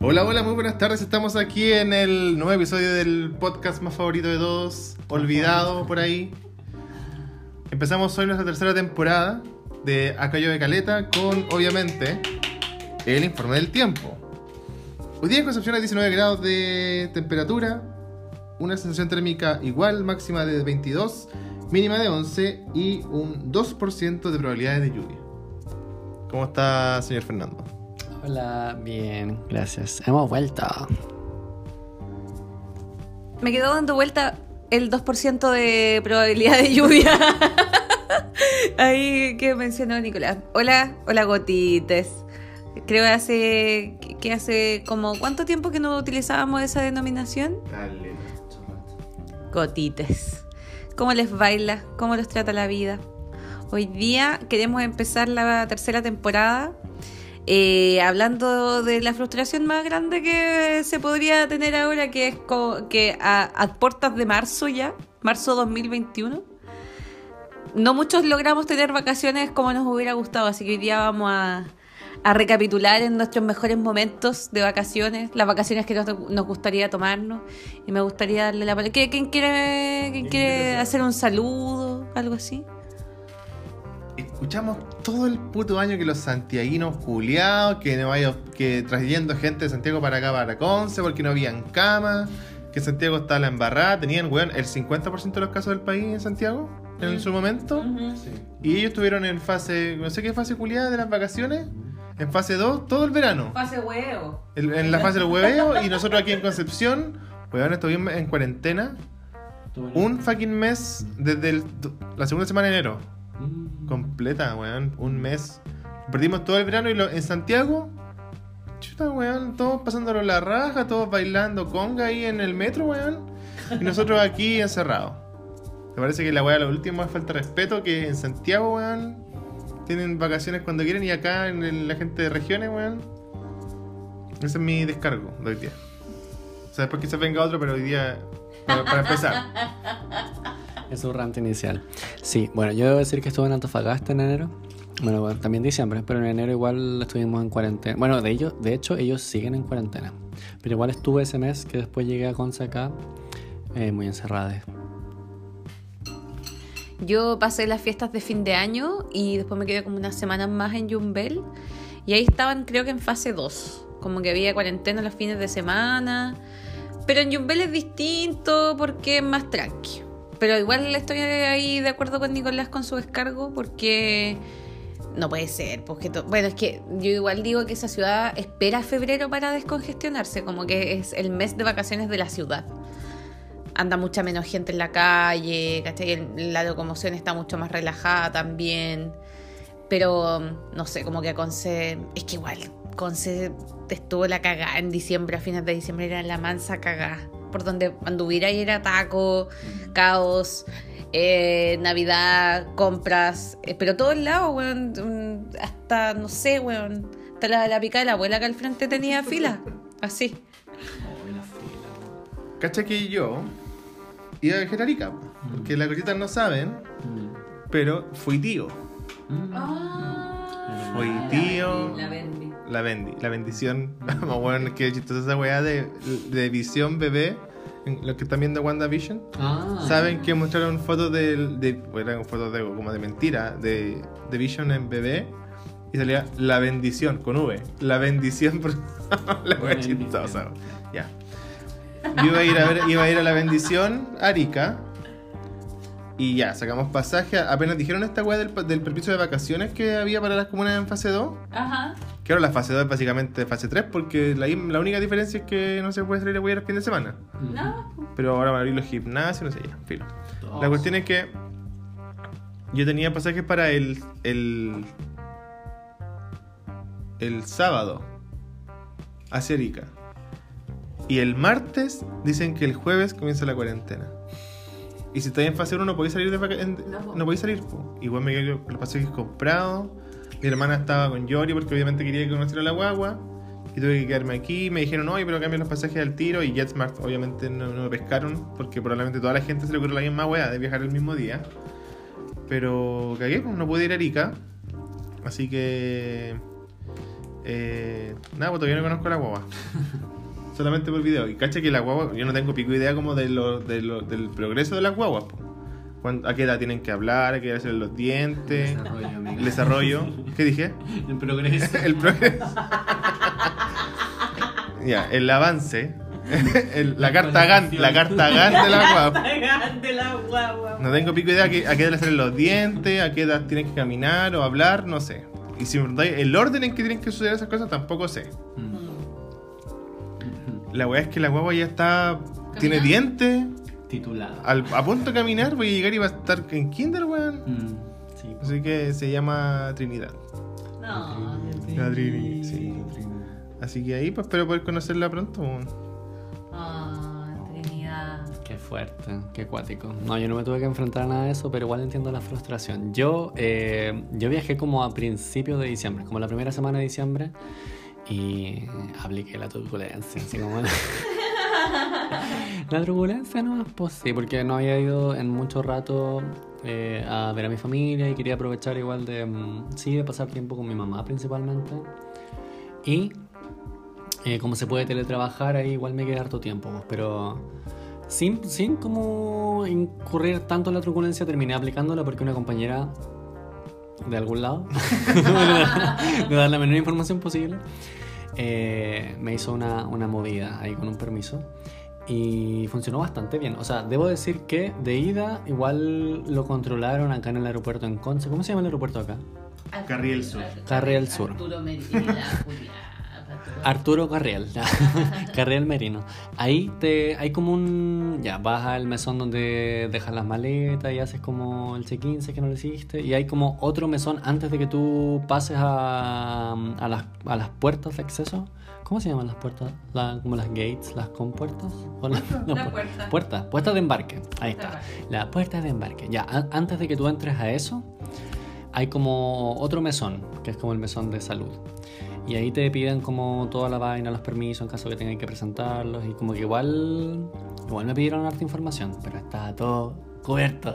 Hola, hola, muy buenas tardes. Estamos aquí en el nuevo episodio del podcast más favorito de todos, olvidado por ahí. Empezamos hoy nuestra tercera temporada de Acá Llueve Caleta con, obviamente, el informe del tiempo. Hoy día en Concepción hay 19 grados de temperatura, una sensación térmica igual, máxima de 22, mínima de 11 y un 2% de probabilidades de lluvia. ¿Cómo está, señor Fernando? Hola, bien, gracias. Hemos vuelto. Me quedó dando vuelta el 2% de probabilidad de lluvia. Ahí que mencionó Nicolás. Hola gotites. Creo que hace como ¿cuánto tiempo que no utilizábamos esa denominación? Dale. Gotites. ¿Cómo les baila? ¿Cómo los trata la vida? Hoy día queremos empezar la tercera temporada hablando de la frustración más grande que se podría tener ahora, que es que a puertas de marzo ya, marzo 2021, no muchos logramos tener vacaciones como nos hubiera gustado, así que hoy día vamos a recapitular en nuestros mejores momentos de vacaciones, las vacaciones que nos gustaría tomarnos, y me gustaría darle la palabra. ¿Quién quiere hacer un saludo, algo así? Escuchamos todo el puto año que los santiaguinos culiados, que trayendo gente de Santiago para acá, para Conce, porque no habían cama, que Santiago estaba la embarrada, tenían, weón, el 50% de los casos del país en Santiago, en su momento, Sí. y ellos estuvieron en fase, no sé qué fase culiada de las vacaciones, en fase 2, todo el verano, Fase huevo. en la fase del hueveo, y nosotros aquí en Concepción, weón, estuvimos en cuarentena, un fucking mes, desde la segunda semana de enero. Completa, weón, un mes. Perdimos todo el verano y en Santiago, chuta, weón, todos pasándolo la raja, todos bailando conga ahí en el metro, weón. Y nosotros aquí encerrados. ¿Te parece que la weá lo último es falta de respeto? Que en Santiago, weón, tienen vacaciones cuando quieren y acá en la gente de regiones, weón. Ese es mi descargo de hoy día. O sea, después quizás venga otro, pero hoy día, para empezar. Es un rant inicial. Sí, bueno, yo debo decir que estuve en Antofagasta en enero. Bueno, también diciembre, pero en enero igual estuvimos en cuarentena. Bueno, de hecho, ellos siguen en cuarentena. Pero igual estuve ese mes que después llegué a Conce acá, muy encerrada. Yo pasé las fiestas de fin de año y después me quedé como unas semanas más en Yumbel. Y ahí estaban, creo que en fase 2. Como que había cuarentena los fines de semana. Pero en Yumbel es distinto porque es más tranqui. Pero igual estoy ahí de acuerdo con Nicolás con su descargo, porque no puede ser. Bueno, es que yo igual digo que esa ciudad espera febrero para descongestionarse, como que es el mes de vacaciones de la ciudad. Anda mucha menos gente en la calle, ¿cachai? La locomoción está mucho más relajada también. Pero no sé, como que Conce, es que igual Conce estuvo la cagada en diciembre, a fines de diciembre era la mansa cagada. Por donde anduviera y era taco, caos, Navidad, compras, pero todos lados, weón, hasta, no sé, weón, hasta la pica de la abuela que al frente tenía fila, así. Cacha que yo iba a viajar a Arica, porque las cositas no saben, pero fui tío. Fui tío. La bendición. Bueno, que chistosa esa weá de visión bebé. Los que están viendo WandaVision saben que mostraron fotos eran fotos como de mentira de Vision en bebé y salía la bendición con V. La bendición por la weá chistosa. Ya. Yo iba a ir a la bendición a Arica. Y ya, sacamos pasaje. Apenas dijeron esta weá del permiso de vacaciones que había para las comunas en fase 2. Ajá. Claro, la fase 2 es básicamente fase 3 porque la única diferencia es que no se puede salir a huear el fin de semana. No. Pero ahora van a abrir los gimnasios, no sé ya, filo. La cuestión es que yo tenía pasajes para el sábado hacia Arica. Y el martes dicen que el jueves comienza la cuarentena. Y si estás en fase 1 no podéis salir no podéis salir, po. Igual me quedé con los pasajes comprados. Mi hermana estaba con Yori porque obviamente quería conocer a la guagua. Y tuve que quedarme aquí. Me dijeron, oye, pero cambian los pasajes al tiro. Y JetSmart obviamente no me pescaron porque probablemente toda la gente se le ocurrió la misma weá de viajar el mismo día. Pero cagué, pues no pude ir a Arica. Así que Nada, pues todavía no conozco la guagua. Solamente por video. Y cacha que la guagua, yo no tengo pico idea como del progreso de las guaguas. A qué edad tienen que hablar, a qué edad hacer los dientes. El desarrollo. ¿Qué dije? El progreso. El progreso. Ya, el avance. La carta GAN de la guagua. No tengo pico idea a qué edad hacer los dientes, a qué edad tienen que caminar o hablar, no sé. Y si me preguntáis el orden en que tienen que suceder esas cosas, tampoco sé. La weá es que la guagua ya está. Tiene dientes. Titulada. A punto de caminar, voy a llegar y va a estar en kinder, weón. Sí. Así que se llama Trinidad. No. La Trini, sí. Así que ahí, pues espero poder conocerla pronto. Trinidad. Qué fuerte, qué cuático. No, yo no me tuve que enfrentar a nada de eso, pero igual entiendo la frustración. Yo viajé como a principios de diciembre, como la primera semana de diciembre, y apliqué la turbulencia, así como... La turbulencia no, pues sí, porque no había ido en mucho rato a ver a mi familia y quería aprovechar igual de pasar tiempo con mi mamá principalmente. Y como se puede teletrabajar, ahí igual me queda harto tiempo, pues, pero sin como incurrir tanto en la turbulencia terminé aplicándola porque una compañera de algún lado de dar la menor información posible me hizo una movida ahí con un permiso y funcionó bastante bien. O sea, debo decir que de ida igual lo controlaron acá en el aeropuerto en Conce. ¿Cómo se llama el aeropuerto acá? Carriel Sur. Carriel Sur. Arturo Carriel. Carriel Merino. Ahí hay como un... Ya, vas al mesón donde dejas las maletas y haces como el check-in, sé que no lo hiciste. Y hay como otro mesón antes de que tú pases a las puertas de acceso. ¿Cómo se llaman las puertas? Como las gates, las compuertas. ¿O la puerta? Puerta de embarque. Ahí está. La puerta de embarque. Ya, antes de que tú entres a eso, hay como otro mesón, que es como el mesón de salud. Y ahí te piden como toda la vaina, los permisos en caso que tengan que presentarlos. Y como que igual me pidieron harta información, pero está todo cubierto.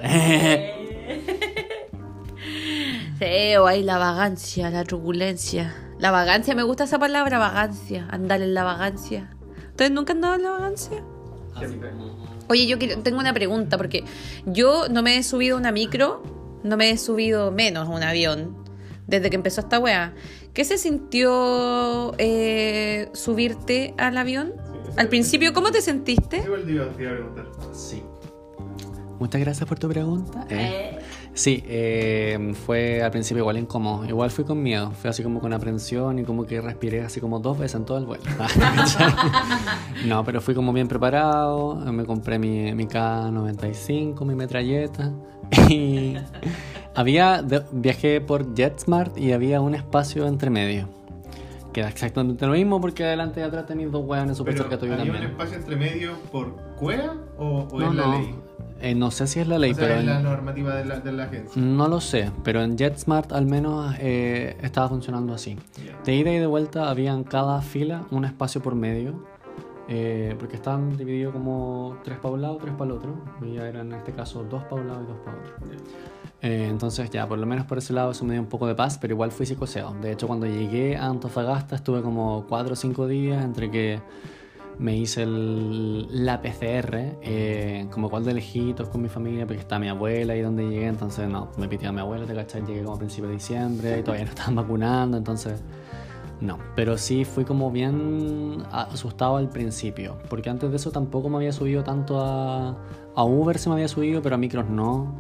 Sí, o hay la vagancia, la turbulencia. La vagancia, me gusta esa palabra, vagancia. Andar en la vagancia. ¿Ustedes nunca han andado en la vagancia? Oye, tengo una pregunta, porque yo no me he subido a una micro, no me he subido menos a un avión desde que empezó esta wea. ¿Qué se sintió subirte al avión? Al principio, ¿cómo te sentiste? Sí. Muchas gracias por tu pregunta. Sí, fue al principio igual incómodo. Igual fui con miedo. Fui así como con aprensión y como que respiré así como 2 veces en todo el vuelo. No, pero fui como bien preparado. Me compré mi K95, mi metralleta. Y viajé por JetSmart y había un espacio entre medio. Que era exactamente lo mismo porque adelante y atrás tenéis 2 hueones súper cerca tuyo también. ¿Había un espacio entre medio por cueva o no, es la ley? No sé si es la ley, pero... es la normativa de la agencia. No lo sé, pero en JetSmart al menos estaba funcionando así. Yeah. De ida y de vuelta había en cada fila un espacio por medio, porque estaban divididos como 3 para un lado, 3 para el otro. Y ya eran en este caso 2 para un lado y 2 para otro. Yeah. Entonces ya, por lo menos por ese lado eso me dio un poco de paz, pero igual fui psicoseado. De hecho, cuando llegué a Antofagasta estuve como 4 o 5 días entre que... Me hice la PCR, como cual de lejitos con mi familia, porque está mi abuela ahí donde llegué, entonces no, me pitió a mi abuela, te cachai, llegué como a principios de diciembre y todavía no estaban vacunando, entonces no, pero sí fui como bien asustado al principio, porque antes de eso tampoco me había subido tanto a Uber, se me había subido, pero a micros no.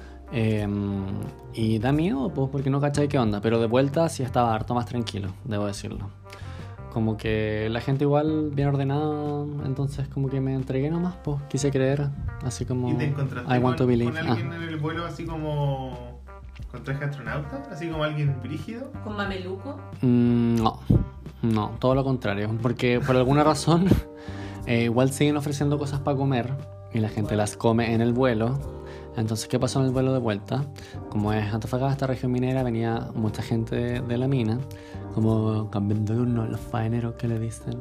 Y da miedo, pues, porque no cachai qué onda, pero de vuelta sí estaba harto más tranquilo, debo decirlo. Como que la gente igual bien ordenada, entonces como que me entregué nomás, pues quise creer, así como ¿Y te encontraste I want to believe? Con alguien en el vuelo así como con traje de astronauta? ¿Así como alguien brígido? ¿Con mameluco? No, todo lo contrario, porque por alguna razón igual siguen ofreciendo cosas para comer y la gente las come en el vuelo. Entonces, ¿qué pasó en el vuelo de vuelta? Como es Antofagasta, región minera, venía mucha gente de la mina, como cambiando de uno, los faeneros que le dicen.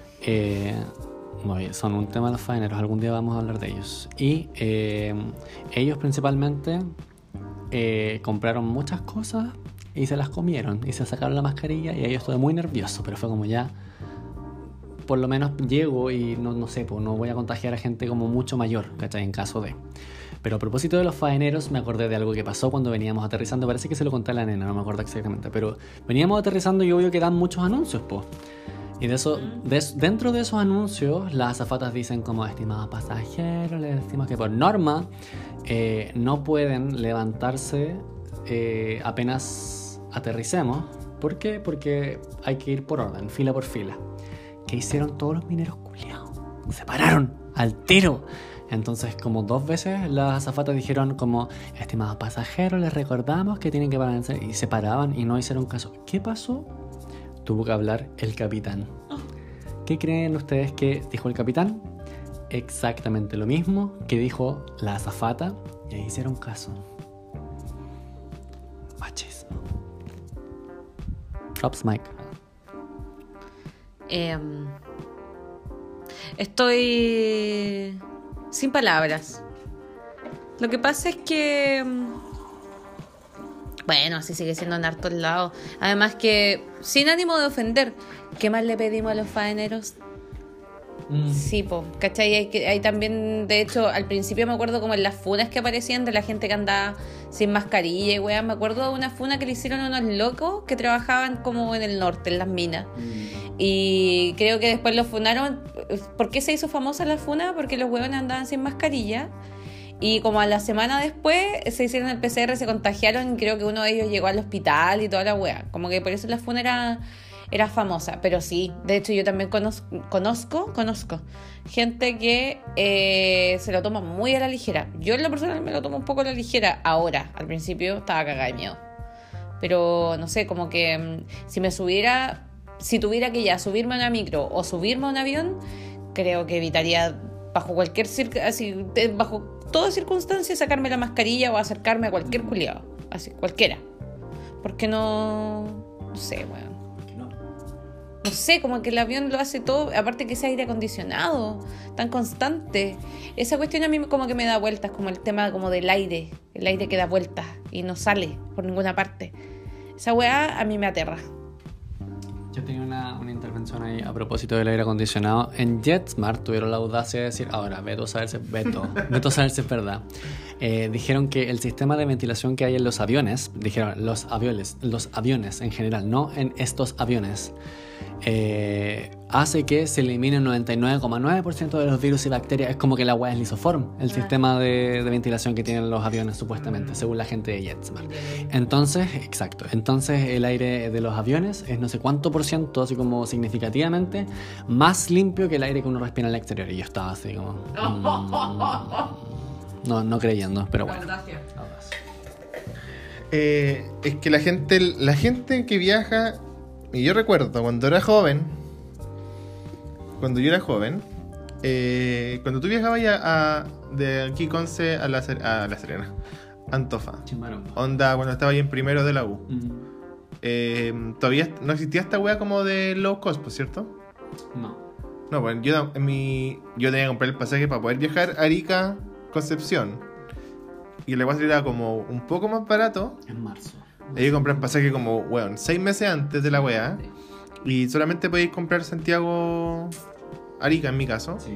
Son un tema los faeneros, algún día vamos a hablar de ellos. Y ellos principalmente compraron muchas cosas y se las comieron y se sacaron la mascarilla y ahí yo estuve muy nervioso, pero fue como ya, por lo menos llego y no sé, pues no voy a contagiar a gente como mucho mayor, ¿cachai? En caso de... Pero a propósito de los faeneros, me acordé de algo que pasó cuando veníamos aterrizando. Parece que se lo conté a la nena, no me acuerdo exactamente. Pero veníamos aterrizando y obvio que dan muchos anuncios, pues. Y de eso, dentro de esos anuncios, las azafatas dicen como, estimados pasajeros, les decimos que por norma no pueden levantarse apenas aterricemos. ¿Por qué? Porque hay que ir por orden, fila por fila. ¿Qué hicieron todos los mineros culiados? Se pararon al tiro. Entonces, como 2 veces las azafatas dijeron como, estimados pasajeros, les recordamos que tienen que pararse. Y se paraban y no hicieron caso. ¿Qué pasó? Tuvo que hablar el capitán. ¿Qué creen ustedes que dijo el capitán? Exactamente lo mismo que dijo la azafata. Y ahí hicieron caso. Machismo. Drops mic. Estoy sin palabras. Lo que pasa es que, bueno, así sigue siendo en hartos lados. Además que, sin ánimo de ofender, ¿qué más le pedimos a los faeneros? Sí, po, ¿cachai? Hay también, de hecho, al principio me acuerdo como en las funas que aparecían de la gente que andaba sin mascarilla y weá. Me acuerdo de una funa que le hicieron a unos locos que trabajaban como en el norte, en las minas. Y creo que después los funaron. ¿Por qué se hizo famosa la funa? Porque los huevones andaban sin mascarilla. Y como a la semana después se hicieron el PCR, se contagiaron y creo que uno de ellos llegó al hospital y toda la wea. Como que por eso la funa era famosa. Pero sí, de hecho yo también conozco gente que se lo toma muy a la ligera. Yo en lo personal me lo tomo un poco a la ligera ahora. Al principio estaba cagada de miedo. Pero no sé, como que si tuviera que ya subirme a una micro o subirme a un avión, creo que evitaría bajo toda circunstancia sacarme la mascarilla o acercarme a cualquier culiado, así, cualquiera. Porque no sé, weón. No sé, como que el avión lo hace todo, aparte que ese aire acondicionado tan constante. Esa cuestión a mí como que me da vueltas, como el tema como del aire, el aire que da vueltas y no sale por ninguna parte. Esa weá a mí me aterra. Yo tenía una intervención ahí a propósito del aire acondicionado. En JetSmart tuvieron la audacia de decir, ahora, veto a saber si es verdad. Dijeron que el sistema de ventilación que hay en los aviones, dijeron los aviones en general, no en estos aviones, hace que se elimine el 99,9% de los virus y bacterias. Es como que la weá es lisoform, el sistema de ventilación que tienen los aviones supuestamente, según la gente de JetSmart. Entonces, exacto, el aire de los aviones es no sé cuánto por ciento, así como significativamente más limpio que el aire que uno respira en el exterior. Y yo estaba así como no creyendo, pero bueno. Es que la gente que viaja, y yo recuerdo cuando yo era joven, cuando tú viajabas de aquí Conce a La Serena, Antofa, Chimbarongo. onda cuando estaba ahí en primero de la U, todavía no existía esta wea como de low cost, ¿por cierto? No, bueno, yo tenía que comprar el pasaje para poder viajar a Arica, Concepción, y la wea salía como un poco más barato En marzo. Hay que comprar pasaje como, weón, 6 meses antes de la weá. Y solamente podéis comprar Santiago-Arica, en mi caso. Sí.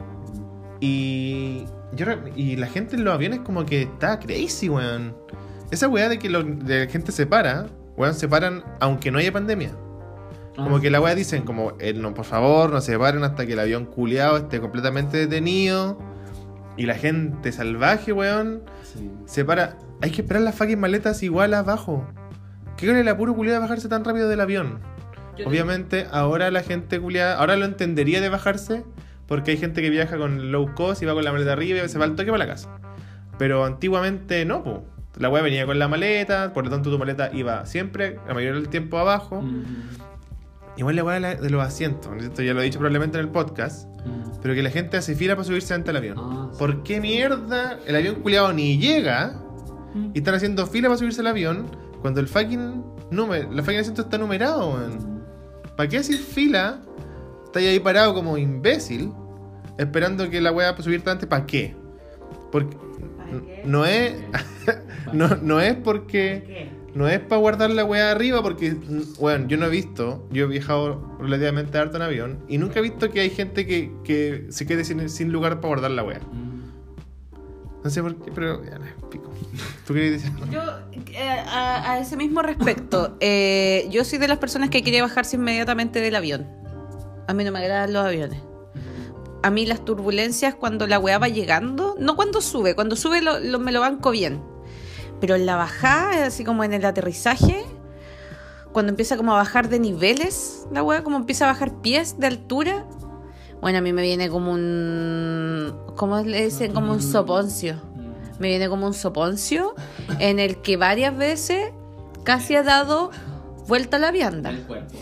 Y la gente en los aviones como que está crazy, weón. Esa weá de que la gente se para, weón, se paran aunque no haya pandemia. Como que la weá dicen como, no, por favor, no se paren hasta que el avión culiado esté completamente detenido. Y la gente salvaje, weón, se para... Hay que esperar las fucking maletas igual abajo. ¿Qué con el apuro culiado de bajarse tan rápido del avión? Obviamente, ahora la gente culiada... Ahora lo entendería de bajarse, porque hay gente que viaja con low cost y va con la maleta arriba y se va al toque para la casa. Pero antiguamente no, po. La weá venía con la maleta, por lo tanto tu maleta iba siempre, la mayoría del tiempo abajo. Igual la weá de los asientos, esto ya lo he dicho probablemente en el podcast, pero que la gente hace fila para subirse ante el avión. ¿Por qué mierda el avión culiado ni llega y están haciendo fila para subirse al avión cuando el fucking asiento está numerado, weón? ¿Para qué hacer fila? Estás ahí parado como imbécil esperando que la weá para subirte antes. ¿Para qué? Porque no es porque no es para guardar la weá arriba porque, bueno, yo he viajado relativamente harto en avión y nunca he visto que hay gente que se quede sin lugar para guardar la weá. No sé por qué, pero ya, pico. ¿Tú querías decir? Yo, a ese mismo respecto, yo soy de las personas que quiere bajarse inmediatamente del avión. A mí no me agradan los aviones. A mí las turbulencias cuando la weá va llegando, no cuando sube me lo banco bien. Pero en la bajada, así como en el aterrizaje, cuando empieza como a bajar de niveles, la weá, como empieza a bajar pies de altura, bueno, a mí me viene como un... ¿Cómo le dicen? Como un soponcio. Me viene como un soponcio en el que varias veces casi he dado vuelta a la vianda.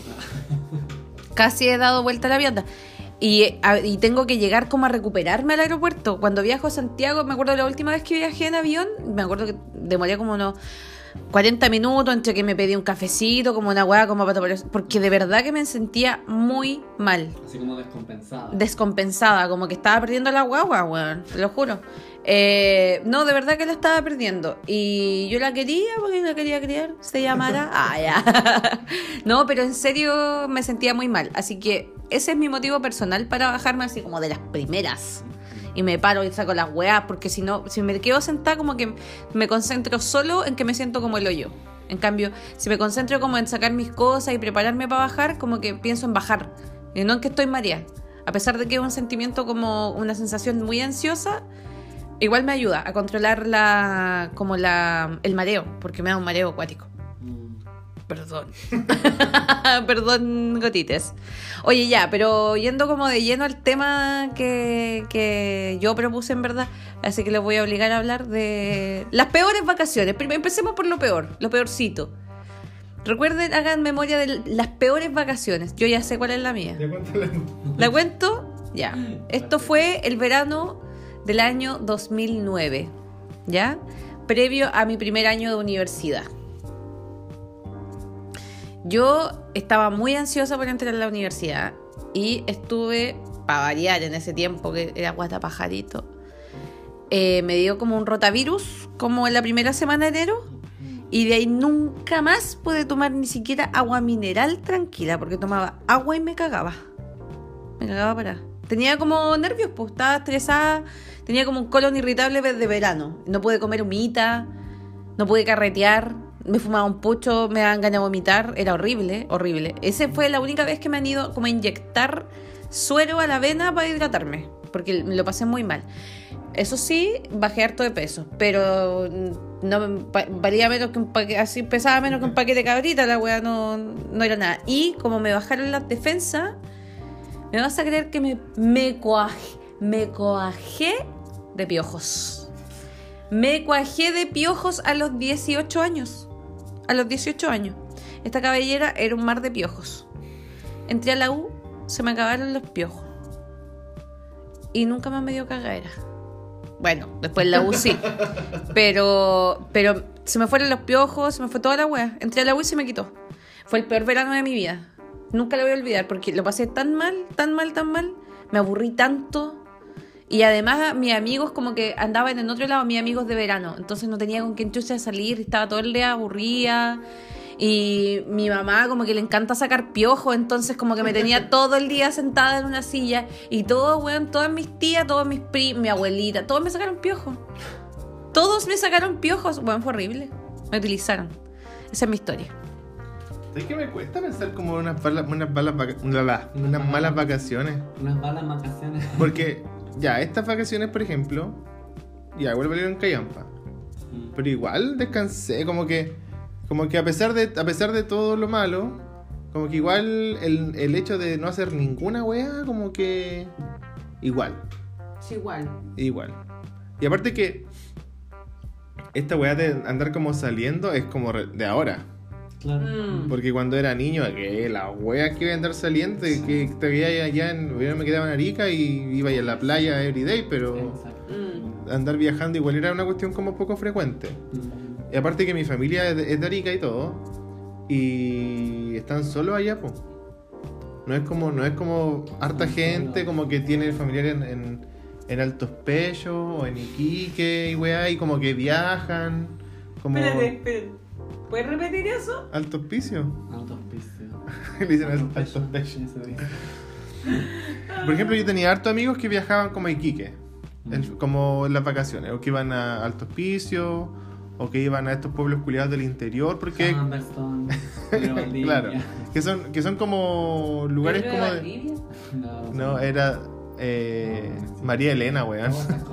Casi he dado vuelta a la vianda. Y tengo que llegar como a recuperarme al aeropuerto. Cuando viajo a Santiago, me acuerdo de la última vez que viajé en avión, me acuerdo que demoré como unos 40 minutos entre que me pedí un cafecito, como una hueá, como para... Porque de verdad que me sentía muy mal. Así como descompensada. Descompensada, como que estaba perdiendo la guagua, weón, te lo juro. No, de verdad que la estaba perdiendo. Y yo la quería porque la quería criar, se llamara. Ya. No, pero en serio me sentía muy mal. Así que ese es mi motivo personal para bajarme así como de las primeras. Y me paro y saco las weas, porque si no, si me quedo sentada, como que me concentro solo en que me siento como el hoyo. En cambio, si me concentro como en sacar mis cosas y prepararme para bajar, como que pienso en bajar. Y no en que estoy mareada. A pesar de que es un sentimiento como una sensación muy ansiosa, igual me ayuda a controlar el mareo, porque me da un mareo acuático. Perdón. Perdón, gotites. Oye, ya, pero yendo como de lleno al tema que yo propuse en verdad, así que les voy a obligar a hablar de las peores vacaciones. Empecemos por lo peor, lo peorcito. Recuerden, hagan memoria de las peores vacaciones. Yo ya sé cuál es la mía. ¿La cuento? Ya. Esto fue el verano del año 2009, ¿ya? Previo a mi primer año de universidad. Yo estaba muy ansiosa por entrar a la universidad y estuve, para variar en ese tiempo, que era guata pajarito, me dio como un rotavirus como en la primera semana de enero y de ahí nunca más pude tomar ni siquiera agua mineral tranquila, porque tomaba agua y me cagaba para. Tenía como nervios, pues estaba estresada, tenía como un colon irritable desde verano, no pude comer humita, no pude carretear. Me fumaba un pucho, me daban ganas de vomitar. Era horrible, horrible. Esa fue la única vez que me han ido como a inyectar suero a la vena para hidratarme, porque me lo pasé muy mal. Eso sí, bajé harto de peso, pero no valía menos que un paquete, así pesaba menos que un paquete de cabrita, la wea no era nada. Y como me bajaron las defensas, me vas a creer que me coajé de piojos. Me cuajé de piojos a los 18 años. A los 18 años. Esta cabellera era un mar de piojos. Entré a la U, se me acabaron los piojos. Y nunca más me dio cagadera. Bueno, después en la U sí. Pero se me fueron los piojos, se me fue toda la wea. Entré a la U y se me quitó. Fue el peor verano de mi vida. Nunca lo voy a olvidar porque lo pasé tan mal. Me aburrí tanto. Y además mis amigos como que andaban en otro lado, mis amigos de verano. Entonces no tenía con quién chucha salir, estaba todo el día aburrida. Y mi mamá como que le encanta sacar piojos, entonces como que me tenía todo el día sentada en una silla. Y todos, weón, todas mis tías, todos mis primos, mi abuelita, todos me sacaron piojos. Todos me sacaron piojos. Bueno, fue horrible. Me utilizaron. Esa es mi historia. ¿Sabes qué me cuesta pensar como unas malas vacaciones? Unas malas vacaciones. Porque... ya, estas vacaciones, por ejemplo, ya igual valieron callampa. Pero igual descansé, como que a pesar de todo lo malo, como que igual el hecho de no hacer ninguna wea, como que igual. Sí, igual. Y aparte que esta wea de andar como saliendo es como de ahora. Claro. Porque cuando era niño, que la wea que iba a andar saliendo, que te veía allá yo me quedaba en Arica y iba a la playa everyday, pero andar viajando igual era una cuestión como poco frecuente. Y aparte que mi familia es de Arica y todo, y están solos allá, pues. No es como harta gente como que tiene familiares en Altos Pechos o en Iquique y weá, y como que viajan. Como... Espérate. ¿Puedes repetir eso? Alto Hospicio. Alto Hospicio. Le dicen Alto Hospicio. Por ejemplo, yo tenía hartos amigos que viajaban como a Iquique, como en las vacaciones, o que iban a Alto Hospicio, o que iban a estos pueblos culiados del interior, porque claro, que son como lugares como de... No, era María Elena, weón.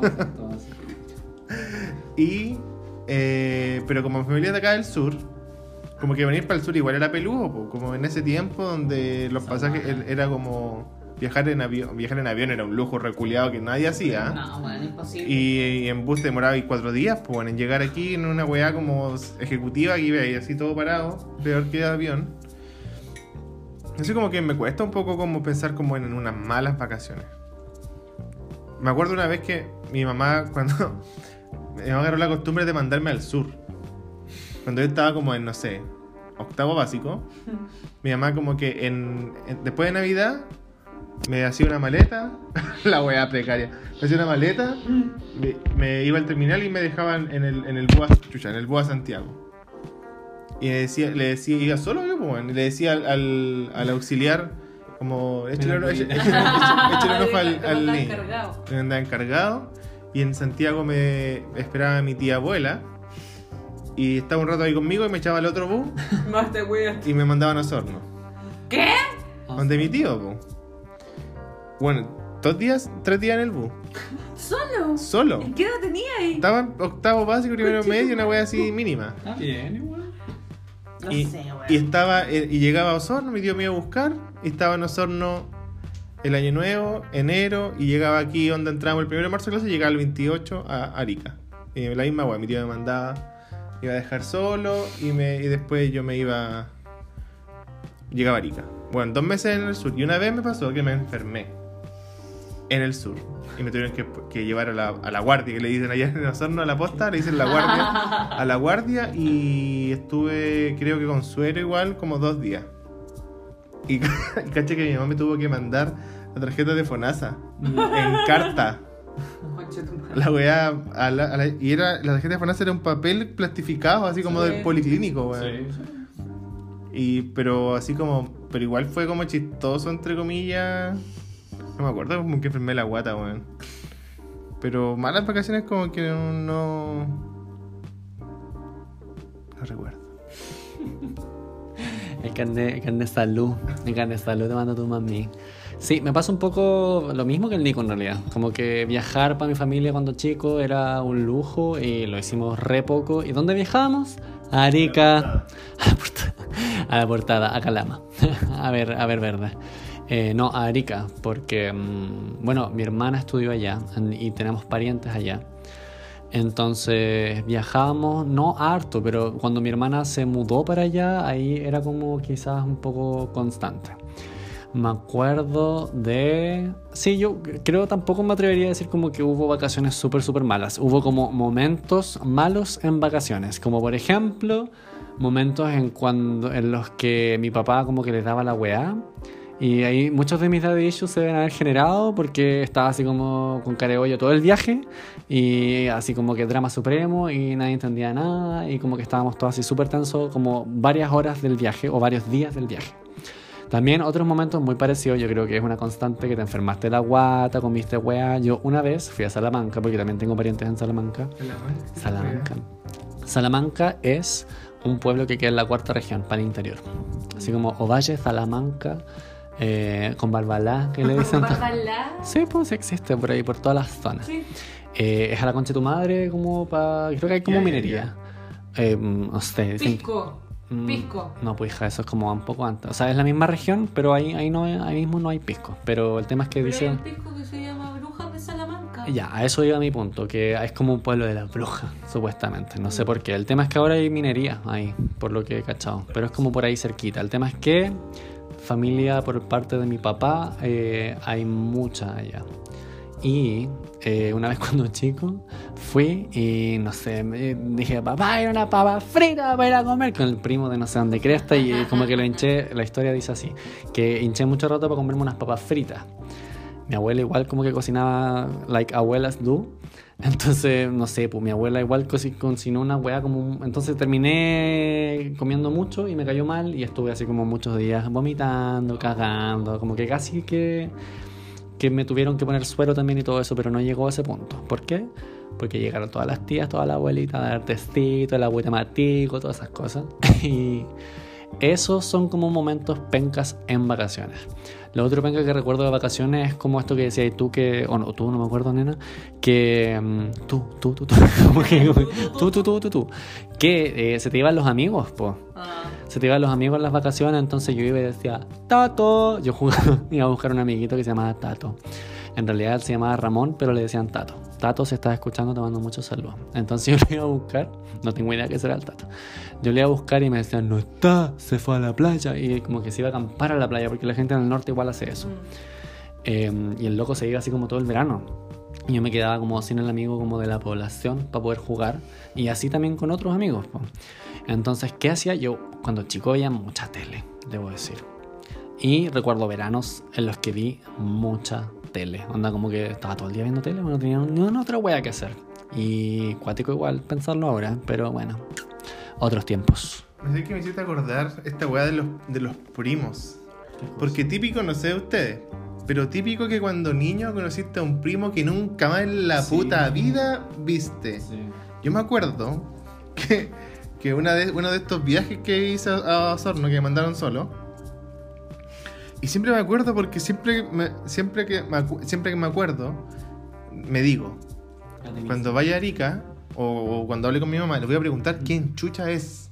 Y pero como familia de acá del sur, como que venir para el sur igual era peludo, po, como en ese tiempo donde los pasajes era como viajar en avión era un lujo reculeado que nadie hacía. No, bueno, imposible. Y en bus te demoraba 4 días, pues bueno, en llegar aquí en una weá como ejecutiva que iba ahí así todo parado, peor que de avión. Así como que me cuesta un poco como pensar como en unas malas vacaciones. Me acuerdo una vez que mi mamá, cuando me agarró la costumbre de mandarme al sur, cuando yo estaba como en, no sé, octavo básico, mi mamá como que después de Navidad me hacía una maleta, la weá precaria, me hacía una maleta, me iba al terminal y me dejaban en el BUA Santiago. Y le decía, iba solo yo, pues, y le decía al auxiliar, como, échale un ojo al niño. Me andaba encargado. Y en Santiago me esperaba mi tía abuela. Y estaba un rato ahí conmigo y me echaba al otro bus. Más te cuidas. Y me mandaban a Osorno. ¿Qué? Donde mi tío, pues. Bueno, 3 días en el bus. Solo. ¿Y qué edad tenía ahí? Estaba en octavo básico, primero medio, una wea así mínima. Está bien, igual. No sé, weón. Y llegaba a Osorno, mi tío me iba a buscar. Y estaba en Osorno el año nuevo, enero. Y llegaba aquí donde entramos el 1 de marzo de clase. Y llegaba el 28 a Arica. Y la misma wea, mi tío me mandaba, iba a dejar solo. Y después yo me iba. Llegaba a Arica. Bueno, 2 meses en el sur. Y una vez me pasó que me enfermé en el sur. Y me tuvieron que llevar a la guardia, que le dicen allá en Osorno, a la posta, le dicen la guardia. A la guardia, y estuve, creo que con suero igual, como 2 días. Y caché que mi mamá me tuvo que mandar la tarjeta de FONASA en carta. La weá, y la tarjeta de FONASA era un papel plastificado, así como del policlínico, weón. Sí. Pero así como, pero igual fue como chistoso, entre comillas. No me acuerdo, como que enfermé la guata, weón. Pero malas vacaciones como que no recuerdo. El carnet de salud. El carnet de salud te manda tu mami. Sí, me pasa un poco lo mismo que el Nico en realidad. Como que viajar para mi familia cuando chico era un lujo y lo hicimos re poco. ¿Y dónde viajábamos? A Arica. A la Portada, a Calama. a ver, verdad. No, a Arica, porque, bueno, mi hermana estudió allá y tenemos parientes allá. Entonces viajábamos, no harto, pero cuando mi hermana se mudó para allá, ahí era como quizás un poco constante. Me acuerdo de... Sí, yo creo tampoco me atrevería a decir como que hubo vacaciones súper malas. Hubo como momentos malos en vacaciones, como por ejemplo momentos en los que mi papá como que les daba la weá. Y ahí muchos de mis daddy issues se deben haber generado porque estaba así como con careollo todo el viaje y así como que drama supremo y nadie entendía nada y como que estábamos todos así súper tensos como varias horas del viaje o varios días del viaje. También otros momentos muy parecidos, yo creo que es una constante, que te enfermaste la guata, comiste weá. Yo una vez fui a Salamanca, porque también tengo parientes en Salamanca. Salamanca es un pueblo que queda en la 4ª región, para el interior. Así como Ovalle, Salamanca... con Barbalá, que le dicen. ¿Barbalá? Sí, pues existe por ahí, por todas las zonas. Sí. Es a la concha de tu madre, como para. Creo que hay como minería. No sé. Pisco. Pisco. No, pues hija, eso es como un poco antes. O sea, es la misma región, pero ahí mismo no hay pisco. Pero el tema es que pero dicen. Hay un pisco que se llama Brujas de Salamanca. Ya, a eso iba mi punto, que es como un pueblo de las brujas, supuestamente. No sé por qué. El tema es que ahora hay minería ahí, por lo que he cachado. Pero es como por ahí cerquita. El tema es que familia por parte de mi papá hay mucha allá. Y una vez cuando chico fui y no sé, dije, papá, era una papa frita para ir a comer con el primo de no sé dónde cresta, y como que lo hinché. La historia dice así, que hinché mucho rato para comerme unas papas fritas. Mi abuela igual como que cocinaba like abuelas do, Entonces, no sé, pues mi abuela igual cocinó una weá como... Entonces terminé comiendo mucho y me cayó mal y estuve así como muchos días vomitando, cagando, como que casi que me tuvieron que poner suero también y todo eso, pero no llegó a ese punto. ¿Por qué? Porque llegaron todas las tías, toda la abuelita a dar testito, el agüita matico, todas esas cosas. Y esos son como momentos pencas en vacaciones. Lo otro penca que recuerdo de vacaciones es como esto que decías tú que... O no, tú, no me acuerdo, nena. Que... Como que, tú. Que se te iban los amigos, po. Se te iban los amigos en las vacaciones, entonces yo iba y decía, Tato. Yo jugaba, iba a buscar un amiguito que se llamaba Tato. En realidad él se llamaba Ramón, pero le decían Tato. Tato, si estás escuchando, te mando muchos saludos. Entonces yo lo iba a buscar, no tengo idea que será el Tato. Yo le iba a buscar y me decían, no está, se fue a la playa. Y como que se iba a acampar a la playa, porque la gente en el norte igual hace eso. Y el loco se iba así como todo el verano. Y yo me quedaba como sin el amigo como de la población para poder jugar. Y así también con otros amigos, po. Entonces, ¿qué hacía? Yo cuando chico veía mucha tele, debo decir. Y recuerdo veranos en los que vi mucha tele. Onda como que estaba todo el día viendo tele, no tenía ni una otra wea que hacer. Y cuático igual pensarlo ahora, pero bueno, otros tiempos. Me sé que me hiciste acordar esta wea de los primos. Porque típico, no sé de ustedes, pero típico que cuando niño conociste a un primo que nunca más en la puta vida viste. Sí. Yo me acuerdo que uno de estos viajes que hice a Osorno, que me mandaron solo, y siempre me acuerdo porque siempre que me acuerdo, me digo, cuando vaya a Arica o cuando hable con mi mamá, le voy a preguntar quién chucha es.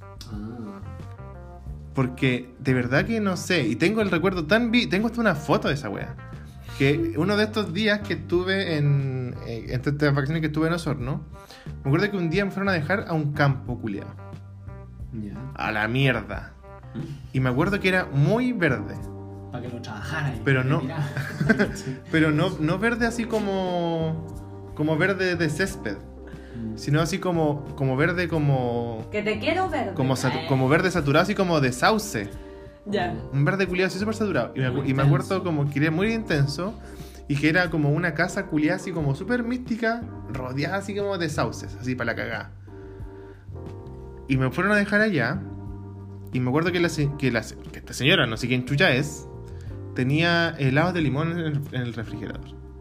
Porque de verdad que no sé, y tengo el recuerdo tengo hasta una foto de esa wea. Que uno de estos días que estuve en estas vacaciones que estuve en Osorno, me acuerdo que un día me fueron a dejar a un campo culiado. A la mierda. Y me acuerdo que era muy verde. Para que lo trabajara. Pero no, pero no verde así como verde de césped, sino así como verde como... Que te quiero verde. Como verde saturado, así como de sauce. Ya. Un verde culiado así súper saturado. Y me acuerdo como que era muy intenso y que era como una casa culiada así como súper mística, rodeada así como de sauces, así para la cagada. Y me fueron a dejar allá. Y me acuerdo que esta señora, no sé quién chucha es, tenía helados de limón en el refrigerador.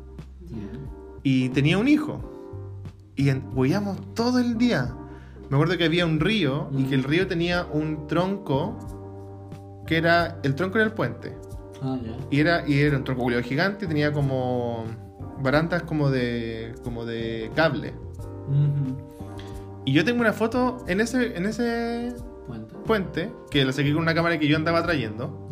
Y tenía un hijo. Y huíamos todo el día. Me acuerdo que había un río y que el río tenía un tronco que era... El tronco era el puente. Y era un tronco culiado gigante y tenía como barandas como de cable. Y yo tengo una foto en ese puente que la saqué con una cámara que yo andaba trayendo.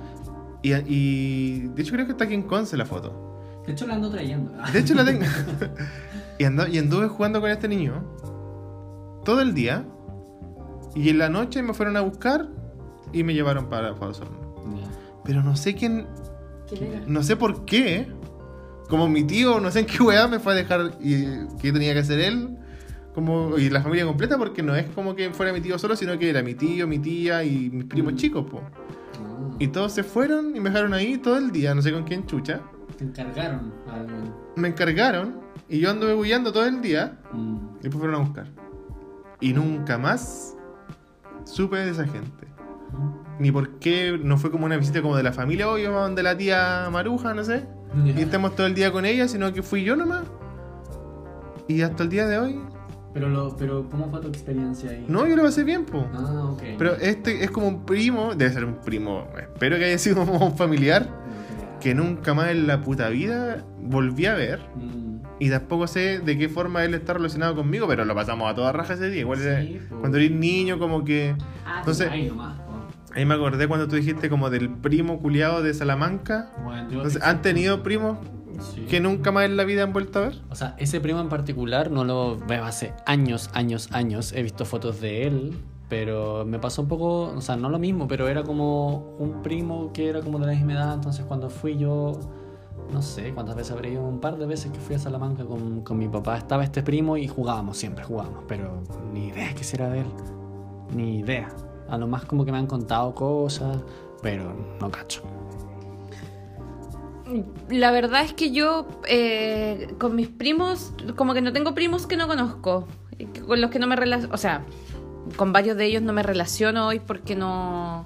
Y de hecho creo que está aquí en Conce la foto. De hecho la ando trayendo. De hecho la tengo. y anduve jugando con este niño todo el día. Y en la noche me fueron a buscar y me llevaron para Osorno. Pero no sé quién era. No sé por qué. Como mi tío, no sé en qué weá me fue a dejar y qué tenía que hacer él. Y la familia completa, porque no es como que fuera mi tío solo, sino que era mi tío, mi tía y mis primos chicos, po. Y todos se fueron y me dejaron ahí todo el día, no sé con quién chucha. ¿Te encargaron? Me encargaron y yo anduve bullando todo el día y después fueron a buscar. Y nunca más supe de esa gente. Ni por qué no fue como una visita como de la familia, hoy vamos donde la tía Maruja, no sé. Y estemos todo el día con ella, sino que fui yo nomás. Y hasta el día de hoy... Pero ¿cómo fue tu experiencia ahí? No, yo lo pasé bien, po. Ah, ok. Pero este es como un primo, debe ser un primo, espero que haya sido como un familiar, que nunca más en la puta vida volví a ver. Y tampoco sé de qué forma él está relacionado conmigo, pero lo pasamos a toda raja ese día. Igual cuando eres niño, como que... Entonces, ahí me acordé cuando tú dijiste como del primo culiado de Salamanca. Bueno, entonces, ¿han tenido primos que nunca más en la vida han vuelto a ver? O sea, ese primo en particular no lo veo hace años. He visto fotos de él, pero me pasó un poco, o sea, no lo mismo, pero era como un primo que era como de la misma edad. Entonces cuando fui yo, no sé cuántas veces habré ido, un par de veces que fui a Salamanca con mi papá, estaba este primo y siempre jugábamos, pero ni idea qué será de él, ni idea. A lo más como que me han contado cosas, pero no cacho. La verdad es que yo con mis primos, como que no tengo primos que no conozco, con los que no me relaciono, o sea, con varios de ellos no me relaciono hoy porque no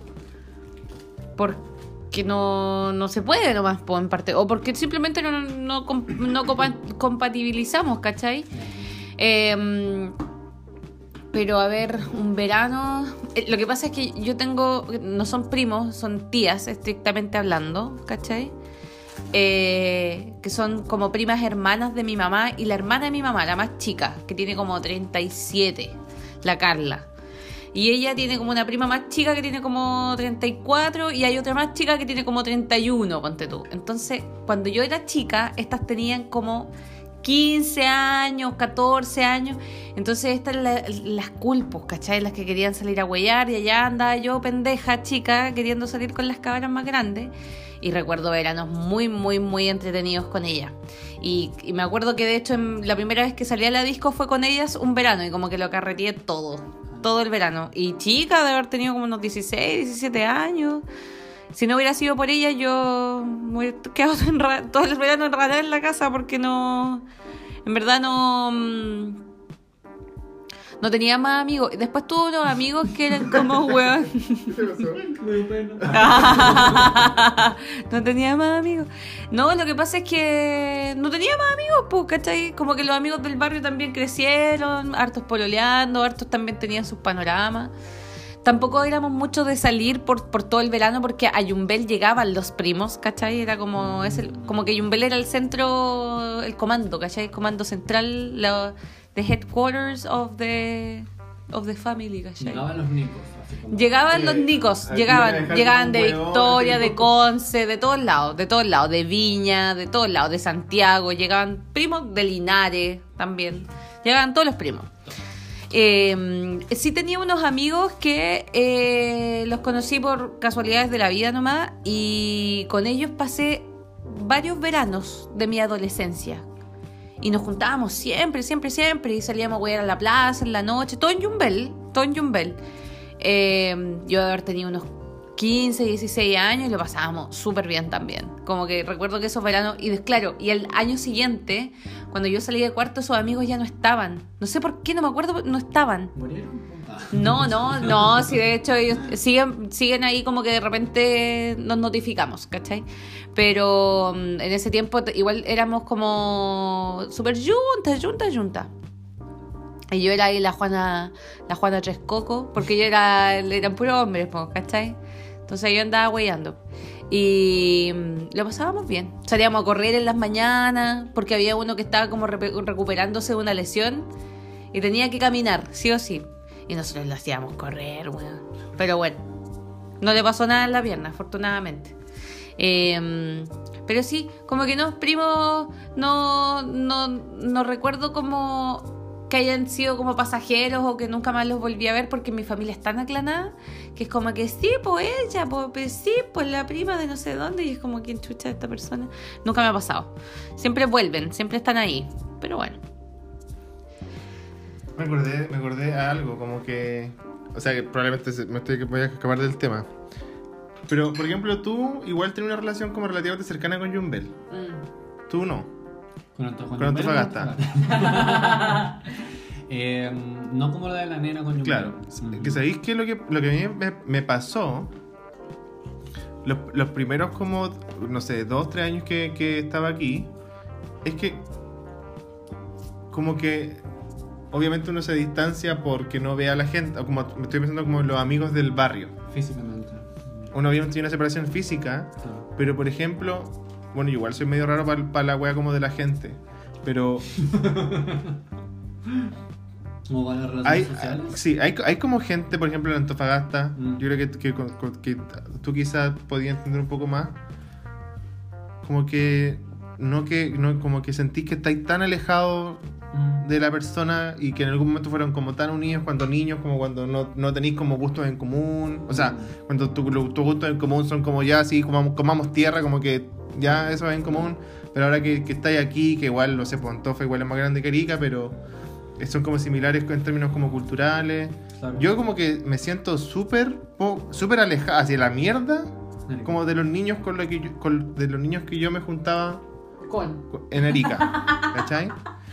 se puede nomás, en parte, o porque simplemente no compatibilizamos, ¿cachai? Pero a ver, un verano, lo que pasa es que yo tengo, no son primos, son tías estrictamente hablando, ¿cachai? Que son como primas hermanas de mi mamá, y la hermana de mi mamá, la más chica, que tiene como 37, la Carla. Y ella tiene como una prima más chica que tiene como 34, y hay otra más chica que tiene como 31, ponte tú. Entonces, cuando yo era chica, estas tenían como 15 años, 14 años. Entonces estas las culpos, ¿cachai? Las que querían salir a huellar, y allá andaba yo, pendeja, chica, queriendo salir con las cabras más grandes. Y recuerdo veranos muy, muy, muy entretenidos con ella. Y me acuerdo que de hecho la primera vez que salí a la disco fue con ellas un verano, y como que lo carreteé todo el verano. Y chica, de haber tenido como unos 16, 17 años. Si no hubiera sido por ella, yo me hubiera quedado todo el verano enredada en la casa, porque no... En verdad no tenía más amigos. Después tuve unos amigos que eran como weón. ¿Qué pasó? No tenía más amigos. No, lo que pasa es que no tenía más amigos, pues, ¿cachai? Como que los amigos del barrio también crecieron, hartos pololeando, hartos también tenían sus panoramas. Tampoco éramos muchos de salir por todo el verano, porque a Yumbel llegaban los primos, ¿cachai? Era como como que Yumbel era el centro, el comando, ¿cachai? El comando central, the headquarters of the family, ¿cachai? Llegaban los nicos. Llegaban los nicos, llegaban de Victoria, de Conce, de todos lados, de Viña, de todos lados, de Santiago, llegaban primos de Linares también, llegaban todos los primos. Sí tenía unos amigos que los conocí por casualidades de la vida nomás, y con ellos pasé varios veranos de mi adolescencia. Y nos juntábamos siempre, y salíamos a huear a la plaza en la noche, todo en Yumbel. Yo de haber tenido unos 15, 16 años, y lo pasábamos súper bien también. Como que recuerdo que esos veranos, y claro, y el año siguiente, cuando yo salí de cuarto, esos amigos ya no estaban. No sé por qué, no me acuerdo, no estaban. ¿Murieron? No, sí, de hecho ellos siguen ahí, como que de repente nos notificamos, ¿cachai? Pero en ese tiempo igual éramos como súper juntas. Y yo era ahí la Juana Trescoco, porque yo eran puros hombres, ¿cachai? Entonces yo andaba hueando. Y lo pasábamos bien. Salíamos a correr en las mañanas, porque había uno que estaba como recuperándose de una lesión y tenía que caminar, sí o sí. Y nosotros lo hacíamos correr, bueno. Pero bueno, no le pasó nada en la pierna, afortunadamente. Pero sí, como que no, primos, no recuerdo como que hayan sido como pasajeros, o que nunca más los volví a ver, porque mi familia es tan aclanada que es como que sí, pues ella, pues sí, pues la prima de no sé dónde, y es como, ¿quién chucha esta persona? Nunca me ha pasado. Siempre vuelven, siempre están ahí, pero bueno. Me acordé a algo, como que... O sea, que probablemente voy a escapar del tema. Pero, por ejemplo, tú igual tienes una relación como relativamente cercana con Yumbel. Tú no. Con Antofagasta. No como la de la nena con Yumbel. Claro. Que sabéis que lo que a mí me pasó... Los primeros como, no sé, 2-3 años que estaba aquí, es que como que obviamente uno se distancia porque no ve a la gente, o como me estoy pensando como los amigos del barrio. Físicamente. Uno obviamente tiene una separación física, claro. Pero por ejemplo, bueno, yo igual soy medio raro para la wea como de la gente, pero... ¿Cómo van las relaciones sociales? Sí, hay como gente, por ejemplo, en Antofagasta, yo creo que tú quizás podías entender un poco más, como que no como que sentís que estáis tan alejados de la persona, y que en algún momento fueron como tan unidos cuando niños, como cuando no tenéis como gustos en común, o sea, cuando tus gustos en común son como ya así, comamos tierra, como que ya eso es en común, pero ahora que estáis aquí, que igual, no sé, Antofa igual es más grande que Arica, pero son como similares en términos como culturales. Claro. Yo como que me siento súper alejado hacia la mierda como de los niños de los niños que yo me juntaba en Arica, ¿cachai?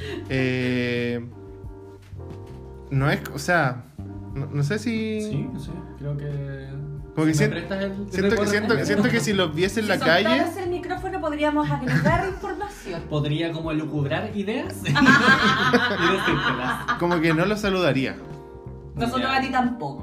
No es, o sea, no sé si... Sí, creo que... Como que si siento que si los viese en la calle... Si soltaras el micrófono podríamos agregar información. Podría como elucubrar ideas y decírtelas. Como que no los saludaría. Nosotros a ti tampoco.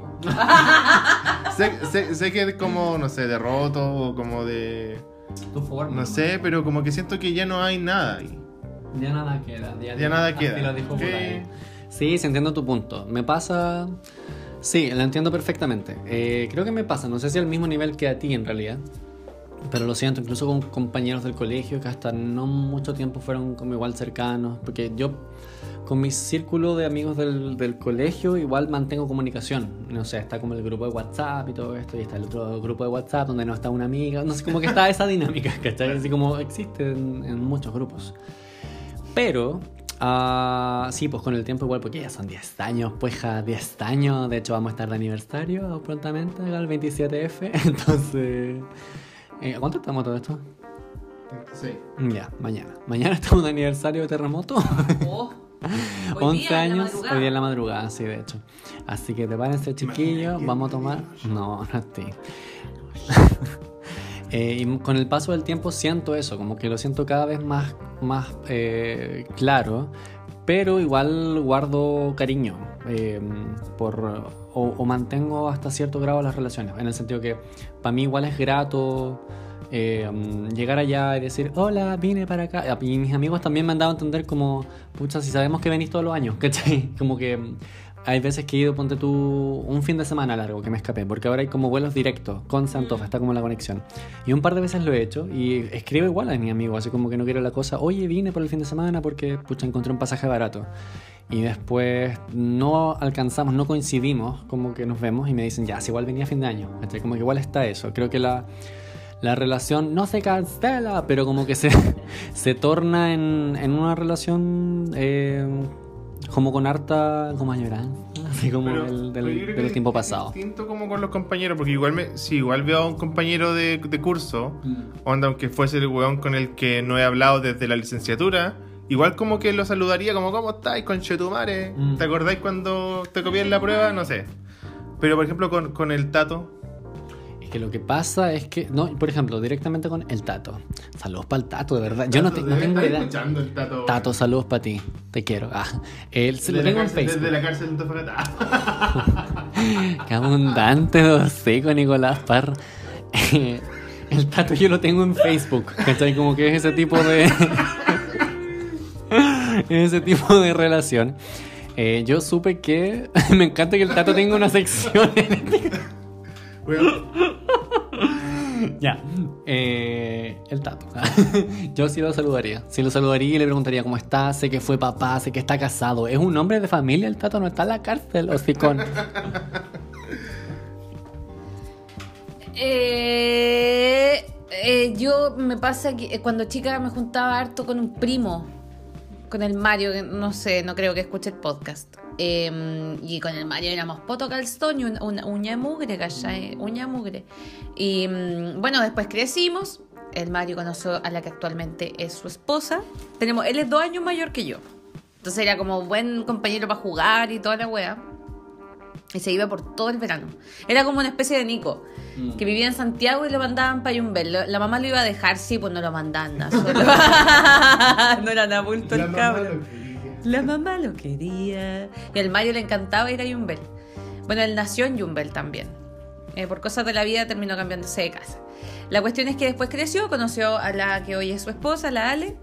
Sé que es como, no sé, de roto o como de... Tu forma. No sé, pero como que siento que ya no hay nada ahí. Ya nada queda. Ya nada queda. Lo dijo por ahí. Sí, entiendo tu punto. Me pasa... Sí, lo entiendo perfectamente. Creo que me pasa, no sé si al mismo nivel que a ti en realidad, pero lo siento, incluso con compañeros del colegio que hasta no mucho tiempo fueron como igual cercanos, porque yo con mi círculo de amigos del colegio igual mantengo comunicación. No sé, está como el grupo de WhatsApp y todo esto, y está el otro grupo de WhatsApp donde no está una amiga, no sé, como que está esa dinámica, ¿cachai? Así como existe en muchos grupos. Pero... sí, pues con el tiempo igual, porque ya son 10 años, pues ja, 10 años, de hecho vamos a estar de aniversario prontamente, el 27F, entonces... ¿Cuánto estamos todo esto? Sí. Ya, mañana estamos de aniversario de Terremoto. 11 años, hoy día en la madrugada, sí, de hecho. Así que prepárense, chiquillos, vamos a tomar... No estoy... y con el paso del tiempo siento eso, como que lo siento cada vez más claro, pero igual guardo cariño o mantengo hasta cierto grado las relaciones, en el sentido que para mí igual es grato llegar allá y decir hola, vine para acá, y mis amigos también me han dado a entender como pucha, si sabemos que venís todos los años, ¿cachai? Como que hay veces que he ido, ponte tú, un fin de semana largo que me escapé, porque ahora hay como vuelos directos con Santofa, está como la conexión. Y un par de veces lo he hecho y escribo igual a mi amigo, así como que no quiero la cosa, oye, vine por el fin de semana porque pucha, encontré un pasaje barato. Y después no alcanzamos, no coincidimos, como que nos vemos y me dicen, ya, si igual venía a fin de año. Entonces, como que igual está eso. Creo que la relación no se cancela, pero como que se torna en una relación... como con harta como añoranza, así como del tiempo pasado. Es distinto como con los compañeros, porque igual veo a un compañero de curso, onda, aunque fuese el weón con el que no he hablado desde la licenciatura, igual como que lo saludaría como, ¿cómo estáis, conchetumare? ¿Te acordáis cuando te copié en la prueba? No sé. Pero por ejemplo con el Tato... Es que lo que pasa es que, no, por ejemplo, directamente con el Tato. Saludos para el Tato, de verdad. Yo no tengo idea. Escuchando el Tato. Tato, saludos para ti. Te quiero. Él se lo tengo en Facebook. Desde la cárcel de Antofagasta. Qué abundante doceco, Nicolás Parra. El Tato yo lo tengo en Facebook. ¿Cachai? Como que es ese tipo de... ese tipo de relación. Yo supe que... Me encanta que el Tato tenga una sección en este... Ya, el Tato. Yo sí lo saludaría. Sí lo saludaría y le preguntaría cómo está. Sé que fue papá, sé que está casado. Es un hombre de familia, el Tato no está en la cárcel, hocicón. Yo me pasa que cuando chica me juntaba harto con un primo, con el Mario, que no sé, no creo que escuche el podcast. Y con el Mario éramos poto calzón y una uña mugre, ¿cachai? Uña mugre. Y bueno, después crecimos. El Mario conoció a la que actualmente es su esposa. Él es 2 años mayor que yo. Entonces era como buen compañero para jugar y toda la wea. Y se iba por todo el verano. Era como una especie de Nico, que vivía en Santiago y lo mandaban para Yumbel. La mamá lo iba a dejar, sí, pues no lo mandaban nada solo. No era nada bulto el cabrón. La mamá lo quería. Y al Mario le encantaba ir a Yumbel. Bueno, él nació en Yumbel también. Por cosas de la vida terminó cambiándose de casa. La cuestión es que después creció, conoció a la que hoy es su esposa, la Ale.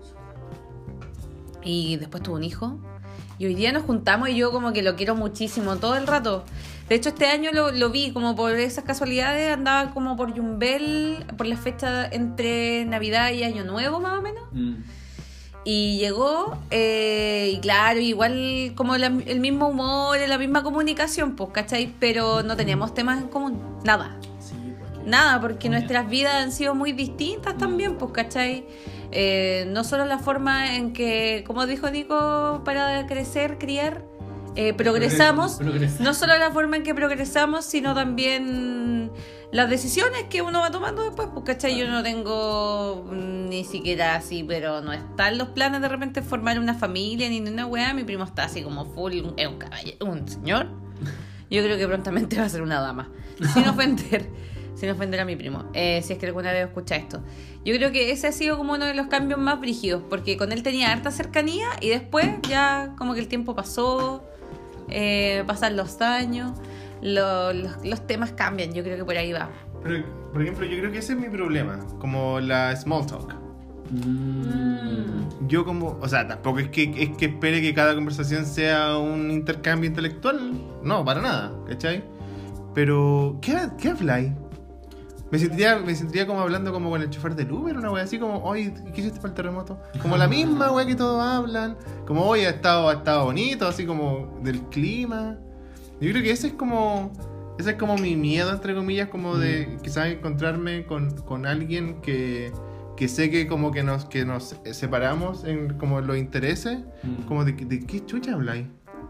Y después tuvo un hijo. Y hoy día nos juntamos y yo como que lo quiero muchísimo todo el rato. De hecho, este año lo vi como por esas casualidades. Andaba como por Yumbel, por la fecha entre Navidad y Año Nuevo, más o menos. Y llegó, y claro, igual como el mismo humor, la misma comunicación, pues, ¿cachai? Pero no teníamos temas en común, nada. Sí, nada, porque nuestras vidas han sido muy distintas también, pues, ¿cachai? No solo la forma en que, como dijo Nico, para crecer, criar, progresamos. No solo la forma en que progresamos, sino también las decisiones que uno va tomando después, pues, ¿cachai? Yo no tengo ni siquiera así, pero no están los planes de repente formar una familia ni una weá. Mi primo está así como full, es un caballero, un señor. Yo creo que prontamente va a ser una dama. Sin ofender a mi primo, si es que alguna vez escucha esto. Yo creo que ese ha sido como uno de los cambios más brígidos, porque con él tenía harta cercanía y después ya como que el tiempo pasó, pasan los años, los temas cambian, yo creo que por ahí va. Pero, por ejemplo, yo creo que ese es mi problema, como la small talk. Yo como, o sea, tampoco es que espere que cada conversación sea un intercambio intelectual, no, para nada, ¿cachai? Pero, ¿qué habláis? Me sentiría como hablando como con el chofer del Uber, una wea así como, oye, ¿qué hiciste para el terremoto? Como la misma wea que todos hablan, como hoy ha estado bonito, así como del clima. Yo creo que ese es como mi miedo, entre comillas, como de quizás encontrarme con alguien que sé que como que nos separamos en como los intereses, como de qué chucha habláis.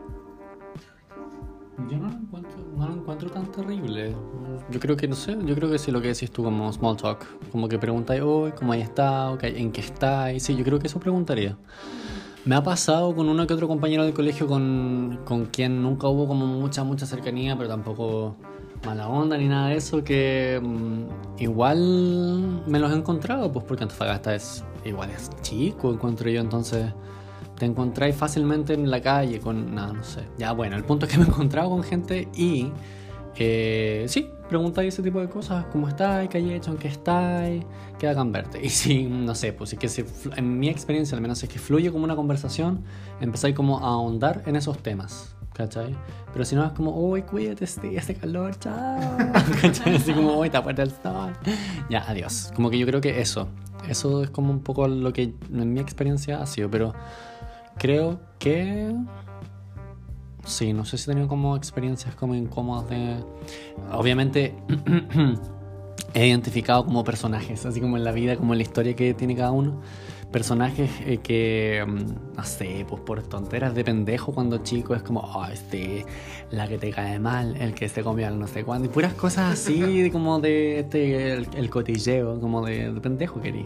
Yo no lo encuentro tan terrible. Yo creo que, no sé, yo creo que sí lo que decís tú como small talk. Como que preguntáis hoy, ¿cómo hay estado? ¿En qué estáis? Sí, yo creo que eso preguntaría. Me ha pasado con uno que otro compañero del colegio con quien nunca hubo como mucha cercanía, pero tampoco mala onda ni nada de eso, que igual me los he encontrado, pues porque Antofagasta igual es chico, encuentro yo, entonces te encontráis fácilmente en la calle con nada, no sé. Ya bueno, el punto es que me he encontrado con gente y sí, preguntáis ese tipo de cosas, ¿cómo estáis? ¿Qué hay hecho? ¿En qué estáis? Qué bacán verte. Y sí, no sé, pues es que en mi experiencia al menos es que fluye como una conversación, empezáis como a ahondar en esos temas, ¿cachai? Pero si no es como, uy, cuídate, hace calor, chao. ¿Cachai? Así como, uy, te apuesta el sol. Ya, adiós. Como que yo creo que eso es como un poco lo que en mi experiencia ha sido, pero creo que sí, no sé si he tenido como experiencias como incómodas de... Obviamente he identificado como personajes, así como en la vida, como en la historia que tiene cada uno. Personajes que, no sé, pues por tonteras de pendejo cuando chico es como, oh, la que te cae mal, el que se comió al no sé cuándo. Y puras cosas así, como de el cotilleo, como de pendejo querí.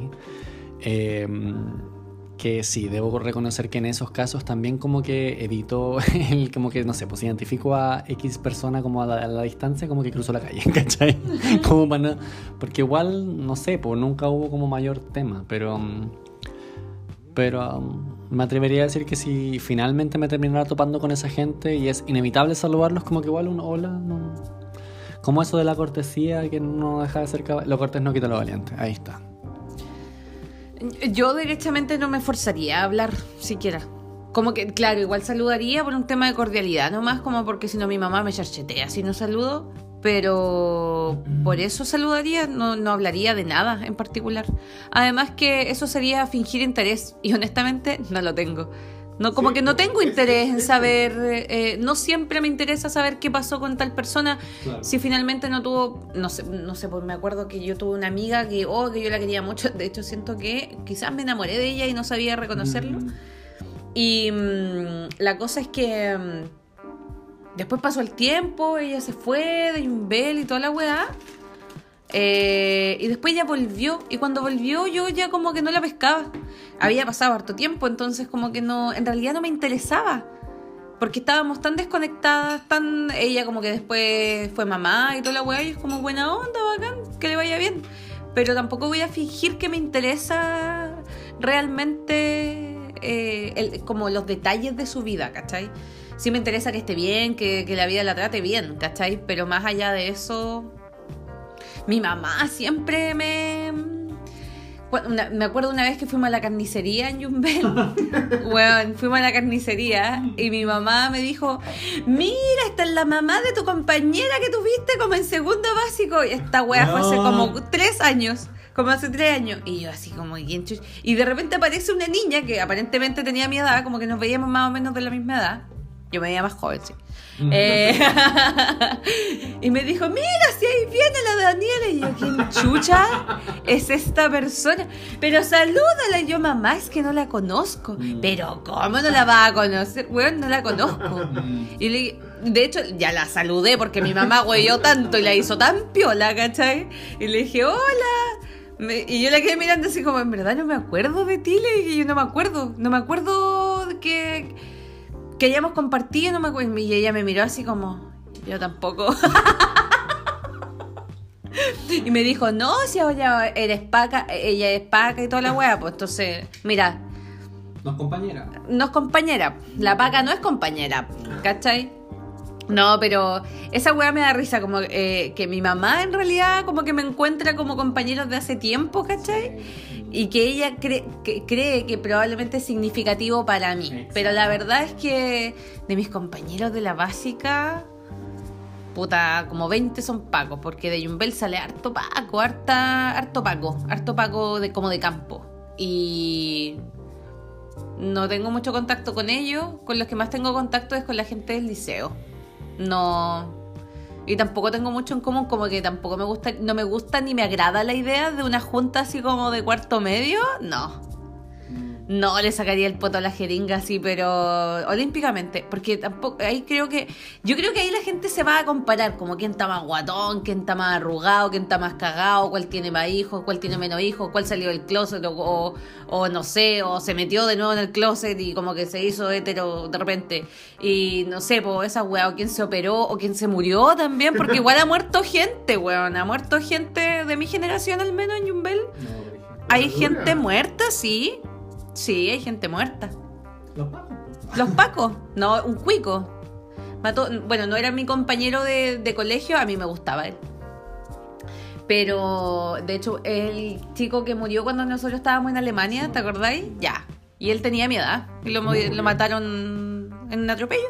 Que sí, debo reconocer que en esos casos también como que evito, como que, no sé, pues identifico a X persona como a la distancia, como que cruzo la calle, ¿cachai? Como para no, porque igual, no sé, pues nunca hubo como mayor tema, pero me atrevería a decir que si finalmente me terminara topando con esa gente y es inevitable saludarlos, como que igual un hola, no, como eso de la cortesía que no deja de ser lo cortés no quita lo valiente, ahí está. Yo derechamente no me forzaría a hablar siquiera. Como que, claro, igual saludaría por un tema de cordialidad, nomás como porque si no mi mamá me charchetea si no saludo, pero por eso saludaría, no hablaría de nada en particular. Además que eso sería fingir interés y honestamente no lo tengo. No, como sí, que no tengo interés en saber, no siempre me interesa saber qué pasó con tal persona, claro. Si finalmente no tuvo, no sé, pues me acuerdo que yo tuve una amiga que yo la quería mucho, de hecho siento que quizás me enamoré de ella y no sabía reconocerlo. Y la cosa es que después pasó el tiempo, ella se fue de Yumbel y toda la weá. Y después ya volvió, y cuando volvió yo ya como que no la pescaba. Había pasado harto tiempo, entonces como que no, en realidad no me interesaba, porque estábamos tan desconectadas, ella como que después fue mamá y toda la weá, y es como buena onda, bacán, que le vaya bien, pero tampoco voy a fingir que me interesa realmente como los detalles de su vida, ¿cachai? Sí me interesa que esté bien, que la vida la trate bien, ¿cachai? Pero más allá de eso, mi mamá siempre me acuerdo una vez que fuimos a la carnicería en Yumbel. Bueno, fuimos a la carnicería y mi mamá me dijo, mira, esta es la mamá de tu compañera que tuviste como en segundo básico. Y esta wea fue hace como 3 años. Como hace 3 años. Y yo así como, y de repente aparece una niña que aparentemente tenía mi edad, como que nos veíamos más o menos de la misma edad. Yo me veía más joven, sí. Y me dijo, mira, si ahí viene la de Daniela. Y yo, ¿quién chucha es esta persona? Pero salúdala. Y yo, mamá, es que no la conozco. Pero ¿cómo no la vas a conocer? Bueno, no la conozco. Y de hecho, ya la saludé porque mi mamá huelló tanto y la hizo tan piola, ¿cachai? Y le dije, hola. Y yo la quedé mirando así como, en verdad no me acuerdo de ti. Le dije, yo no me acuerdo que hayamos compartido, no me acuerdo. Y ella me miró así como, yo tampoco. Y me dijo, no, si ahora eres paca, ella es paca y toda la wea, pues entonces, mira. No es compañera. No es compañera, la paca no es compañera, ¿cachai? No, pero esa weá me da risa, como que mi mamá en realidad como que me encuentra como compañeros de hace tiempo, ¿cachai? Y que ella cree que probablemente es significativo para mí. Exacto. Pero la verdad es que de mis compañeros de la básica, puta, como 20 son pacos, porque de Yumbel sale harto paco como de campo. Y no tengo mucho contacto con ellos, con los que más tengo contacto es con la gente del liceo. No. Y tampoco tengo mucho en común, como que tampoco no me gusta ni me agrada la idea de una junta así como de cuarto medio. No le sacaría el poto a la jeringa así, pero olímpicamente, porque tampoco, yo creo que ahí la gente se va a comparar, como quién está más guatón, quién está más arrugado, quién está más cagado, cuál tiene más hijos, cuál tiene menos hijos, cuál salió del closet o no sé, o se metió de nuevo en el closet y como que se hizo hetero de repente, y no sé, pues esa weá, o quién se operó, o quién se murió también, porque igual ha muerto gente, weón, ha muerto gente de mi generación al menos en Yumbel. Hay gente muerta, sí. Sí, hay gente muerta. ¿Los pacos? No, un cuico. Mató, bueno, no era mi compañero de colegio, a mí me gustaba él. Pero, de hecho, el chico que murió cuando nosotros estábamos en Alemania, ¿te acordáis? Ya. Y él tenía mi edad. Y lo mataron en un atropello.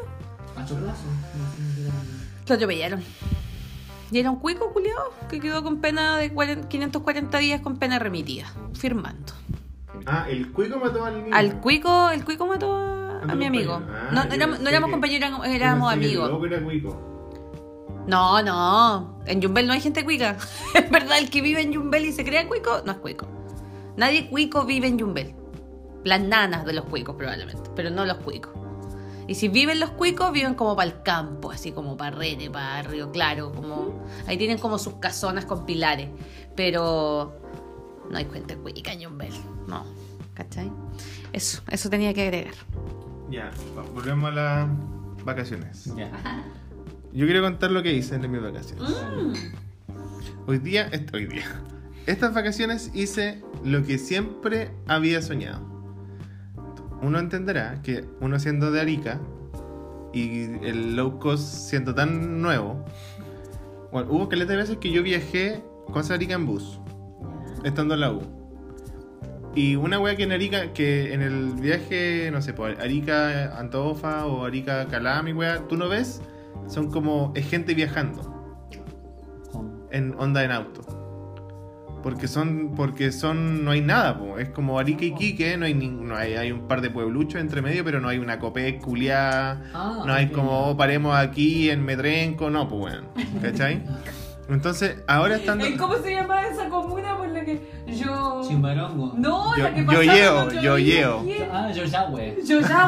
Lo atropellaron. Y era un cuico culiao que quedó con pena de 540 días con pena remitida, firmando. Ah, el cuico mató al niño. El cuico mató a mi amigo. No éramos compañeros, éramos amigos. Era cuico. No. En Yumbel no hay gente cuica. Es verdad, el que vive en Yumbel y se crea cuico, no es cuico. Nadie cuico vive en Yumbel. Las nanas de los cuicos probablemente, pero no los cuicos. Y si viven los cuicos, viven como para el campo, así como para Rene, para Río Claro, como ahí tienen como sus casonas con pilares. Pero no hay gente cuica en Yumbel, no, ¿cachai? Eso tenía que agregar. Ya, volvemos a las vacaciones. Ya. Yo quiero contar lo que hice en mis vacaciones. Hoy día, estas vacaciones hice lo que siempre había soñado. Uno entenderá que uno siendo de Arica y el low cost siendo tan nuevo, bueno, hubo caleta de veces que yo viajé con Arica en bus, estando en la U. Y una wea que en Arica, que en el viaje, no sé, por Arica Antofa o Arica Calama, wea, tú no ves, son como, es gente viajando en onda en auto. Porque no hay nada, po. Es como Arica y Quique, hay un par de puebluchos entre medio, pero no hay una copé culiada, no hay como paremos aquí en Metrenco, no, pues bueno, ¿cachai? Entonces, ahora estando... ¿Cómo se llama esa comuna por la que yo... Chimbarongo. No, la que pasaba Yo llevo. Yoyahue.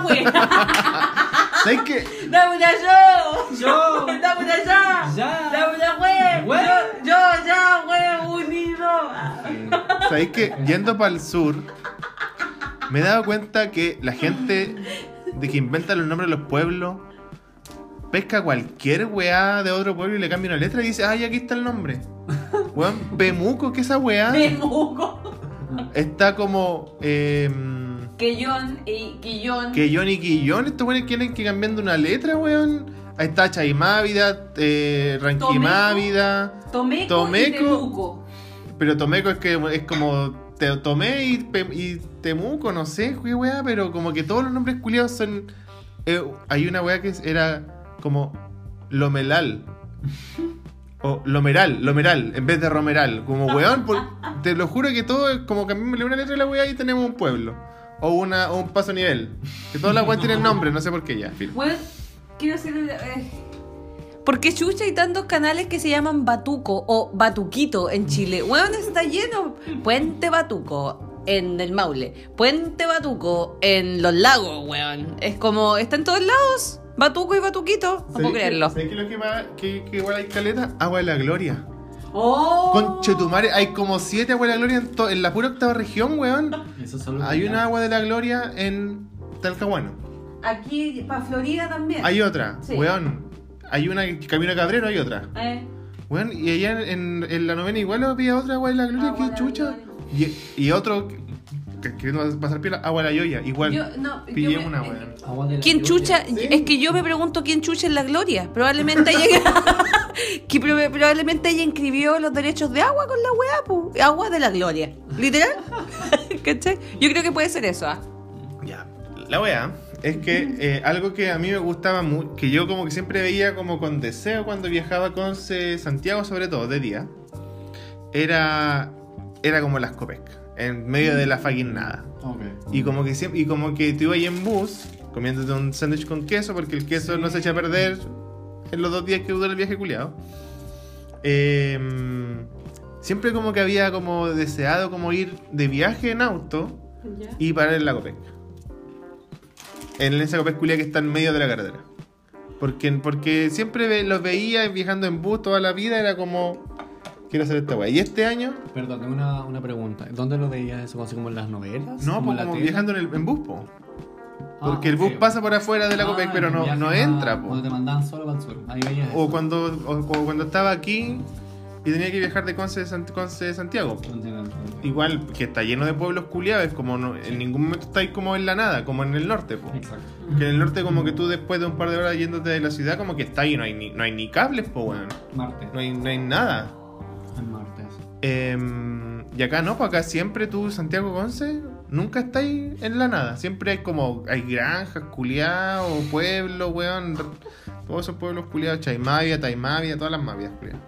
¿Sabes qué? ¡Dame una yo! ¡Dame una ya! ¡Dame una güey! ¡Yo, unido! ¿Sabes qué? Yendo para el sur, me he dado cuenta que la gente de que inventa los nombres de los pueblos pesca cualquier weá de otro pueblo y le cambia una letra y dice, ay, aquí está el nombre. Weón, Pemuco, ¿qué es esa weá? Pemuco. Está como... Quillón y Quillón. Estos weones quieren que cambiando una letra, weón. Ahí está Chaimávida, Ranquimávida, Tomeco y Temuco. Pero Tomeco es como Tomé y Temuco, no sé qué weá, pero como que todos los nombres culiados son... hay una weá que era como Lomelal. O Lomeral, en vez de Romeral. Como weón, te lo juro que todo es como cambiarle una letra a la weá y tenemos un pueblo. O un paso nivel. Que todas las weas tienen nombre, no sé por qué ya. Bueno, quiero hacer ¿Por qué chucha hay tantos canales que se llaman Batuco o Batuquito en Chile? Weón, está lleno. Puente Batuco en el Maule. Puente Batuco en Los Lagos, weón. Es como, está en todos lados. Batuco y Batuquito. No puedo creerlo. ¿Sabes qué es lo que igual hay caleta? Agua de la Gloria. ¡Oh! Conchetumare, hay como 7 Agua de la Gloria en la pura octava región, weón. Eso solo Hay una Agua de la Gloria en Talcahuano. Aquí, para Florida también. Hay otra, Sí. weón. Hay una en Camino a Cabrero, hay otra. Weón, y allá en la novena igual había otra Agua de la Gloria, Agua de que la chucha. Y otro que no va a pasar piola, Agua de la Yoya, igual. Pillé una, weón. Agua de la ¿Quién lluvia. chucha? Sí. Es que yo me pregunto quién chucha es la Gloria. Probablemente haya probablemente ella inscribió los derechos de agua con la weá, po. Agua de la Gloria. Literal. ¿Cachai? Yo creo que puede ser eso, ¿ah? Ya, la weá es que algo que a mí me gustaba mucho, que yo como que siempre veía como con deseo cuando viajaba con Santiago, sobre todo de día, era como las Copec, en medio de la fucking nada. Okay. Y como que siempre, y como que tú ibas ahí en bus comiéndote un sándwich con queso, porque el queso no se echa a perder en los 2 días que dura el viaje culiado. Siempre como que había como deseado como ir de viaje en auto y parar en la Copec. En esa Copec culiada que está en medio de la carretera. Porque siempre los veía viajando en bus toda la vida, era como, quiero hacer esta weá. Y este año, Perdón, tengo una pregunta. ¿Dónde lo veías eso? ¿Así como en las novelas? no, ¿Como pues en la como tele? viajando en bus, po. Porque Ah, el bus ok. pasa por afuera de la Copec, pero el no viaje entra, po. Cuando te mandaban solo para el sur. Ahí veías O eso. cuando estaba aquí y tenía que viajar de Conce de Santiago, po. Entiendo. Igual que está lleno de pueblos culiados, es como en ningún momento estáis como en la nada, como en el norte, po. Exacto. Que en el norte como que tú después de un par de horas yéndote de la ciudad como que está ahí, no hay ni cables, po, weón. Marte. No hay nada. En Marte. Y acá no, pues acá siempre tú, Santiago Conce, nunca estáis en la nada. Siempre hay granjas, culiados, pueblos, weón. Todos esos pueblos culiados, Chaimavia, Taimavia, todas las mavias culiadas.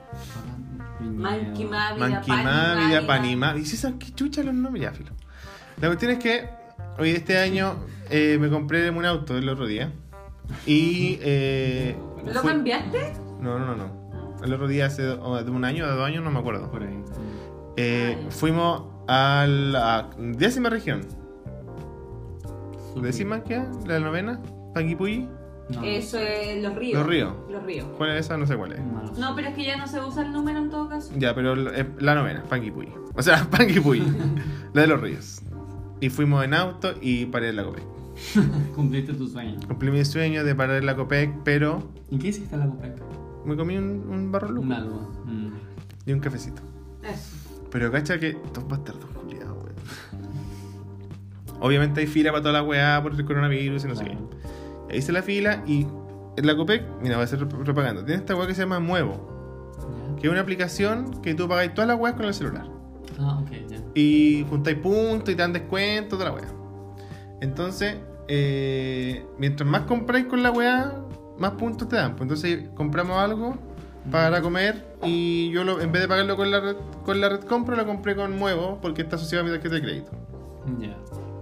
Manquimávida, Panimávida. ¿Y si sabes qué chucha los nombres? Ya, filo. La cuestión es que hoy este año me compré un auto el otro día. Y. ¿Lo cambiaste? No. El otro día, hace de un año, de 2 años, no me acuerdo. Por ahí. Fuimos a la 10ª región. Súper. ¿10ª qué? ¿La 9ª? ¿Panguipulli? No. Eso es Los Ríos. Los Ríos. Los Ríos. ¿Cuál es esa? No sé cuál es. Malos. No, pero es que ya no se usa el número en todo caso. Ya, pero la 9ª, Panguipulli. O sea, Panguipulli. La de los Ríos. Y fuimos en auto y paré en la Copec. Cumpliste tu sueño. Cumplí mi sueño de parar en la Copec, pero ¿Y qué hiciste en la Copec? me comí un barro luco Un algo. y un cafecito. Eso. Pero cacha que dos bastardos culiados, weón. Obviamente hay fila para toda la weá por el coronavirus y no sé qué. Ahí hice la fila y en la Copec, mira, voy a hacer propaganda. Tiene esta weá que se llama Muevo, que es una aplicación que tú pagáis todas las weas con el celular. Ah, ok, ya. Y juntáis puntos y te dan descuento, toda la weá. Entonces, mientras más compráis con la weá, más puntos te dan. Pues entonces compramos algo para comer y yo en vez de pagarlo con la red compra, lo compré con Muevo porque está asociado a mi tarjeta de crédito. Ya.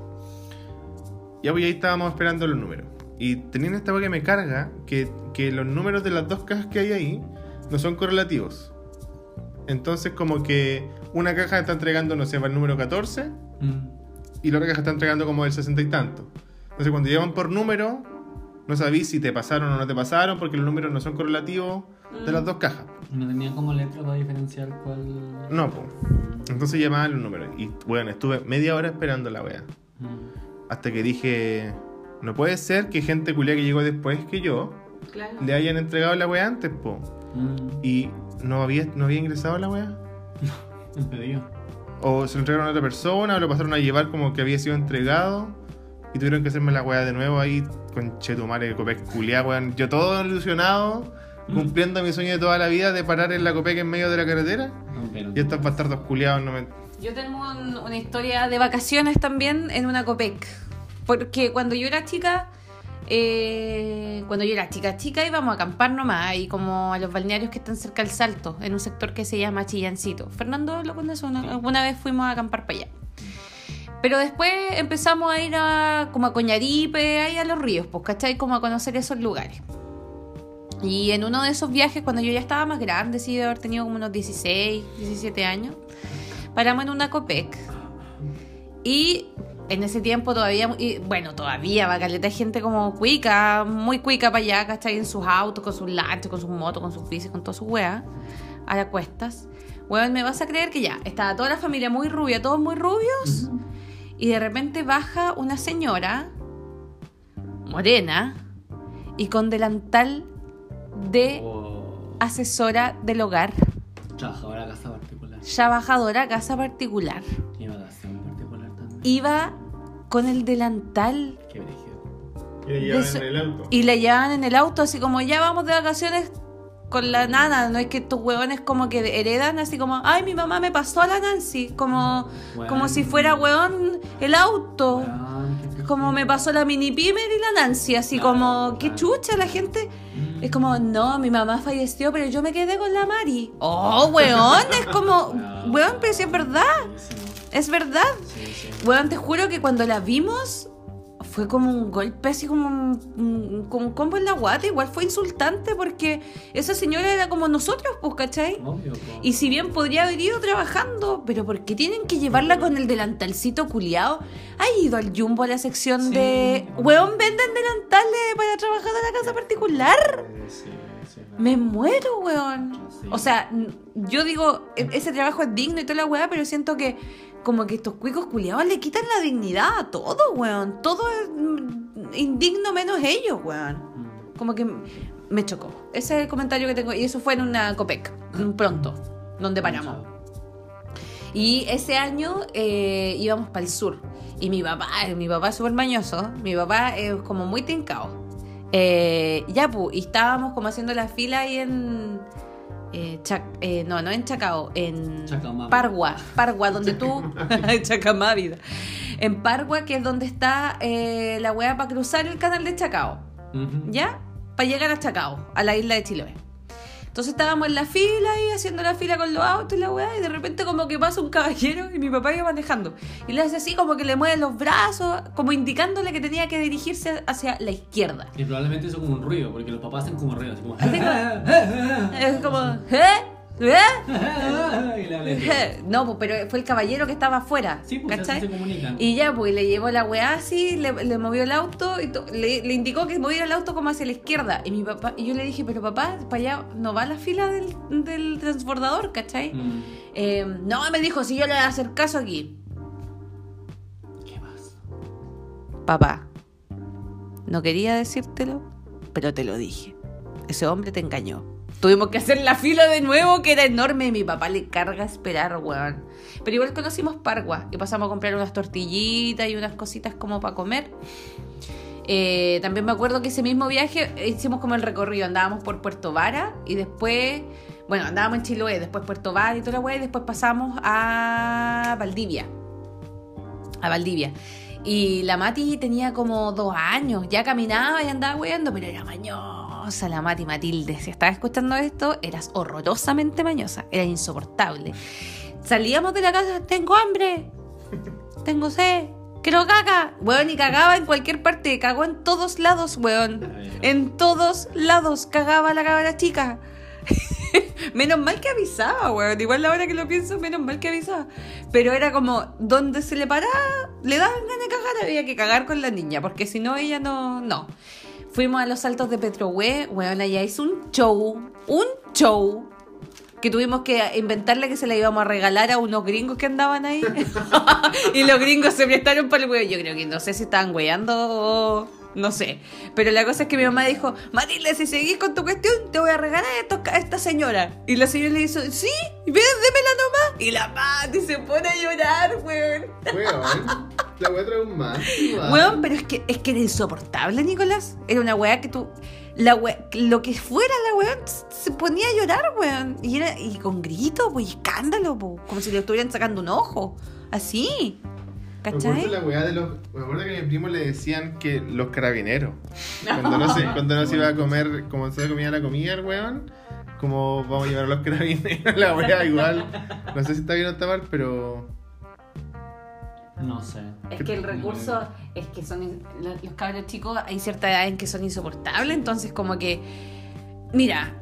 Ya pues ahí estábamos esperando los números. Y teniendo esta weá que me carga, que los números de las 2 cajas que hay ahí no son correlativos. Entonces como que una caja está entregando, no sé, para el número 14 y la otra caja está entregando como el 60 y tanto. Entonces cuando llevan por número, no sabéis si te pasaron o no te pasaron porque los números no son correlativos de las 2 cajas. No tenía como letra para diferenciar cuál. No, pues. Entonces llamaban los números. Y bueno, estuve media hora esperando la wea. Hasta que dije, no puede ser que gente culia que llegó después que yo Claro. le hayan entregado la wea antes, po. Y no había ingresado la wea. El pedido. O se lo entregaron a otra persona, o lo pasaron a llevar como que había sido entregado. Y tuvieron que hacerme la weá de nuevo ahí con Chetumare, Copec culiá, weón. Yo todo ilusionado, cumpliendo mi sueño de toda la vida de parar en la Copec en medio de la carretera. No, pero. Y estos bastardos culiados no me. Yo tengo una historia de vacaciones también en una Copec. Porque cuando yo era chica, chica íbamos a acampar nomás, ahí como a los balnearios que están cerca del Salto, en un sector que se llama Chillancito. Fernando lo conoce, alguna vez fuimos a acampar para allá. Pero después empezamos a ir como a Coñaripe, ahí a los ríos, pues, ¿cachai? Como a conocer esos lugares. Y en uno de esos viajes, cuando yo ya estaba más grande, sí, de haber tenido como unos 16, 17 años, paramos en una Copec. Y en ese tiempo todavía va caleta de gente como cuica, muy cuica para allá, ¿cachai? En sus autos, con sus lanchas, con sus motos, con sus bicis, con todas sus weas, a las cuestas. Weón, ¿me vas a creer que ya estaba toda la familia muy rubia, todos muy rubios? Y de repente baja una señora morena y con delantal de asesora del hogar. Trabajadora casa particular. Trabajadora casa particular. Y vacación particular también. Iba con el delantal. Qué brígido. Y le llevaban en el auto. Y le llevaban en el auto, así como ya vamos de vacaciones con la nana. No es que estos hueones como que heredan así como, ay, mi mamá me pasó a la Nancy. Como si fuera hueón el auto. Como me pasó la mini Pimer y la Nancy. Así como, qué chucha la gente. Es como, no, mi mamá falleció, pero yo me quedé con la Mari. Oh, weón, es como, weón, pero si es verdad. Es verdad. Weón, te juro que cuando la vimos fue como un golpe, así como un combo en la guata. Igual fue insultante porque esa señora era como nosotros, pues, ¿cachai? Obvio, Y si bien podría haber ido trabajando, pero ¿por qué tienen que llevarla con el delantalcito culiado? ¿Has ido al Jumbo a la sección de... Weón, venden delantales para trabajar en la casa particular? Sí, Me muero, weón. O sea, yo digo, ese trabajo es digno y toda la weá, pero siento que como que estos cuicos culiados le quitan la dignidad a todo, weón. Todo es indigno menos ellos, weón. Como que me chocó. Ese es el comentario que tengo. Y eso fue en una Copec, pronto, donde paramos. Y ese año íbamos para el sur. Y mi papá es súper mañoso. Mi papá es como muy tincao. Y estábamos como haciendo la fila ahí en... no en Chacao, en Chacamávida. Pargua, donde tú... Chacamávida. En Pargua, que es donde está la weá para cruzar el canal de Chacao. ¿Ya? Para llegar a Chacao, a la isla de Chiloé. Entonces estábamos en la fila ahí, haciendo la fila con los autos y la weá, y de repente como que pasa un caballero y mi papá iba manejando. Y le hace así como que le mueve los brazos, como indicándole que tenía que dirigirse hacia la izquierda. Y probablemente eso como un ruido, porque los papás hacen como ruido, así como... Es como... No, pero fue el caballero que estaba afuera. Sí, pues así se comunican. Y ya, pues le llevó la weá así, le movió el auto y le indicó que moviera el auto como hacia la izquierda. Y mi papá, y yo le dije, pero papá, para allá no va la fila del transbordador, ¿cachai? No, me dijo, si yo le voy a hacer caso aquí. ¿Qué pasa? Papá, no quería decírtelo, pero te lo dije. Ese hombre te engañó. Tuvimos que hacer la fila de nuevo, que era enorme. Y mi papá le carga esperar, weón. Pero igual conocimos Pargua y pasamos a comprar unas tortillitas y unas cositas como para comer. También me acuerdo que ese mismo viaje hicimos como el recorrido. Andábamos por Puerto Vara y después... Bueno, andábamos en Chiloé, después Puerto Vara y toda la weá. Y después pasamos a Valdivia. Y la Mati tenía como 2 años. Ya caminaba y andaba weando, pero era mañosa la Mati Matilde. Si estabas escuchando esto, eras horrorosamente mañosa. Era insoportable. Salíamos de la casa, tengo hambre, tengo sed, quiero caca. Weón, y cagaba en cualquier parte. Cagó en todos lados, weón. En todos lados cagaba la cabra chica. Menos mal que avisaba, weón. Igual la hora que lo pienso, menos mal que avisaba. Pero era como, donde se le paraba, le daban ganas de cagar, había que cagar con la niña, porque si no, ella no. Fuimos a los Saltos de Petrohue, weón, allá hizo un show, que tuvimos que inventarle que se la íbamos a regalar a unos gringos que andaban ahí. Y los gringos se prestaron para el weón. Yo creo que no sé si estaban weando o... No sé, pero la cosa es que mi mamá dijo, Matilde, si seguís con tu cuestión, te voy a regalar a esta señora. Y la señora le dijo, sí, démela nomás. Y la Mati se pone a llorar, weón. La voy a traer un más. Weón, pero es que era insoportable, Nicolás. Era una weá que tú... lo que fuera la weón se ponía a llorar, weón. Y con grito, pues, escándalo, pues, como si le estuvieran sacando un ojo. Así. ¿Cachai? Me acuerdo que a mi primo le decían que los carabineros. Cuando no se iba a comer, como se comía la comida el weón, como vamos a llevar a los carabineros, la wea igual. No sé si está bien o está mal, pero... No sé. Es que el recurso es que son los cabros chicos, hay cierta edad en que son insoportables, entonces como que Mira,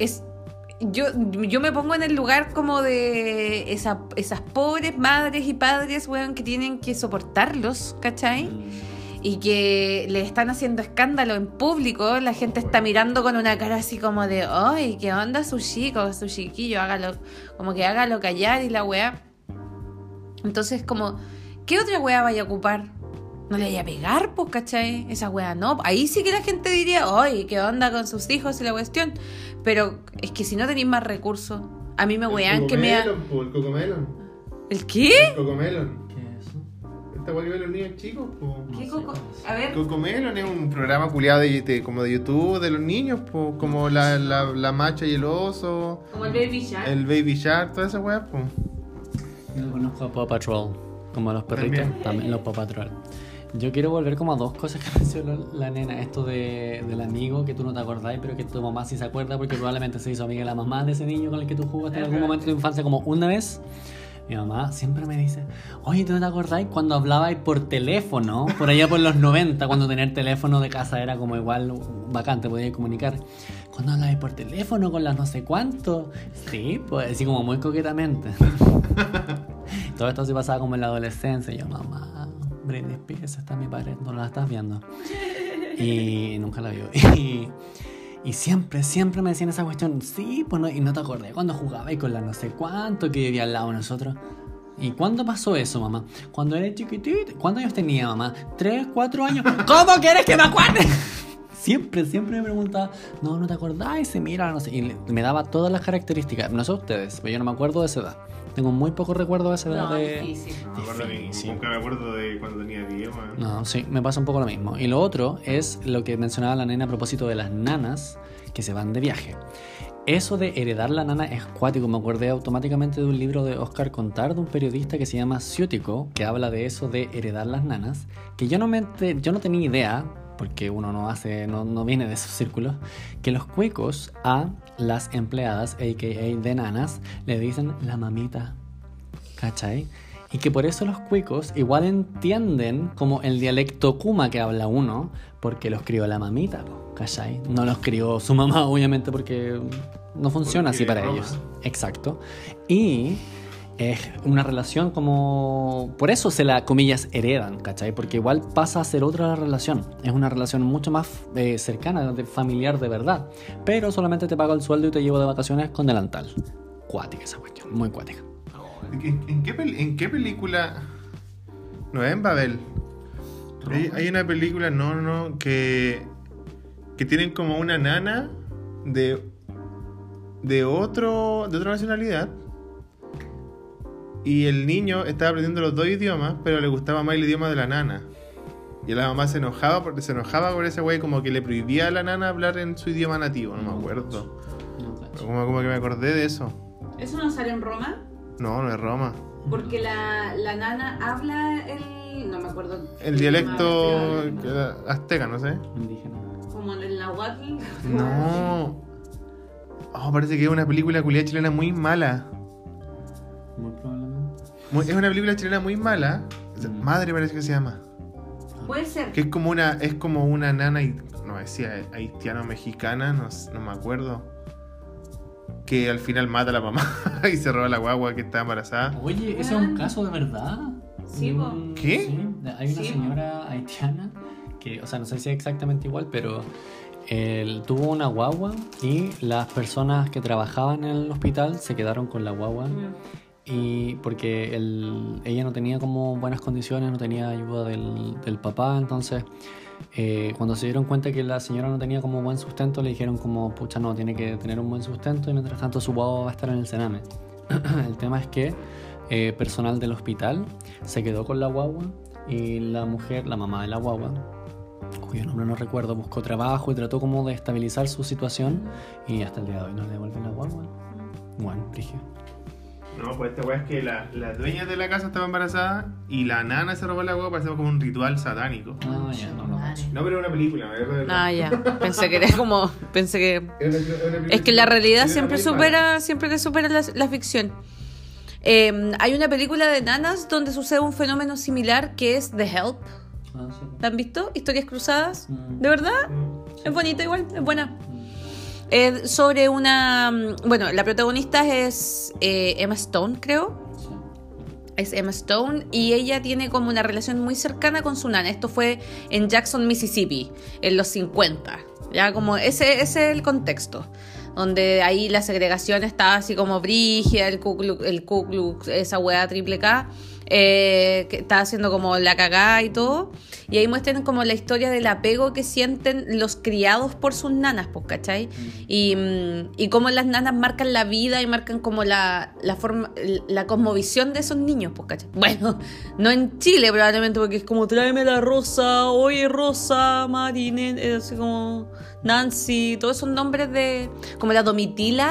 yo me pongo en el lugar como de esas pobres madres y padres, weón, que tienen que soportarlos, ¿cachai? Y que le están haciendo escándalo en público. La gente está mirando con una cara así como de, ¡ay, qué onda su chico, su chiquillo! Hágalo callar y la weá. Entonces, como, ¿qué otra weá vaya a ocupar? No le vaya a pegar, pues, ¿cachai? Esa weá no. Ahí sí que la gente diría, ¡ay, qué onda con sus hijos y la cuestión! Pero es que si no tenéis más recursos, a mí me wean que me... El cocomelon. ¿El qué? El cocomelon. ¿Qué es eso? Esta weá que ven los niños chicos, po. ¿Qué coco? A ver. Cocomelon es un programa culiado como de YouTube de los niños, po. Como la macha y el oso. Como el Baby Shark. El Baby Shark, toda esa weá, po. Yo conozco a Paw Patrol, como a los perritos, también los Paw Patrol. Yo quiero volver como a dos cosas que mencionó la nena. Esto del amigo que tú no te acordáis, pero que tu mamá sí se acuerda porque probablemente se hizo amiga de la mamá de ese niño con el que tú jugaste en algún momento de tu infancia como una vez. Mi mamá siempre me dice, oye, ¿tú no te acordáis cuando hablabais por teléfono? Por allá por los 90, cuando tener teléfono de casa era como igual bacán, te podías comunicar. ¿Cuándo hablabais por teléfono con las no sé cuánto? Sí, pues así como muy coquetamente. Todo esto sí pasaba como en la adolescencia. Y yo, mamá, Britney Spears está en mi pared, no la estás viendo. Y nunca la vio. Y siempre me decían esa cuestión. Sí, pues no, y no te acordé cuando jugabas con la no sé cuánto que vivía al lado de nosotros. ¿Y cuándo pasó eso, mamá? Cuando eres chiquitito. ¿Cuántos años tenía, mamá? 3, 4 años. ¿Cómo quieres que me acuerde? Siempre me preguntaba, no te acordás, y mira, no sé. Y me daba todas las características. No sé ustedes, pero yo no me acuerdo de esa edad. Tengo muy pocos recuerdos de esa edad. No, difícil. Nunca me acuerdo de cuando tenía 10, man. No, sí, me pasa un poco lo mismo. Y lo otro es lo que mencionaba la nena a propósito de las nanas que se van de viaje. Eso de heredar la nana es cuático. Me acordé automáticamente de un libro de Oscar Contard, de un periodista que se llama Ciútico, que habla de eso de heredar las nanas, que yo no tenía idea, porque uno no viene de esos círculos, que los cuicos a las empleadas, a.k.a. de nanas, le dicen la mamita, ¿cachai? Y que por eso los cuicos igual entienden como el dialecto kuma que habla uno, porque los crió la mamita, ¿cachai? No los crió su mamá, obviamente, porque no funciona así para ellos. Exacto. Y es una relación como... Por eso se la, comillas, heredan, ¿cachai? Porque igual pasa a ser otra relación. Es una relación mucho más cercana, familiar de verdad. Pero solamente te pago el sueldo y te llevo de vacaciones con delantal. Cuática esa cuestión, muy cuática. ¿En qué película? No, es en Babel. Hay una película, que tienen como una nana de otra nacionalidad. Y el niño estaba aprendiendo los 2 idiomas, pero le gustaba más el idioma de la nana. Y la mamá se enojaba por ese güey, como que le prohibía a la nana hablar en su idioma nativo, no me acuerdo. Como que me acordé de eso. ¿Eso no sale en Roma? No es Roma. Porque la nana habla no me acuerdo. El dialecto azteca, no sé. Indígena. Como en el náhuatl. No. Parece que es una película culiada chilena muy mala. Muy probablemente. Es una película chilena muy mala. Madre parece que se llama. Puede ser. Que es como una nana, no decía haitiano-mexicana, no me acuerdo. Que al final mata a la mamá y se roba la guagua que está embarazada. Oye, ¿eso es un caso de verdad? Sí, po. ¿Qué? Sí, hay una señora haitiana que, o sea, no sé si es exactamente igual, pero él tuvo una guagua y las personas que trabajaban en el hospital se quedaron con la guagua. Y porque ella no tenía como buenas condiciones, no tenía ayuda del papá, entonces cuando se dieron cuenta que la señora no tenía como buen sustento, le dijeron como, pucha, no, tiene que tener un buen sustento y mientras tanto su guagua va a estar en el Sename. El tema es que personal del hospital se quedó con la guagua y la mujer, la mamá de la guagua, cuyo nombre no recuerdo, buscó trabajo y trató como de estabilizar su situación y hasta el día de hoy no le devuelven la guagua. Bueno, dije. No, pues esta weá es que la dueña de la casa estaba embarazada y la nana se robó la hueá, parecía como un ritual satánico. Ah, ya, no. No, pero era una película, ¿verdad? Ah, ya. Pensé que es que la realidad siempre le supera la ficción. Hay una película de nanas donde sucede un fenómeno similar que es The Help. Ah, sí. ¿La han visto? Historias cruzadas. ¿De verdad? Es bonita igual, es buena. sobre una... Bueno, la protagonista es Emma Stone, creo. Es Emma Stone y ella tiene como una relación muy cercana con su nana. Esto fue en Jackson, Mississippi, en los 50. Ya como ese es el contexto. Donde ahí la segregación estaba así como brígida, el Ku Klux, esa weá triple K, que estaba haciendo como la cagada y todo. Y ahí muestran como la historia del apego que sienten los criados por sus nanas, pues, ¿cachai? Y cómo las nanas marcan la vida y marcan como la forma, la cosmovisión de esos niños, pues, ¿cachai? Bueno, no en Chile probablemente, porque es como tráeme la Rosa, oye Rosa, Marine, así como Nancy, todos esos nombres de, como la Domitila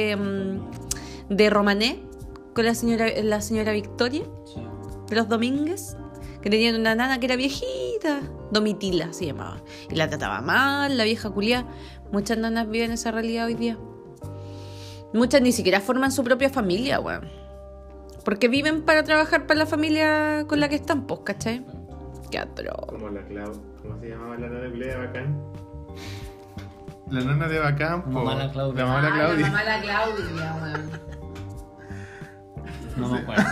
de Romané, con la señora Victoria, de los Domínguez, que tenían una nana que era viejita, Domitila se llamaba, y la trataba mal, la vieja culia. Muchas nanas viven esa realidad hoy día. Muchas ni siquiera forman su propia familia, weón, porque viven para trabajar para la familia con la que están, pues, ¿cachai? Qué atroz. Como la Clau, ¿cómo se llamaba la nana de Bacán? La nana de Bacán, po. Mamá la Claudia. La mamá la Claudia. La mamá la Claudia, weón. No me acuerdo.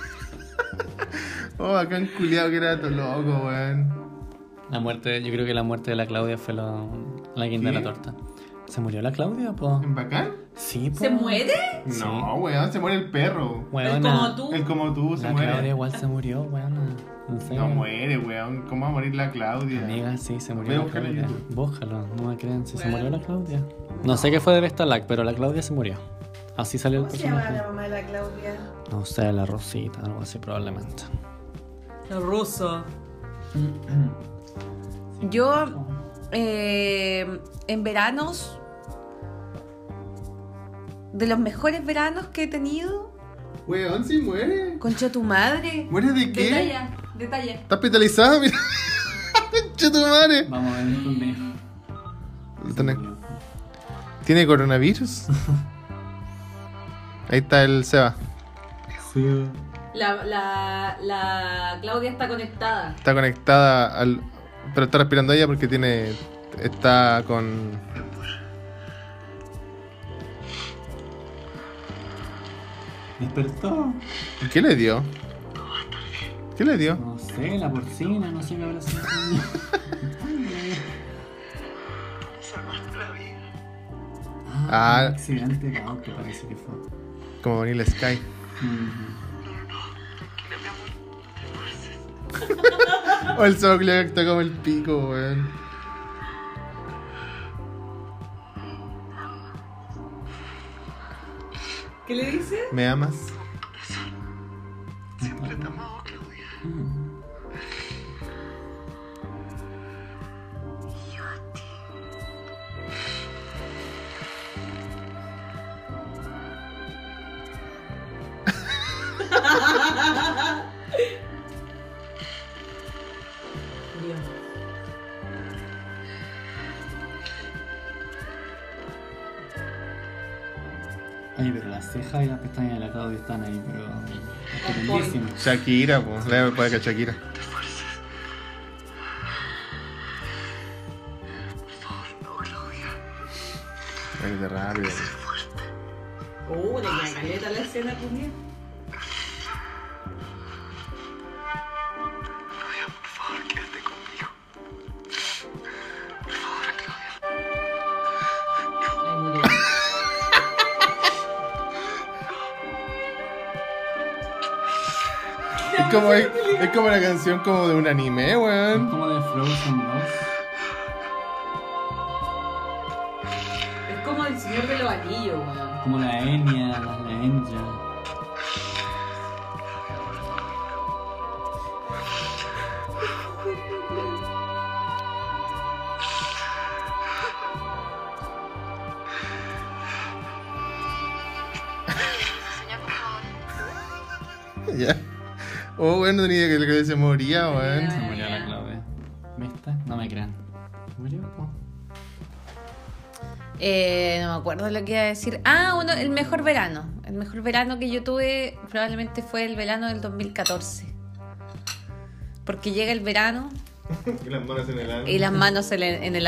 Oh, Bacán culiado que era todo loco, weón. La muerte, yo creo que la muerte de la Claudia fue la guinda de la torta. ¿Se murió la Claudia, po? ¿En Bacán? Sí, po. ¿Se muere? No, weón, se muere el perro. Weona, Como tú. El como tú se la muere. Claudia igual se murió, weona. No sé. No muere, weón. ¿Cómo va a morir la Claudia? Amiga, sí, se murió Voy a la buscarla en Claudia. YouTube. Búscalo, no me creen si se Bueno. murió la Claudia. No sé qué fue de Vestalac, pero la Claudia se murió. Así salió el ¿Cómo se llama personaje. la mamá de la Claudia? No sé, la Rosita, algo así probablemente. La rusa. Yo, en veranos, de los mejores veranos que he tenido, Weón, sí muere. concha tu madre. ¿Muere de qué? Detalla. ¿Está hospitalizada? Mira. Concha tu madre. Vamos a ver conmigo. ¿Tiene coronavirus? Ahí está el Seba. Sí. La Claudia está conectada. Está conectada al... Pero está respirando ella porque tiene... Está con... ¿Despertó? ¿Qué le dio? ¿Qué le dio? No sé, la porcina, no sé qué habrá sido. Ah. Un accidente de auto parece que fue. Como Vanilla Sky. O el Seba que le está como el pico, weón. ¿Qué le dice? ¿Me amas? Siempre te he amado, Claudia. Y yo a ti. Oye, pero las cejas y las pestañas de la Claudia están ahí, pero estupendísimas. Shakira, pues. Le voy a poner que Shakira. Te esfuerces. Por favor, no, Claudia. Vete rápido. Sé fuerte. Le queda caleta la escena conmigo. Claudia, por favor, quédate conmigo. Por favor, Claudia. Ahí murió. Es como una canción como de un anime, Es weón. como de Frozen 2. Es como el Señor de los Anillos, weón. Como la Enya, la Enya. Señor, por favor. Ya. Oh, weón, no tenía idea que se moría, weón. Se murió la Claudia. ¿Viste? No me crean. ¿Se murió? Po. No me acuerdo lo que iba a decir. Ah, el mejor verano. El mejor verano que yo tuve probablemente fue el verano del 2014. Porque llega el verano Y las manos en el ano. y las manos en el ano.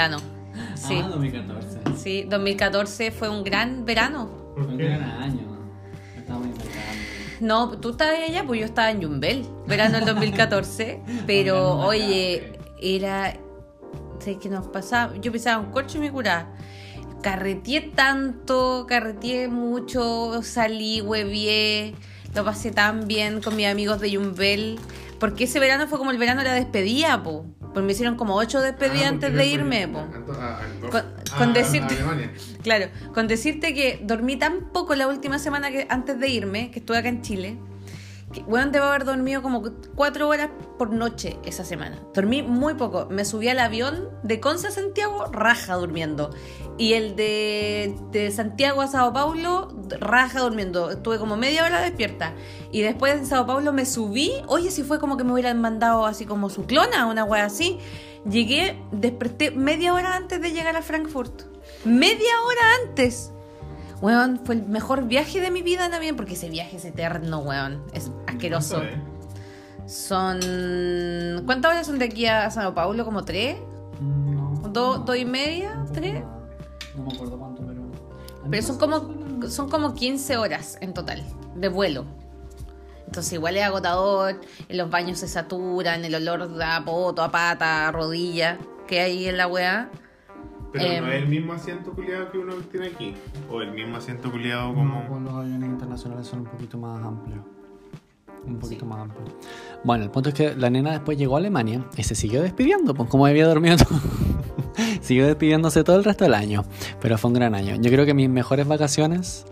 Sí. 2014. Sí, 2014 fue un gran verano. Fue un gran año. Estábamos inventando. No, tú estabas allá, pues yo estaba en Yumbel, verano del 2014. Pero, oye, era... ¿Sabes qué nos pasaba? Yo pisaba un corcho y me curaba. Carreteé tanto, carreteé mucho, salí, huevié, lo pasé tan bien con mis amigos de Yumbel. Porque ese verano fue como el verano de la despedida, po. Pues me hicieron como 8 despedidas antes de irme, po. Con decirte, claro, con decirte que dormí tan poco la última semana que antes de irme, que estuve acá en Chile, que, bueno, debo haber dormido como 4 horas por noche esa semana. Dormí muy poco. Me subí al avión de Conce a Santiago, raja durmiendo. Y el de Santiago a Sao Paulo, raja durmiendo. Estuve como media hora despierta. Y después en Sao Paulo me subí. Oye, si fue como que me hubieran mandado así como su clona, una wea así. Llegué, desperté media hora antes de llegar a Frankfurt. Media hora antes. Weón, fue el mejor viaje de mi vida también, porque ese viaje es eterno, weón. Es asqueroso. Son... ¿Cuántas horas son de aquí a Sao Paulo? ¿Como 3? No. ¿2 y media? ¿3? No me acuerdo cuánto, pero... Pero son como 15 horas en total de vuelo. Entonces igual es agotador. En los baños se saturan, el olor a poto, a pata, a rodilla que hay en la weá. Pero no es el mismo asiento culiado que uno tiene aquí. O el mismo asiento culiado como. No, los aviones internacionales son un poquito más amplios. Un poquito más amplio. Bueno, el punto es que la nena después llegó a Alemania y se siguió despidiendo, pues como había dormido todo. Siguió despidiéndose todo el resto del año. Pero fue un gran año. Yo creo que mis mejores vacaciones,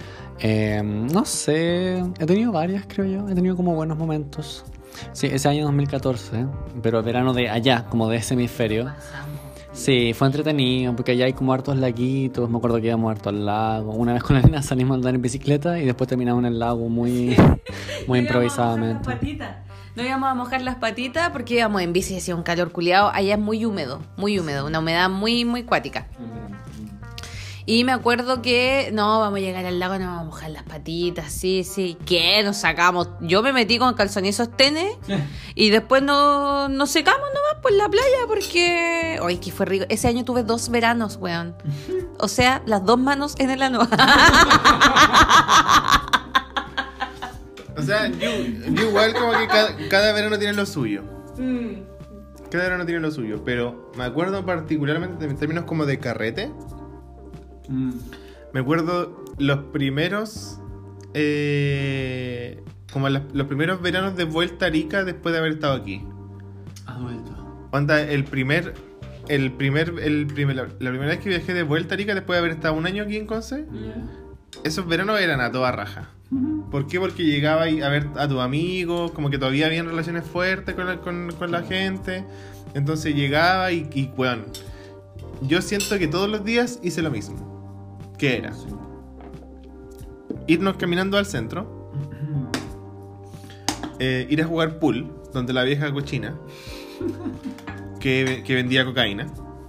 no sé, he tenido varias, creo yo. He tenido como buenos momentos. Sí, ese año 2014, pero verano de allá, como de ese hemisferio. Sí, fue entretenido porque allá hay como hartos laguitos. Me acuerdo que íbamos harto al lago. Una vez con la nena salimos a andar en bicicleta y después terminamos en el lago muy improvisadamente. No íbamos a mojar las patitas porque íbamos en bici y hacía un calor culiado. Allá es muy húmedo, una humedad muy, muy cuática. Y me acuerdo que no, vamos a llegar al lago, no vamos a mojar las patitas, sí. ¿Qué? Nos sacamos. Yo me metí con calzonizos tenis y después nos secamos nomás por la playa porque... Ay, que fue rico. Ese año tuve 2 veranos, weón. O sea, las 2 manos en el ano. O sea, yo igual como que cada verano tiene lo suyo. Cada verano tiene lo suyo. Pero me acuerdo particularmente en términos como de carrete. Me acuerdo los primeros como los primeros veranos de vuelta a Arica después de haber estado aquí. Onda, la primera vez que viajé de vuelta a Arica después de haber estado un año aquí en Conce, esos veranos eran a toda raja. ¿Por qué? Porque llegaba a ver a tus amigos, como que todavía habían relaciones fuertes con la gente. Entonces llegaba y bueno, yo siento que todos los días hice lo mismo. ¿Qué era? Irnos caminando al centro, ir a jugar pool, donde la vieja cochina que vendía cocaína.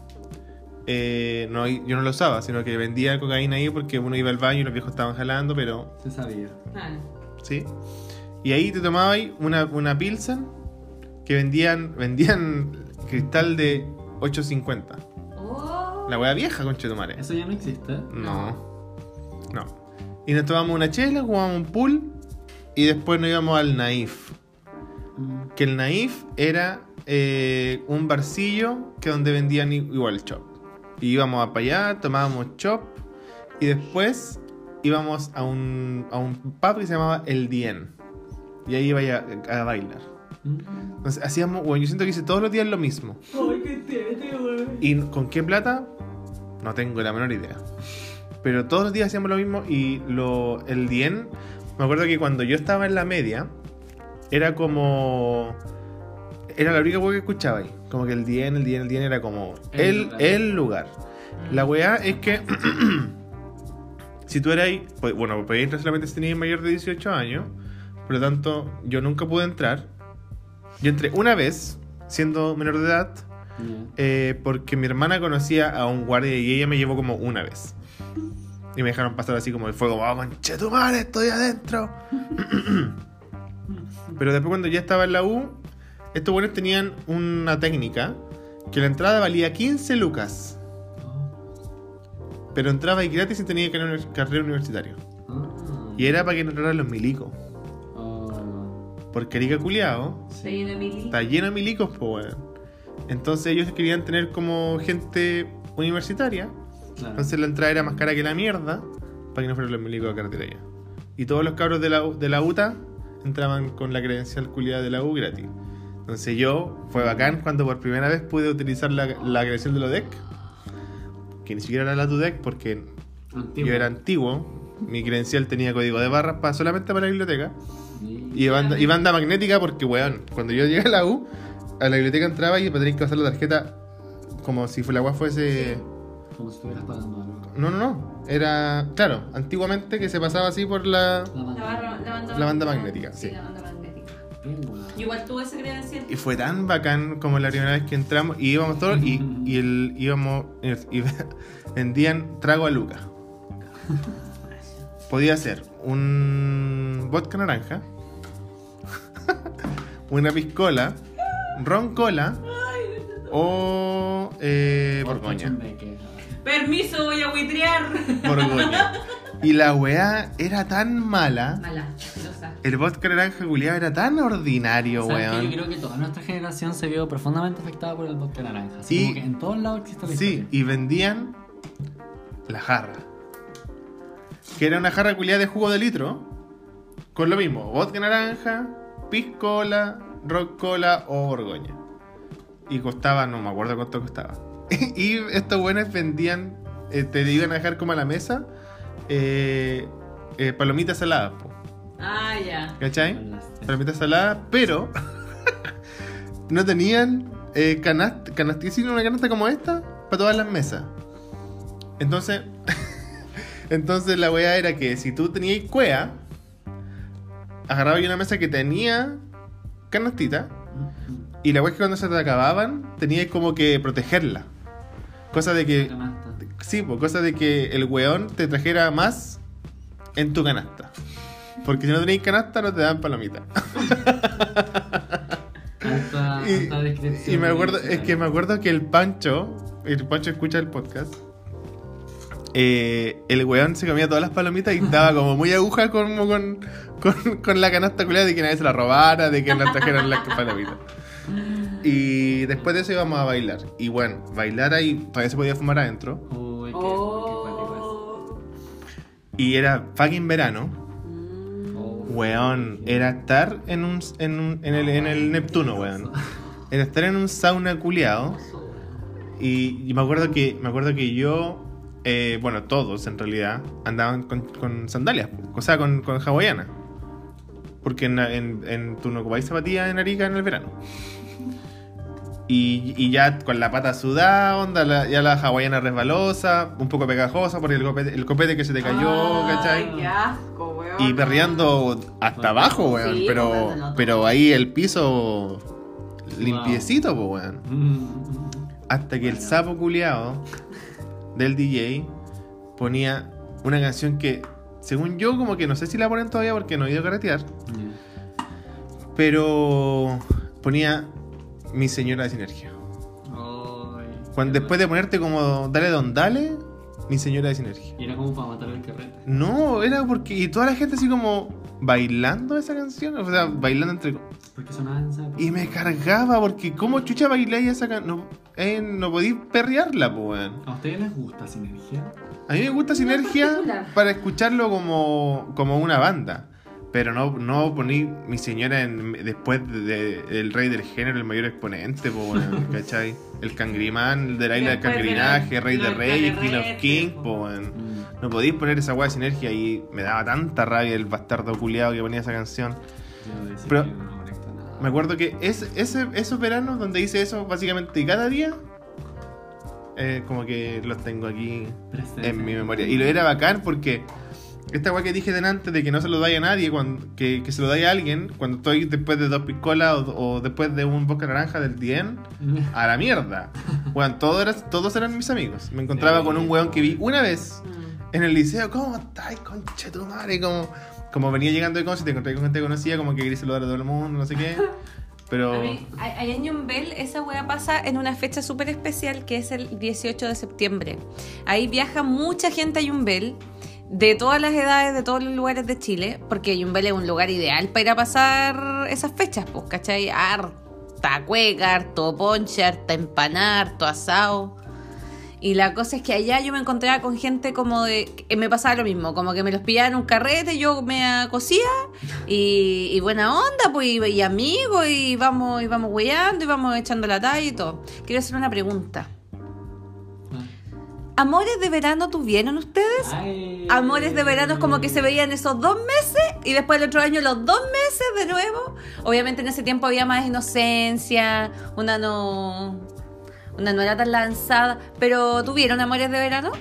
Yo no lo usaba, sino que vendía cocaína ahí porque uno iba al baño y los viejos estaban jalando, pero... Se sabía. ¿Sí? Y ahí te tomabas una Pilsen que vendían cristal de 8.50. La wea vieja, conchetumare. ¿Eso ya no existe? No. Y nos tomamos una chela, jugábamos un pool y después nos íbamos al Naif. Que el Naif era un barcillo que donde vendían igual chop. Y íbamos para allá, tomábamos chop y después íbamos a un pub que se llamaba El Dien. Y ahí iba a bailar. Entonces hacíamos, bueno, yo siento que hice todos los días lo mismo. Ay, qué tete, güey. ¿Y con qué plata? No tengo la menor idea. Pero todos los días hacíamos lo mismo y el Dien, me acuerdo que cuando yo estaba en la media, era la única hueá que escuchaba ahí. Como que el Dien era como el lugar. La weá es que si tú eras ahí, pues, bueno, podías entrar solamente si tenías mayor de 18 años. Por lo tanto, yo nunca pude entrar. Yo entré una vez, siendo menor de edad, porque mi hermana conocía a un guardia y ella me llevó como una vez. Y me dejaron pasar así como de fuego. ¡Vamos, conchetumare, estoy adentro! Pero después cuando ya estaba en la U, estos buenos tenían una técnica que la entrada valía 15 lucas. pero entraba ahí gratis y tenía carrera universitario. Y era para que no entraran los milicos. Porque Arica culiao Se llena Mili. está lleno de milicos, pues, weón. Entonces ellos querían tener como gente universitaria. Claro. Entonces la entrada era más cara que la mierda para que no fueran los milicos a carretera ya. Y todos los cabros de la UTA entraban con la credencial culiada de la U gratis. Entonces fue bacán cuando por primera vez pude utilizar la credencial de la UDEC, que ni siquiera era la TUDEC porque yo era antiguo. Mi credencial tenía código de barras solamente para la biblioteca. Y banda magnética porque, weón, cuando yo llegué a la U, a la biblioteca entraba y tener que pasar la tarjeta como si la weá fuese... Como si estuvieras pagando algo. No. Era, claro, antiguamente que se pasaba así por la banda magnética. Sí. La banda magnética. Bien, weón. Yo igual tuve esa credencial. Y fue tan bacán como la primera vez que entramos y íbamos todos y vendían trago a Luca. Podía ser un vodka naranja, una piscola, ron cola o Borgoña. Permiso, voy a buitrear. Borgoña. Y la weá era tan mala. Mala, asquerosa. El vodka naranja culiado era tan ordinario, ¿Sabes qué? weón. Yo creo que toda nuestra generación se vio profundamente afectada por el vodka naranja. Así Y- como que en todos lados existe la Sí, historia. y vendían la jarra. Que era una jarra culiada de jugo de litro. Con lo mismo, vodka naranja, piscola, rock cola o borgoña. Y costaba, no me acuerdo cuánto costaba. Y estos buenos vendían, te iban a dejar como a la mesa, palomitas saladas, po, Ah, ya. ¿cachai? Con las- Palomitas saladas, pero no tenían canastas, sino una canasta como esta para todas las mesas. Entonces, la weá era que si tú tenías cuea, agarrabas una mesa que tenía canastita, y la weá es que cuando se te acababan, tenías como que protegerla. Cosa de que, Canasta. sí, pues, cosa de que el weón te trajera más en tu canasta. Porque si no tenías canasta, no te dan palomitas. Alta descripción. Y me acuerdo que el Pancho escucha el podcast. El weón se comía todas las palomitas y estaba como muy aguja con la canasta culiada de que nadie se la robara, de que no trajeran las palomitas. Y después de eso íbamos a bailar. Y bueno, bailar ahí todavía se podía fumar adentro. Uy, qué Oh. Y era fucking verano. Oh. Weón, era estar en el Neptuno, weón. Era estar en un sauna culiado. Y me acuerdo que yo, bueno, todos en realidad, andaban con sandalias, o sea, con hawaiana. Porque tú no ocupáis zapatillas en Arica en el verano. Y ya con la pata sudada, onda, ya la hawaiana resbalosa, un poco pegajosa por el copete que se te cayó, Ay, ¿cachai? qué asco, weón. Y perreando hasta abajo, weón. Sí, botándolo todo. pero ahí el piso limpiecito, po, weón. Hasta que el sapo culiao del DJ ponía una canción que, según yo, como que no sé si la ponen todavía porque no he ido a carretear, pero ponía Mi Señora de Sinergia. Después de ponerte como Dale Don Dale, Mi Señora de Sinergia. Y era como para matar el carrete. No, era porque. Y toda la gente así como bailando esa canción. O sea, bailando entre. Porque sonaba en esa época. Y me cargaba porque, ¿cómo chucha bailáis esa canción? No podí perrearla, po, weón. ¿A ustedes les gusta Sinergia? A mí me gusta Sinergia particular. para escucharlo como una banda. Pero no poní Mi Señora después del rey del género, el mayor exponente, po, weón, ¿cachai? El cangrimán de la isla del Después de cangrinaje, rey de los reyes, King of extraterrestres, King, po. po, weón. No podéis poner esa weá de Sinergia y me daba tanta rabia el bastardo culiado que ponía esa canción. Yo decía Pero- que no conecto nada. Me acuerdo que esos veranos donde hice eso básicamente cada día, como que los tengo aquí Presente. en mi memoria. Y lo era bacán porque esta weá que dije delante de que no se lo dais a nadie, que se lo dais a alguien, cuando estoy después de 2 piscolas o después de un vodka naranja del Dien, a la mierda. Weón, todos eran mis amigos. Me encontraba Sí. con un weón que vi una vez Mm. en el liceo. ¿Cómo estás, conche tu madre? Como venía llegando de cosas y te encontré con gente conocida, como que quería saludar a todo el mundo, no sé qué. Pero... Allá en Yumbel esa wea pasa en una fecha súper especial que es el 18 de septiembre. Ahí viaja mucha gente a Yumbel de todas las edades, de todos los lugares de Chile, porque Yumbel es un lugar ideal para ir a pasar esas fechas, pues, ¿cachai? Harta cueca, harto ponche, harta empanada, harto asado. Y la cosa es que allá yo me encontraba con gente como de... me pasaba lo mismo, como que me los pillaba en un carrete, yo me acosía y buena onda, pues, y amigos, y vamos weyando, y vamos echando la talla y todo. Quiero hacer una pregunta. ¿Amores de verano tuvieron ustedes? Ay. Amores de verano es como que se veían esos 2 meses y después el otro año los 2 meses de nuevo. Obviamente en ese tiempo había más inocencia, una no era tan lanzada, pero ¿tuvieron amores de verano?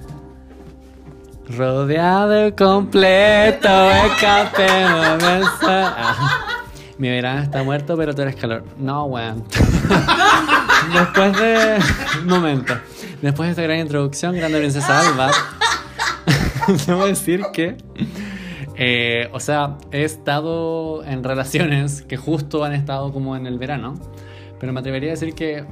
Rodeado completo, escapemos. Mi verano está muerto, pero tú eres calor. No, weón. Después de... Un momento. Después de esta gran introducción, grande princesa Alba, debo decir que... o sea, he estado en relaciones que justo han estado como en el verano, pero me atrevería a decir que...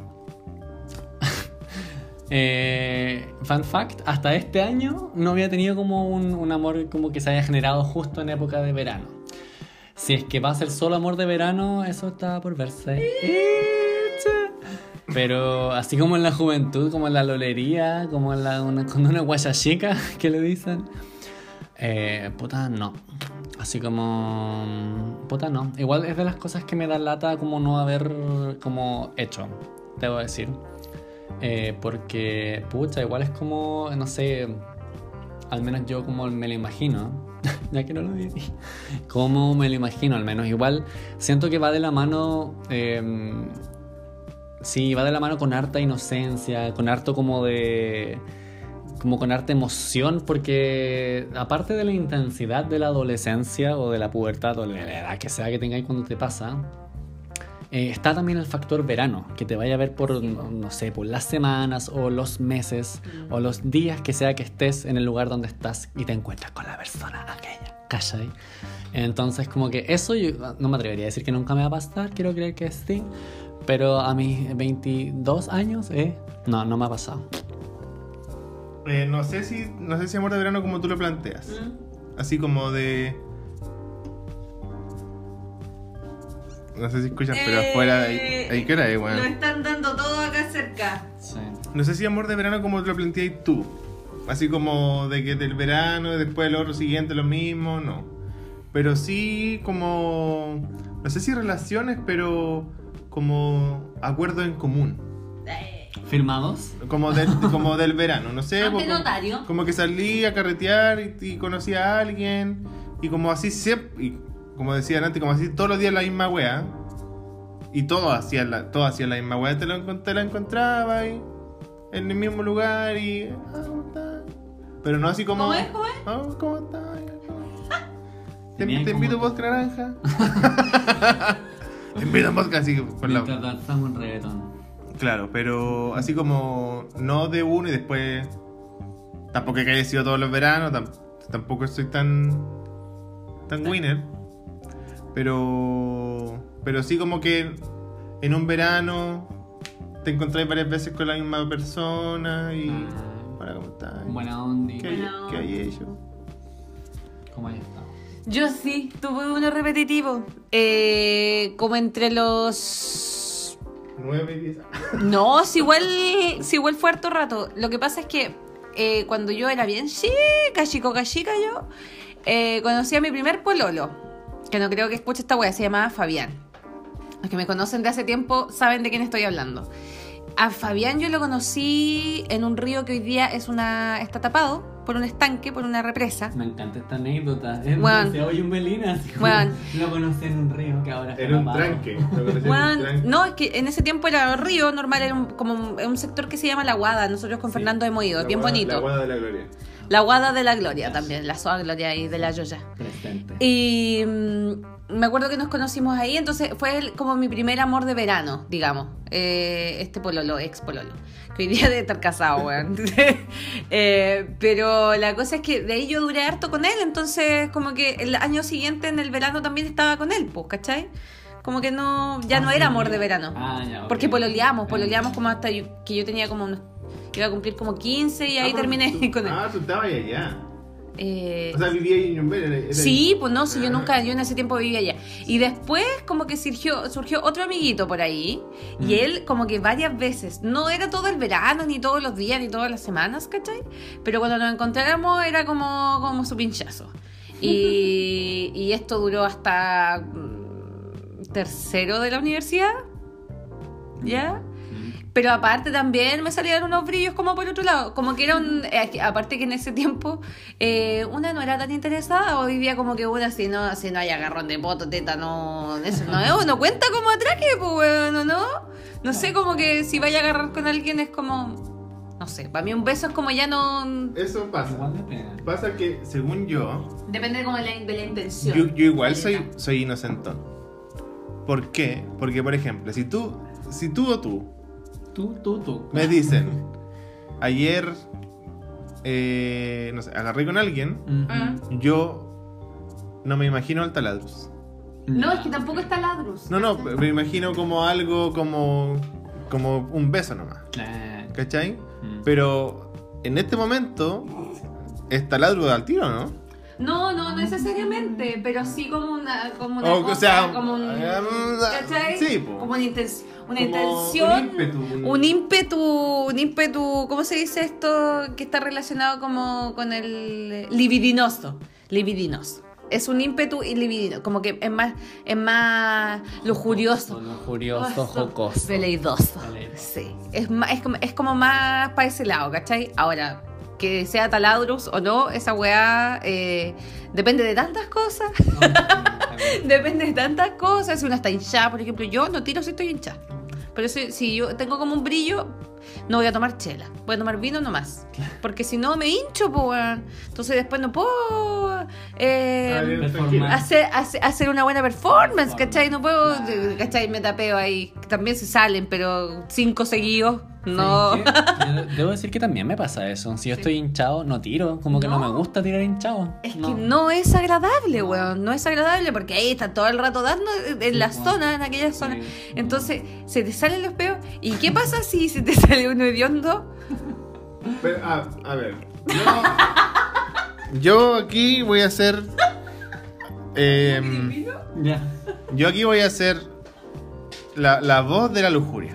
fun fact, hasta este año no había tenido como un amor como que se haya generado justo en época de verano. Si es que va a ser solo amor de verano, eso está por verse. Pero así como en la juventud, como en la lolería, como en cuando una guayachica que le dicen, puta no. Así como puta no. Igual es de las cosas que me da lata como no haber como hecho, debo decir. Porque, pucha, igual es como, no sé, al menos yo como me lo imagino, ya que no lo viví, como me lo imagino al menos. Igual siento que va de la mano, sí, va de la mano con harta inocencia, con harto como con harta emoción, porque aparte de la intensidad de la adolescencia o de la pubertad o de la edad que sea que tengáis cuando te pasa, está también el factor verano, que te vaya a ver por, no sé, por las semanas o los meses o los días que sea que estés en el lugar donde estás y te encuentras con la persona aquella, ¿cachai? Entonces como que eso yo no me atrevería a decir que nunca me va a pasar, quiero creer que sí, pero a mis 22 años, no me ha pasado. No sé si amor de verano como tú lo planteas. Así como de... No sé si escuchas, pero afuera ahí ¿qué hora es, weón? Lo están dando todo acá cerca. Sí. No sé si amor de verano como lo planteáis tú. Así como de que del verano y después del otro siguiente lo mismo, no. Pero sí como... No sé si relaciones, pero como acuerdos en común. ¿Firmados? Como del verano, no sé. Ante notario. Como que salí a carretear y conocí a alguien. Y como así siempre... Y como decían antes, como así todos los días la misma wea. Y todos hacían la misma wea. Te la encontraba y en el mismo lugar y... ¿cómo estás? Pero no así como... ¿Cómo es? ¿Cómo estás? Te Tenían invito como- vodka naranja. Te invito vodka así por la... Mientras danzamos un reggaetón. Claro, pero así como no de uno y después... Tampoco es que haya sido todos los veranos, tampoco soy tan winner. Pero sí como que en un verano te encontráis varias veces con la misma persona y... Hola, ¿cómo estás? Buena onda. ¿Qué hay hecho? ¿Cómo has estado? Yo sí, tuve uno repetitivo. Como entre los... 9 y 10. No, si igual fue harto rato. Lo que pasa es que cuando yo era bien chica yo, conocí a mi primer pololo. Que no creo que escuche esta wea, se llamaba Fabián. Los que me conocen de hace tiempo saben de quién estoy hablando. A Fabián yo lo conocí en un río que hoy día está tapado por un estanque, por una represa. Me encanta esta anécdota. Es Bueno. demasiado yumbelina. Así como Bueno. lo conocí en un río que ahora está Era un tapado. tranque. Lo conocí en un Bueno, tranque. no, es que en ese tiempo era río normal, era como un sector que se llama La Guada. Nosotros con Fernando hemos ido, La bien guada- bonito. La guada de la gloria. La Guada de la Gloria también, la Soa Gloria y de la Yoya. Presente. Y me acuerdo que nos conocimos ahí, entonces fue como mi primer amor de verano, digamos. Este pololo, ex pololo. Que hoy día debe estar casado, weón. Pero la cosa es que de ahí yo duré harto con él, entonces como que el año siguiente en el verano también estaba con él, pues, ¿cachai? como que no, ya no era amor de verano. Ya, Porque ok. pololeamos como hasta que yo tenía como iba a cumplir como 15 y ahí terminé con él. Tú estabas allá. Eh, O sea, vivía ahí en Yumbel. Sí, pues no, si yo en ese tiempo vivía allá. Y después como que surgió otro amiguito por ahí. Y él como que varias veces, no era todo el verano, ni todos los días, ni todas las semanas, ¿cachai? Pero cuando nos encontráramos era como su pinchazo. Y esto duró hasta tercero de la universidad. ¿Ya? Pero aparte también me salían unos brillos como por otro lado. Como que era aparte que en ese tiempo una no era tan interesada o vivía como que una si no hay agarrón de poto, teta, no. Eso no cuenta como atraque, pues bueno, ¿no? No sé, como que si vaya a agarrar con alguien es como. No sé, para mí un beso es como ya no. Eso pasa. Igual depende. Pasa que, según yo, Depende como de la intención. yo igual soy inocentón. ¿Por qué? Porque, por ejemplo, si tú o tú Tú. me dicen, ayer, no sé, agarré con alguien, yo no me imagino al taladros. No, es que tampoco está ladrus. No, me imagino como algo como un beso nomás, Claro. ¿cachai? Pero en este momento es taladro al tiro, ¿no? No necesariamente, pero sí como una O cosa, sea, como un, ¿cachai? sí, po. Como una Como intención, un ímpetu, ¿cómo se dice esto? Que está relacionado como con el libidinoso. Es un ímpetu y libidinoso, como que es más lujurioso. Lujurioso, jocoso. Veleidoso. Sí, es como más para ese lado, ¿cachai? Ahora, que sea taladros o no, esa weá depende de tantas cosas. Depende de tantas cosas. Si una está hinchada, por ejemplo, yo no tiro si estoy hinchada. Pero si yo tengo como un brillo, no voy a tomar chela. Voy a tomar vino nomás. Porque si no me hincho, pues weón. Entonces después no puedo hacer una buena performance, ¿cachai? No puedo, ¿cachai? Me tapeo ahí. También se salen, pero 5 seguidos. No. ¿Sabes qué? Yo debo decir que también me pasa eso. Si yo estoy hinchado, no tiro. Como que no me gusta tirar hinchado. Es que no es agradable, weón. No es agradable porque ahí está todo el rato dando en la zona, en aquella zona. Entonces, se te salen los peos. ¿Y qué pasa si se te sale uno hediondo? Pero, a ver. Yo aquí voy a hacer. Ya. Yo aquí voy a hacer la voz de la lujuria.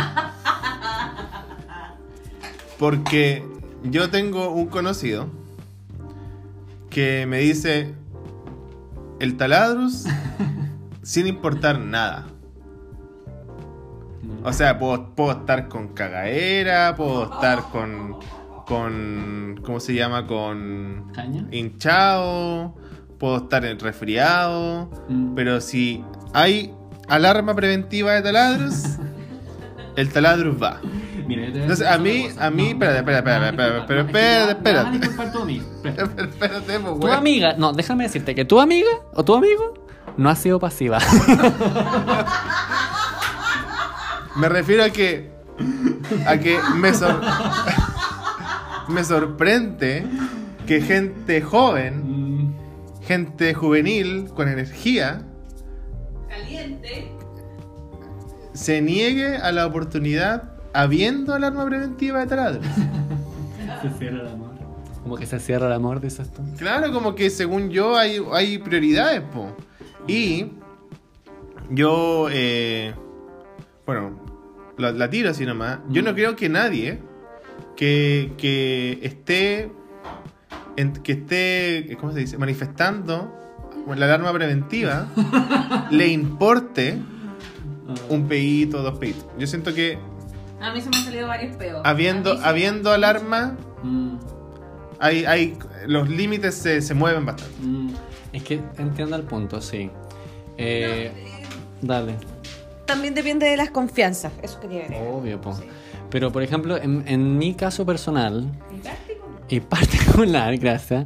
Porque yo tengo un conocido que me dice el taladrus sin importar nada. O sea, puedo estar con cagaera, puedo estar con ¿cómo se llama? Con ¿Caña? hinchado, puedo estar resfriado, pero si hay alarma preventiva de taladrus, el taladrus va. Mira, yo te voy Entonces, decir una cosa. espérate. Disculpar tu amiga. Espérate, pues, Tu güey. amiga, no, déjame decirte que tu amiga o tu amigo no ha sido pasiva. Me refiero a que me sorprende que gente joven, gente juvenil con energía, Caliente. se niegue a la oportunidad habiendo alarma preventiva de taladros. Se cierra el amor. Como que se cierra el amor, dices tú. Claro, como que según yo hay prioridades, po. Y yo, bueno, la tiro así nomás. Yo no creo que nadie que esté, ¿cómo se dice? Manifestando la alarma preventiva le importe un peito, 2 peitos. Yo siento que A mí se me han salido varios peos. habiendo alarma, los límites se mueven bastante. Es que entiendo el punto, sí. Dale. También depende de las confianzas. Eso quería agregar. Obvio, po. Pero, por ejemplo, en mi caso personal y particular, gracias,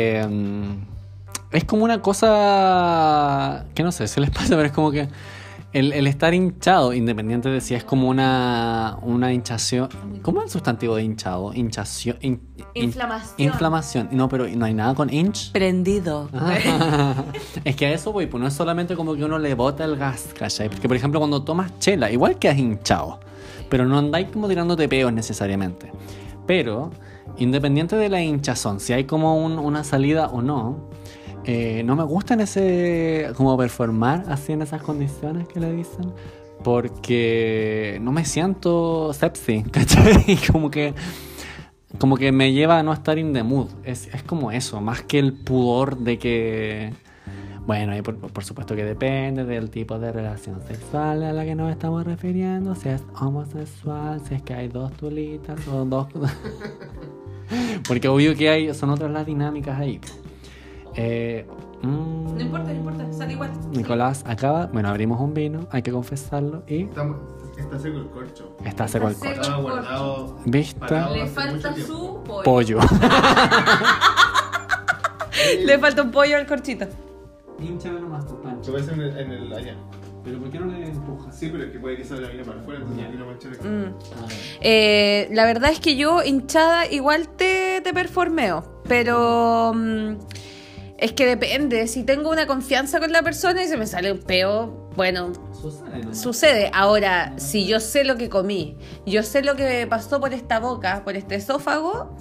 es como una cosa que no sé si les pasa, pero es como que el estar hinchado, independiente de si es como una hinchación. ¿Cómo es el sustantivo de hinchado? Hinchación. Inflamación. Inflamación. No, pero no hay nada con inch. Prendido. Es que a eso voy, pues no es solamente como que uno le bota el gas, ¿cachai? Porque, por ejemplo, cuando tomas chela, igual que has hinchado, pero no andáis como tirándote peos necesariamente. Pero, independiente de la hinchazón, si hay como una salida o no, no me gusta en ese, como performar así en esas condiciones que le dicen, porque no me siento sepsi, ¿cachai? Como que me lleva a no estar in the mood. Es como eso, más que el pudor de que... Bueno, y por supuesto que depende del tipo de relación sexual a la que nos estamos refiriendo, si es homosexual, si es que hay 2 tulitas o 2... Porque obvio que son otras las dinámicas ahí. No importa, sale igual. Nicolás acaba, bueno, abrimos un vino, hay que confesarlo y... Está seco el corcho. Está seco el Está seco. corcho. Estaba guardado. ¿Viste? parado Le hace falta mucho tiempo. su pollo. Pollo. Le falta un pollo al corchito. Hinchame nomás tu Se pancho. puede hacer en el allá. Pero ¿por qué no le empujas? Sí, pero es que puede que salga la mina para afuera, entonces Ya. aquí no manchar aquí. La verdad es que yo hinchada igual te performeo, pero es que depende. Si tengo una confianza con la persona y se me sale un peo, bueno, Sucede, ¿no? sucede. Ahora, si yo sé lo que comí, yo sé lo que pasó por esta boca, por este esófago,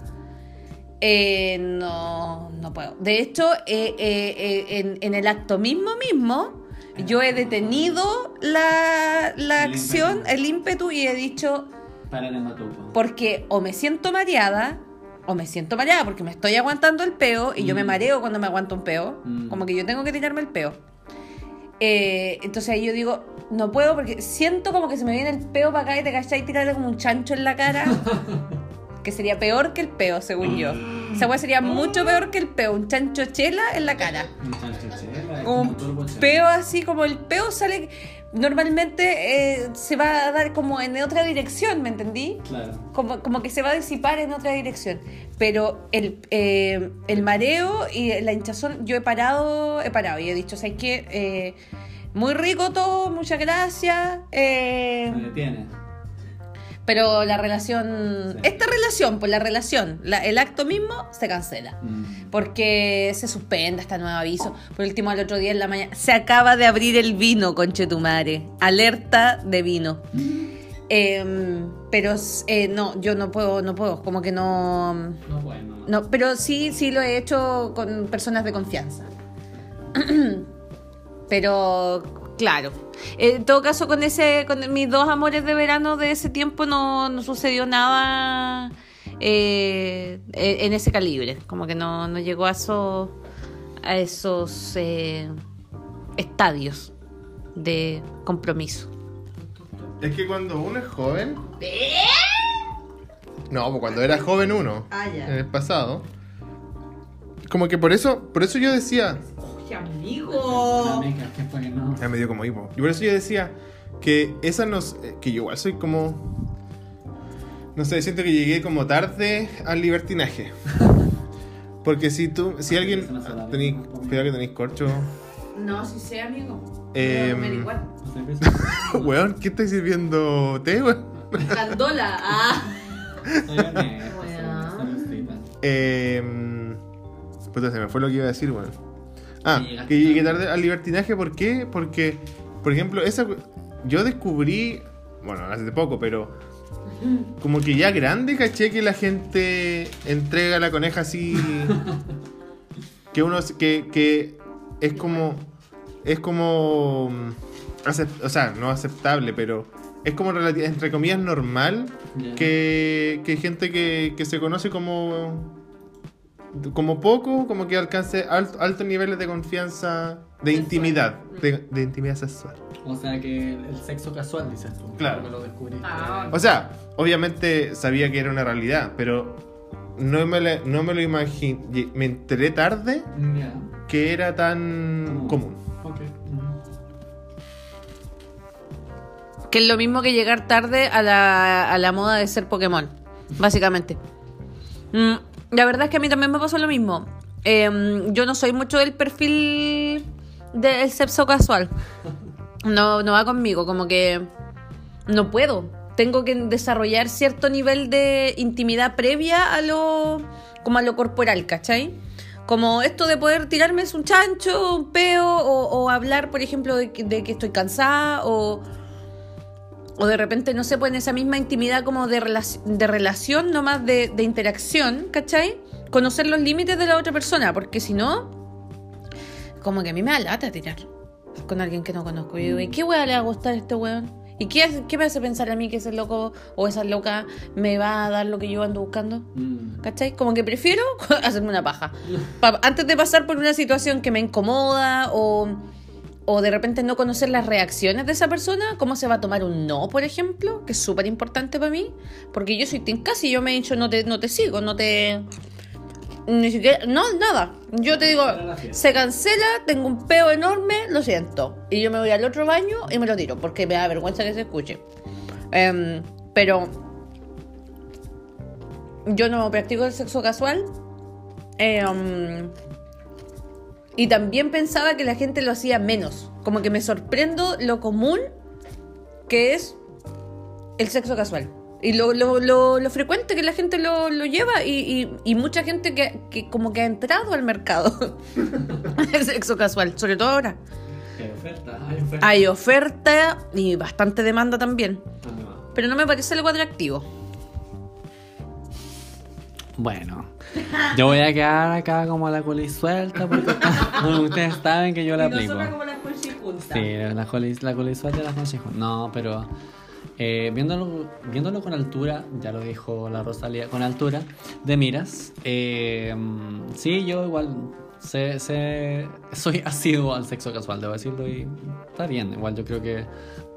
no puedo. De hecho, en el acto mismo, yo he detenido la acción, ímpetu. el ímpetu, y he dicho, Para de matuco. porque o me siento mareada porque me estoy aguantando el peo, y yo me mareo cuando me aguanto un peo, como que yo tengo que tirarme el peo. Entonces ahí yo digo, no puedo porque siento como que se me viene el peo para acá y te cachai y tirarle como un chancho en la cara. Que sería peor que el peo, según yo. Esa weá sería mucho peor que el peo, un chancho chela en la cara. Un peo así, como el peo sale... Normalmente se va a dar como en otra dirección, ¿me entendí? Claro. Como que se va a disipar en otra dirección. Pero el mareo y la hinchazón, yo he parado y he dicho, ¿sabes qué? Muy rico todo, muchas gracias. Se detiene. Pero la relación, Sí. esta relación, pues la relación, el acto mismo se cancela. Porque se suspende este nuevo aviso. Por último, al otro día en la mañana, se acaba de abrir el vino, conchetumare. Alerta de vino. Pero no, yo no puedo, como que no. No, bueno. No, pero sí lo he hecho con personas de confianza. Pero, claro. En todo caso, con mis 2 amores de verano de ese tiempo no sucedió nada en ese calibre. Como que no llegó a esos estadios de compromiso. Es que cuando uno es joven. No, pues cuando era joven uno. Ya. En el pasado. Como que por eso yo decía. ¡Qué amigo! La meca, que fue que no. Ya me dio como hipo. Y por eso yo decía que esa nos. Que yo igual soy como. No sé, siento que llegué como tarde al libertinaje. Porque si alguien. Cuidado que tenéis corcho. No, sí sé, amigo. Weón, ¿qué estáis sirviendo té, weón? Candola. Soy honesto, Bueno. saludcita. Puta, se me fue lo que iba a decir, weón. Que llegaste Que llegué tarde. tarde al libertinaje, ¿por qué? Porque, por ejemplo, yo descubrí, bueno, hace poco, pero como que ya grande caché que la gente entrega la coneja así, que uno, que es como, o sea, no aceptable, pero es como entre comillas normal Ya. que gente que se conoce como poco, como que alcance altos niveles de confianza, de intimidad, de intimidad sexual. O sea que el sexo casual, dices tú. Claro. Que lo descubriste. O sea, obviamente sabía que era una realidad, pero no me lo imaginé. Me enteré tarde Ya. que era tan común. Ok. Que es lo mismo que llegar tarde a la moda de ser Pokémon, básicamente. La verdad es que a mí también me pasó lo mismo. Yo no soy mucho del perfil del sexo casual. no va conmigo, como que no puedo. Tengo que desarrollar cierto nivel de intimidad previa a lo corporal, ¿cachai? Como esto de poder tirarme un chancho, un peo, o hablar, por ejemplo, de que estoy cansada, o de repente, no sé, pues en esa misma intimidad como de relación, no más de interacción, ¿cachai? Conocer los límites de la otra persona, porque si no, como que a mí me da lata tirar con alguien que no conozco. Y digo, ¿y qué weá le va a gustar a este weón? ¿Y qué me hace pensar a mí que ese loco o esa loca me va a dar lo que yo ando buscando? ¿Cachai? Como que prefiero hacerme una paja. Antes de pasar por una situación que me incomoda o de repente no conocer las reacciones de esa persona, cómo se va a tomar un no, por ejemplo, que es súper importante para mí, porque yo soy casi yo me he dicho no te sigo, ni siquiera, no, nada. Yo te digo, se cancela, tengo un peo enorme, lo siento. Y yo me voy al otro baño y me lo tiro, porque me da vergüenza que se escuche. Pero yo no practico el sexo casual. Y también pensaba que la gente lo hacía menos. Como que me sorprendo lo común que es el sexo casual. Y lo frecuente que la gente lo lleva y mucha gente que como que ha entrado al mercado el sexo casual, sobre todo ahora. Hay oferta y bastante demanda también. Pero no me parece algo atractivo. Bueno, yo voy a quedar acá como la colisuelta porque ustedes saben que yo la aplico. Como la conchijunta. Sí, la colisuelta de las conchijuntas. No, pero viéndolo con altura, ya lo dijo la Rosalía, con altura de miras, sí, yo igual soy asiduo al sexo casual, debo decirlo, y está bien. Igual yo creo que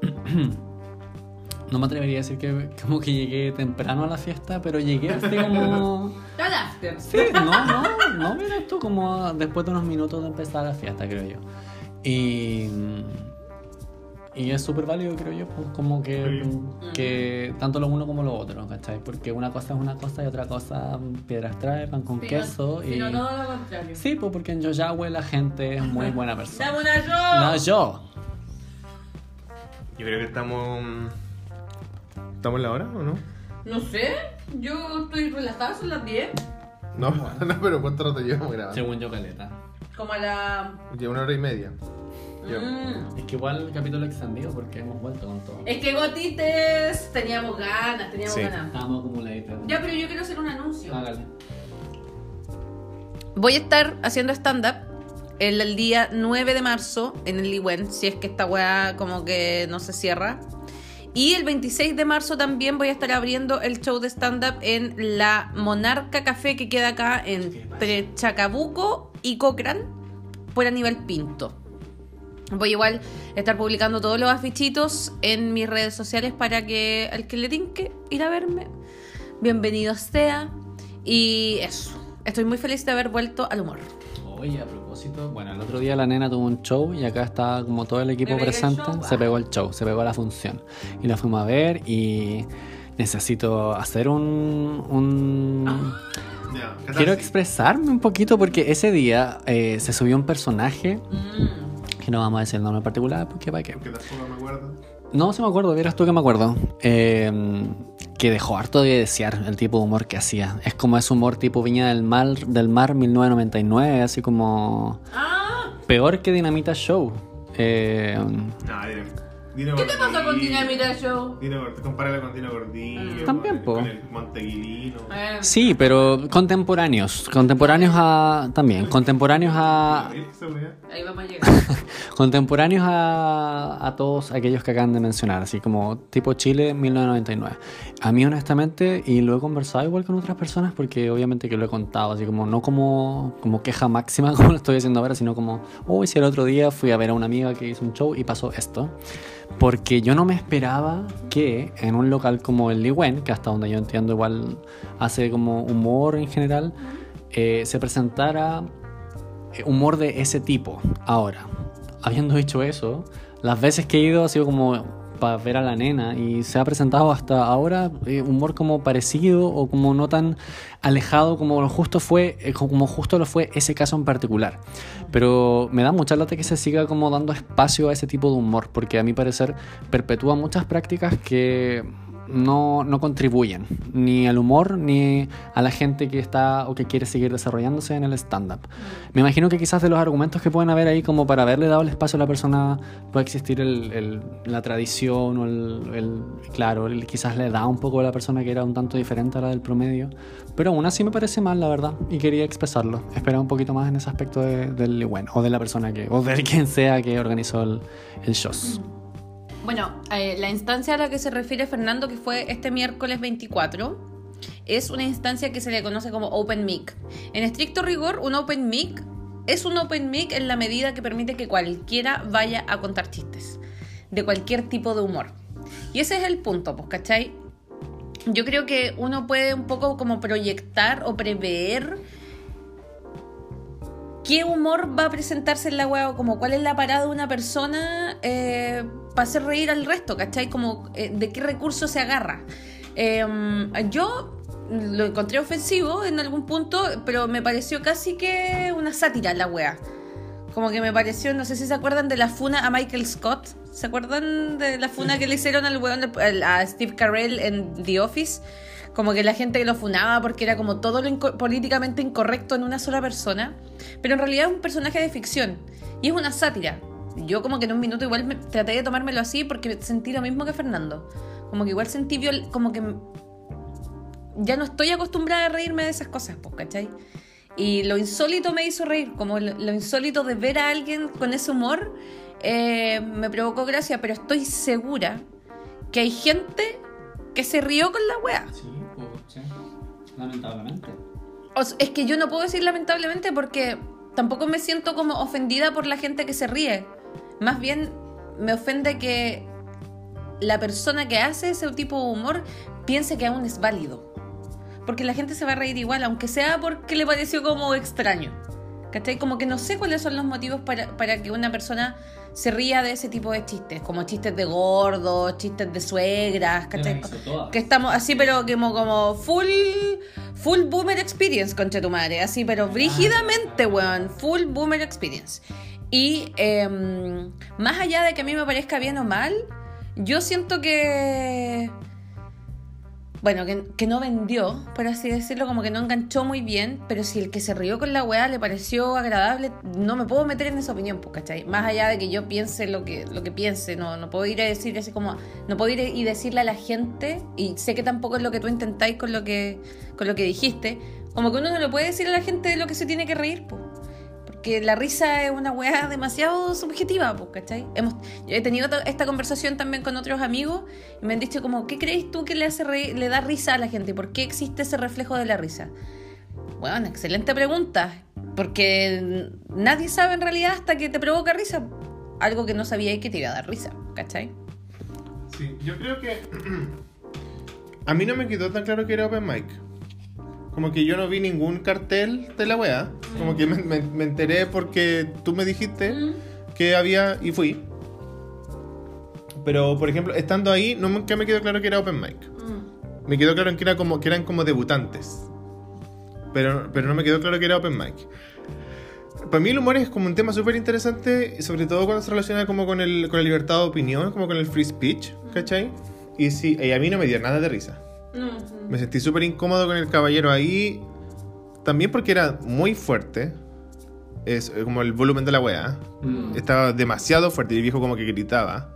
no me atrevería a decir que como que llegué temprano a la fiesta, pero llegué así como... Al after. Sí, no, mira tú, como después de unos minutos de empezar la fiesta, creo yo. Y es súper válido, creo yo, pues, como que tanto lo uno como lo otro, ¿cachai? Porque una cosa es una cosa y otra cosa piedras trae, pan con queso. Sino todo lo contrario. Sí, pues porque en Yoyahue la gente es muy buena persona. ¡Dame una yo! No, yo. Yo creo que estamos en la hora, ¿o no? No sé, yo estoy relajada, son las 10. No, no, pero ¿cuánto rato llevamos grabando? Según yo, caleta. Como a la... Lleva 1 hora y media. Es que igual el capítulo extendido porque hemos vuelto con todo. Es que gotites, teníamos ganas. Sí. Estábamos acumuladitos. Ya, pero yo quiero hacer un anuncio. Hágale. Voy a estar haciendo stand-up el día 9 de marzo en el Liwen, si es que esta weá como que no se cierra. Y el 26 de marzo también voy a estar abriendo el show de stand-up en la Monarca Café, que queda acá entre Chacabuco y Cochrane, por Aníbal Pinto. Voy igual a estar publicando todos los afichitos en mis redes sociales para que al que le tinque ir a verme, bienvenido sea. Y eso, estoy muy feliz de haber vuelto al humor. Oye, a propósito, bueno, el otro día la nena tuvo un show y acá estaba como todo el equipo ¿Me pegué el presente. show? Se pegó el show, se pegó la función. Y la fuimos a ver y necesito hacer Quiero expresarme un poquito porque ese día se subió un personaje, que no vamos a decir el nombre en particular, porque ¿para qué? Que tampoco me acuerdo. No, sí me acuerdo, vieras tú que me acuerdo. Que dejó harto de desear el tipo de humor que hacía. Es como ese humor tipo Viña del Mar 1999, así como... Peor que Dinamita Show. Dino ¿Qué te pasó con Gordillo. Dinamita Show? Compáralo con Dino Gordillo. También, po. Con el Monteguilino. Sí, pero contemporáneos. Contemporáneos a... También, contemporáneos a... Ahí vamos a llegar. Contemporáneos a todos aquellos que acaban de mencionar, así como tipo Chile 1999. A mí honestamente, y lo he conversado igual con otras personas porque obviamente que lo he contado, así como no como queja máxima como lo estoy haciendo ahora, sino como, si el otro día fui a ver a una amiga que hizo un show y pasó esto. Porque yo no me esperaba que en un local como el Liwen, que hasta donde yo entiendo igual hace como humor en general, se presentara humor de ese tipo. Ahora, habiendo dicho eso, las veces que he ido ha sido como para ver a la nena, y se ha presentado hasta ahora humor como parecido o como no tan alejado como justo lo fue ese caso en particular. Pero me da mucha lata que se siga como dando espacio a ese tipo de humor, porque a mi parecer perpetúa muchas prácticas que no contribuyen ni al humor ni a la gente que está o que quiere seguir desarrollándose en el stand-up. Me imagino que quizás de los argumentos que pueden haber ahí como para haberle dado el espacio a la persona puede existir la tradición o quizás le da un poco a la persona que era un tanto diferente a la del promedio, pero aún así me parece mal, la verdad, y quería expresarlo. Esperaba un poquito más en ese aspecto del bueno, o de la persona o de quien sea que organizó el show. Bueno, la instancia a la que se refiere Fernando, que fue este miércoles 24, es una instancia que se le conoce como Open Mic. En estricto rigor, un Open Mic es un Open Mic en la medida que permite que cualquiera vaya a contar chistes, de cualquier tipo de humor. Y ese es el punto, pues, ¿cachai? Yo creo que uno puede un poco como proyectar o prever qué humor va a presentarse en la web, o como cuál es la parada de una persona para hacer reír al resto, ¿cachai? Como de qué recurso se agarra. Yo lo encontré ofensivo en algún punto, pero me pareció casi que una sátira la wea. Como que me pareció, no sé si se acuerdan de la funa a Michael Scott. ¿Se acuerdan de la funa que le hicieron al weón a Steve Carell en The Office? Como que la gente lo funaba porque era como todo lo políticamente incorrecto en una sola persona. Pero en realidad es un personaje de ficción. Y es una sátira. Yo como que en un minuto igual traté de tomármelo así porque sentí lo mismo que Fernando. Como que igual sentí como que ya no estoy acostumbrada a reírme de esas cosas, pues, ¿cachai? Y lo insólito me hizo reír. Como lo insólito de ver a alguien con ese humor me provocó gracia. Pero estoy segura que hay gente que se rió con la wea. Sí, lamentablemente. Es que yo no puedo decir lamentablemente porque tampoco me siento como ofendida por la gente que se ríe. Más bien me ofende que la persona que hace ese tipo de humor piense que aún es válido. Porque la gente se va a reír igual, aunque sea porque le pareció como extraño. ¿Cachai? Como que no sé cuáles son los motivos para que una persona se ría de ese tipo de chistes, como chistes de gordos, chistes de suegras, ¿cachai? Que estamos así, pero como full boomer experience, concha tu madre, así, pero brígidamente, weón, full boomer experience. Y más allá de que a mí me parezca bien o mal, yo siento que... Bueno, que no vendió, por así decirlo, como que no enganchó muy bien, pero si el que se rió con la weá le pareció agradable, no me puedo meter en esa opinión, pues, ¿cachai? Más allá de que yo piense lo que piense, no puedo ir a decir así como, no puedo ir y decirle a la gente, y sé que tampoco es lo que tú intentáis con lo que dijiste, como que uno no le puede decir a la gente de lo que se tiene que reír, pues. Que la risa es una weá demasiado subjetiva, pues, ¿cachai? Yo he tenido esta conversación también con otros amigos y me han dicho como, ¿qué crees tú que le hace le da risa a la gente? ¿Por qué existe ese reflejo de la risa? Bueno, excelente pregunta, porque nadie sabe en realidad hasta que te provoca risa, algo que no sabía y que te iba a dar risa, ¿cachai? Sí, yo creo que a mí no me quedó tan claro que era open mic. Como que yo no vi ningún cartel de la weá. Como que me enteré porque tú me dijiste que había y fui. Pero, por ejemplo, estando ahí, nunca me quedó claro que era open mic. Me quedó claro que eran como debutantes. Pero no me quedó claro que era open mic. Para mí el humor es como un tema súper interesante, sobre todo cuando se relaciona como con la libertad de opinión, como con el free speech, ¿cachai? Y sí, y a mí no me dio nada de risa. Me sentí súper incómodo con el caballero ahí. También porque era muy fuerte. Es como el volumen de la wea. Estaba demasiado fuerte y el viejo como que gritaba.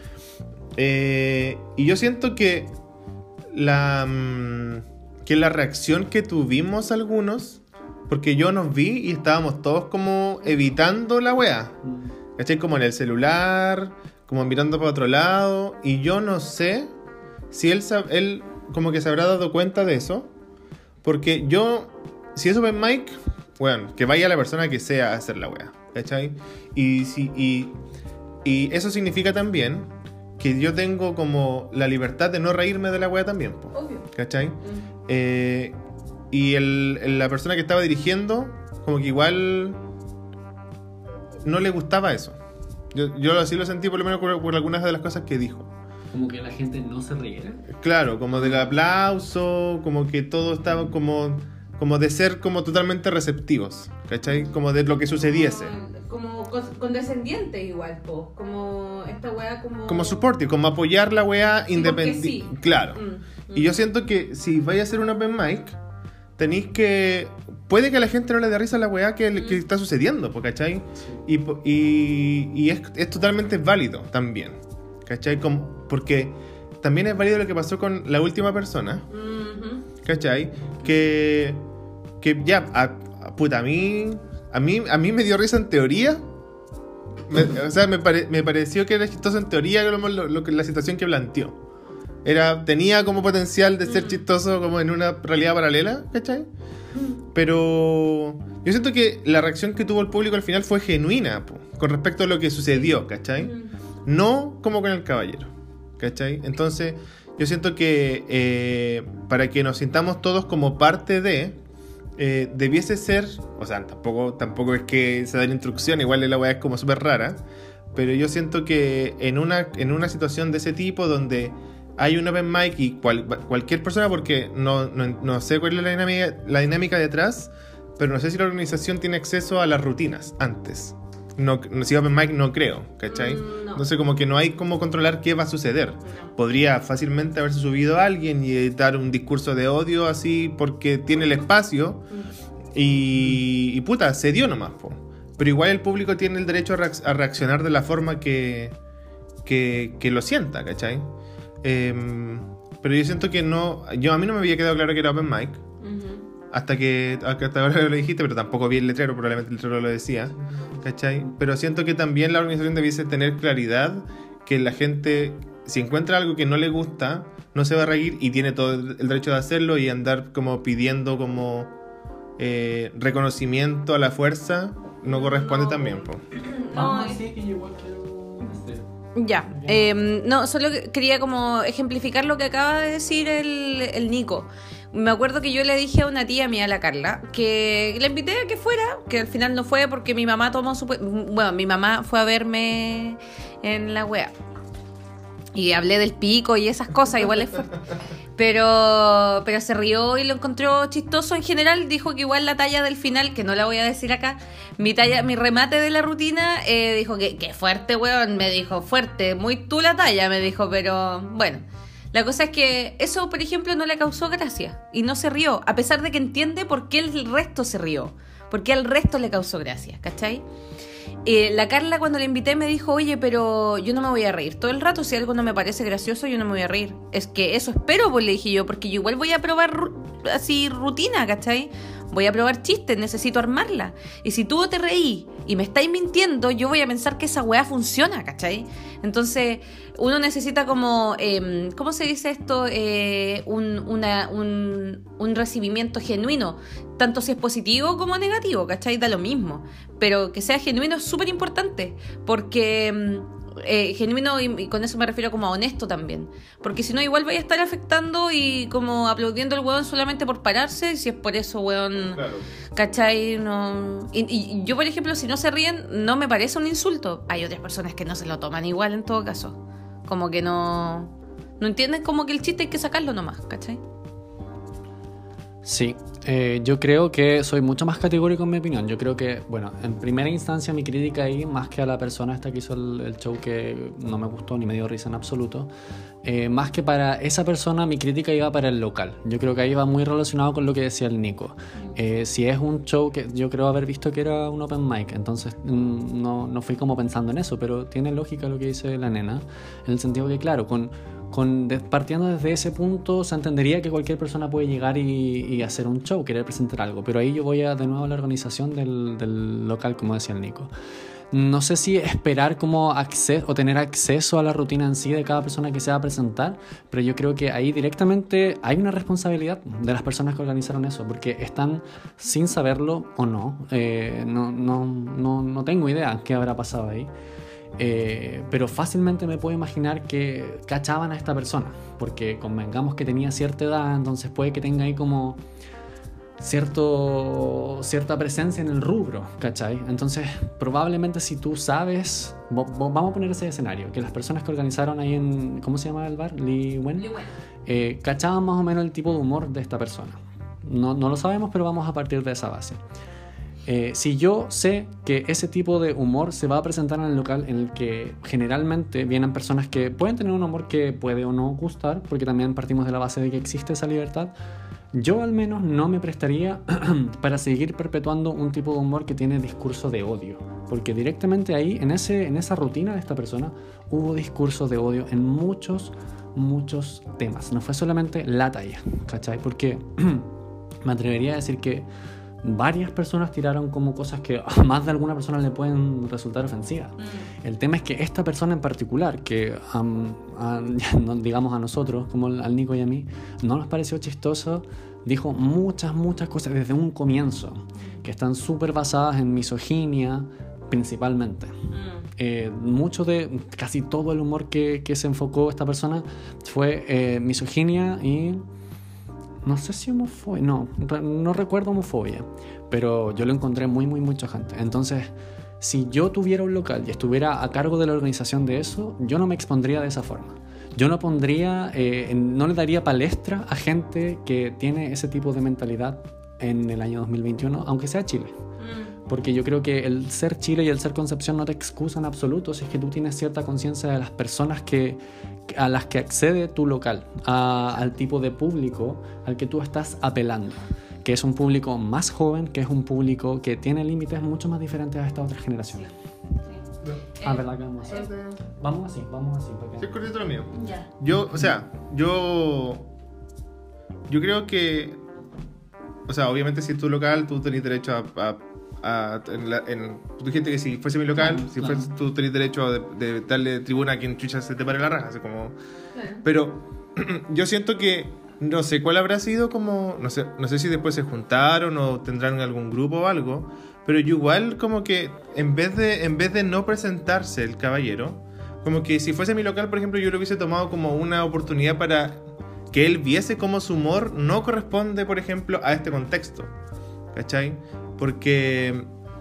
Y yo siento que la reacción que tuvimos algunos, porque yo nos vi y estábamos todos como evitando la wea, ¿cachai? Como en el celular, como mirando para otro lado. Y yo no sé si él como que se habrá dado cuenta de eso, porque yo, si es open mic, bueno, que vaya la persona que sea a hacer la wea, ¿cachai? Y eso significa también que yo tengo como la libertad de no reírme de la wea también, po, obvio, ¿cachai? Y la persona que estaba dirigiendo, como que igual no le gustaba eso. Yo así lo sentí, por lo menos por algunas de las cosas que dijo. Como que la gente no se riera. Claro, como del aplauso, como que todo estaba como de ser como totalmente receptivos, ¿cachai? Como de lo que sucediese. Como condescendiente igual, po. Como esta weá Como supportive, como apoyar la weá Sí, independiente. porque sí. Claro. Y yo siento que si vais a hacer un open mic, tenéis que... Puede que a la gente no le dé risa la weá que está sucediendo, po, ¿cachai? Y es totalmente válido también, ¿cachai? Porque también es válido lo que pasó con la última persona, ¿cachai? Que ya, puta, a mí me dio risa en teoría. O sea, me pareció que era chistoso en teoría la situación que planteó. Tenía como potencial de ser chistoso como en una realidad paralela, ¿cachai? Pero yo siento que la reacción que tuvo el público al final fue genuina, po, con respecto a lo que sucedió, ¿cachai? No como con el caballero, ¿cachai? Entonces yo siento que para que nos sintamos todos como parte de... debiese ser, o sea, tampoco es que se den instrucción, igual la weá es como súper rara, pero yo siento que en una situación de ese tipo donde hay un open mic y cualquier persona, porque no sé cuál es la dinámica detrás, pero no sé si la organización tiene acceso a las rutinas antes. No, si open mic no creo, ¿cachai? No. Entonces como que no hay cómo controlar qué va a suceder. No. Podría fácilmente haberse subido a alguien y dar un discurso de odio así porque tiene el espacio y puta, se dio nomás, po. Pero igual el público tiene el derecho a reaccionar de la forma que lo sienta, ¿cachai? Pero yo siento que a mí no me había quedado claro que era open mic. Hasta ahora lo dijiste, pero tampoco vi el letrero, probablemente el letrero lo decía, ¿cachai? Pero siento que también la organización debiese tener claridad que la gente, si encuentra algo que no le gusta, no se va a reír y tiene todo el derecho de hacerlo, y andar como pidiendo como reconocimiento a la fuerza no corresponde también, po. Vamos a decir que yo igual quiero hacer. Ya, no, solo quería como ejemplificar lo que acaba de decir el Nico. Me acuerdo que yo le dije a una tía mía, la Carla, que la invité a que fuera, que al final no fue porque mi mamá mi mamá fue a verme en la wea. Y hablé del pico y esas cosas, igual es fuerte. Pero se rió y lo encontró chistoso en general. Dijo que igual la talla del final, que no la voy a decir acá, mi remate de la rutina, dijo que fuerte, weón. Me dijo, fuerte, muy tú la talla, me dijo, pero bueno. La cosa es que eso, por ejemplo, no le causó gracia y no se rió, a pesar de que entiende por qué el resto se rió, por qué al resto le causó gracia, ¿cachai? La Carla, cuando la invité, me dijo, oye, pero yo no me voy a reír todo el rato, si algo no me parece gracioso yo no me voy a reír. Es que eso espero, pues le dije yo, porque yo igual voy a probar así rutina, ¿cachai? Voy a probar chistes, necesito armarla. Y si tú te reí y me estáis mintiendo, yo voy a pensar que esa weá funciona, ¿cachai? Entonces, uno necesita como, ¿cómo se dice esto? Un recibimiento genuino, tanto si es positivo como negativo, ¿cachai? Da lo mismo. Pero que sea genuino es súper importante, porque... genuino, y con eso me refiero como a honesto también, porque si no igual vaya a estar afectando y como aplaudiendo al weón solamente por pararse, y si es por eso weón, claro. ¿Cachai? No. Y yo, por ejemplo, si no se ríen, no me parece un insulto. Hay otras personas que no se lo toman igual en todo caso, como que no entienden, como que el chiste hay que sacarlo nomás, ¿cachai? Sí, yo creo que soy mucho más categórico en mi opinión. Yo creo que, bueno, en primera instancia mi crítica ahí, más que a la persona esta que hizo el show, que no me gustó ni me dio risa en absoluto, más que para esa persona, mi crítica iba para el local. Yo creo que ahí va muy relacionado con lo que decía el Nico. Si es un show que yo creo haber visto que era un open mic, entonces no fui como pensando en eso, pero tiene lógica lo que dice la nena, en el sentido que, claro, partiendo desde ese punto, se entendería que cualquier persona puede llegar y hacer un show, querer presentar algo, pero ahí yo voy de nuevo a la organización del local, como decía el Nico. No sé si esperar como acceso o tener acceso a la rutina en sí de cada persona que se va a presentar, pero yo creo que ahí directamente hay una responsabilidad de las personas que organizaron eso, porque están sin saberlo o no. No tengo idea qué habrá pasado ahí. Pero fácilmente me puedo imaginar que cachaban a esta persona, porque convengamos que tenía cierta edad, entonces puede que tenga ahí como cierta presencia en el rubro, ¿cachai? Entonces, probablemente si tú sabes, vamos a poner ese escenario, que las personas que organizaron ahí en, ¿cómo se llama el bar? Lee Wen, cachaban más o menos el tipo de humor de esta persona. No lo sabemos, pero vamos a partir de esa base. Si yo sé que ese tipo de humor se va a presentar en el local en el que generalmente vienen personas que pueden tener un humor que puede o no gustar, porque también partimos de la base de que existe esa libertad, yo al menos no me prestaría para seguir perpetuando un tipo de humor que tiene discurso de odio, porque directamente ahí, en esa rutina de esta persona, hubo discurso de odio en muchos temas. No fue solamente la talla, ¿cachai? Porque me atrevería a decir que varias personas tiraron como cosas que a más de alguna persona le pueden resultar ofensivas. El tema es que esta persona en particular, que digamos a nosotros, como al Nico y a mí, no nos pareció chistoso, dijo muchas cosas desde un comienzo, que están súper basadas en misoginia, principalmente. Casi todo el humor que se enfocó esta persona fue misoginia y... no sé si homofobia, no recuerdo homofobia, pero yo lo encontré muy chocante. Entonces, si yo tuviera un local y estuviera a cargo de la organización de eso, yo no me expondría de esa forma. Yo no le daría palestra a gente que tiene ese tipo de mentalidad en el año 2021, aunque sea Chile. Porque yo creo que el ser Chile y el ser Concepción no te excusan en absoluto si es que tú tienes cierta conciencia de las personas a las que accede tu local, al tipo de público al que tú estás apelando, que es un público más joven, que es un público que tiene límites mucho más diferentes a estas otras generaciones. ¿Verdad que vamos a hacer? Vamos así. Sí, es correcto lo mío. Ya. Yo creo que, o sea, obviamente si es tu local, tú tenés derecho tú dijiste que si fuese mi local, tú tenés derecho de darle tribuna a quien chucha se te pare la raja, así como... Pero yo siento que no sé cuál habrá sido, como no sé si después se juntaron o tendrán algún grupo o algo, pero yo igual como que en vez de no presentarse el caballero, como que si fuese mi local, por ejemplo, yo lo hubiese tomado como una oportunidad para que él viese cómo su humor no corresponde, por ejemplo, a este contexto, ¿cachai? Porque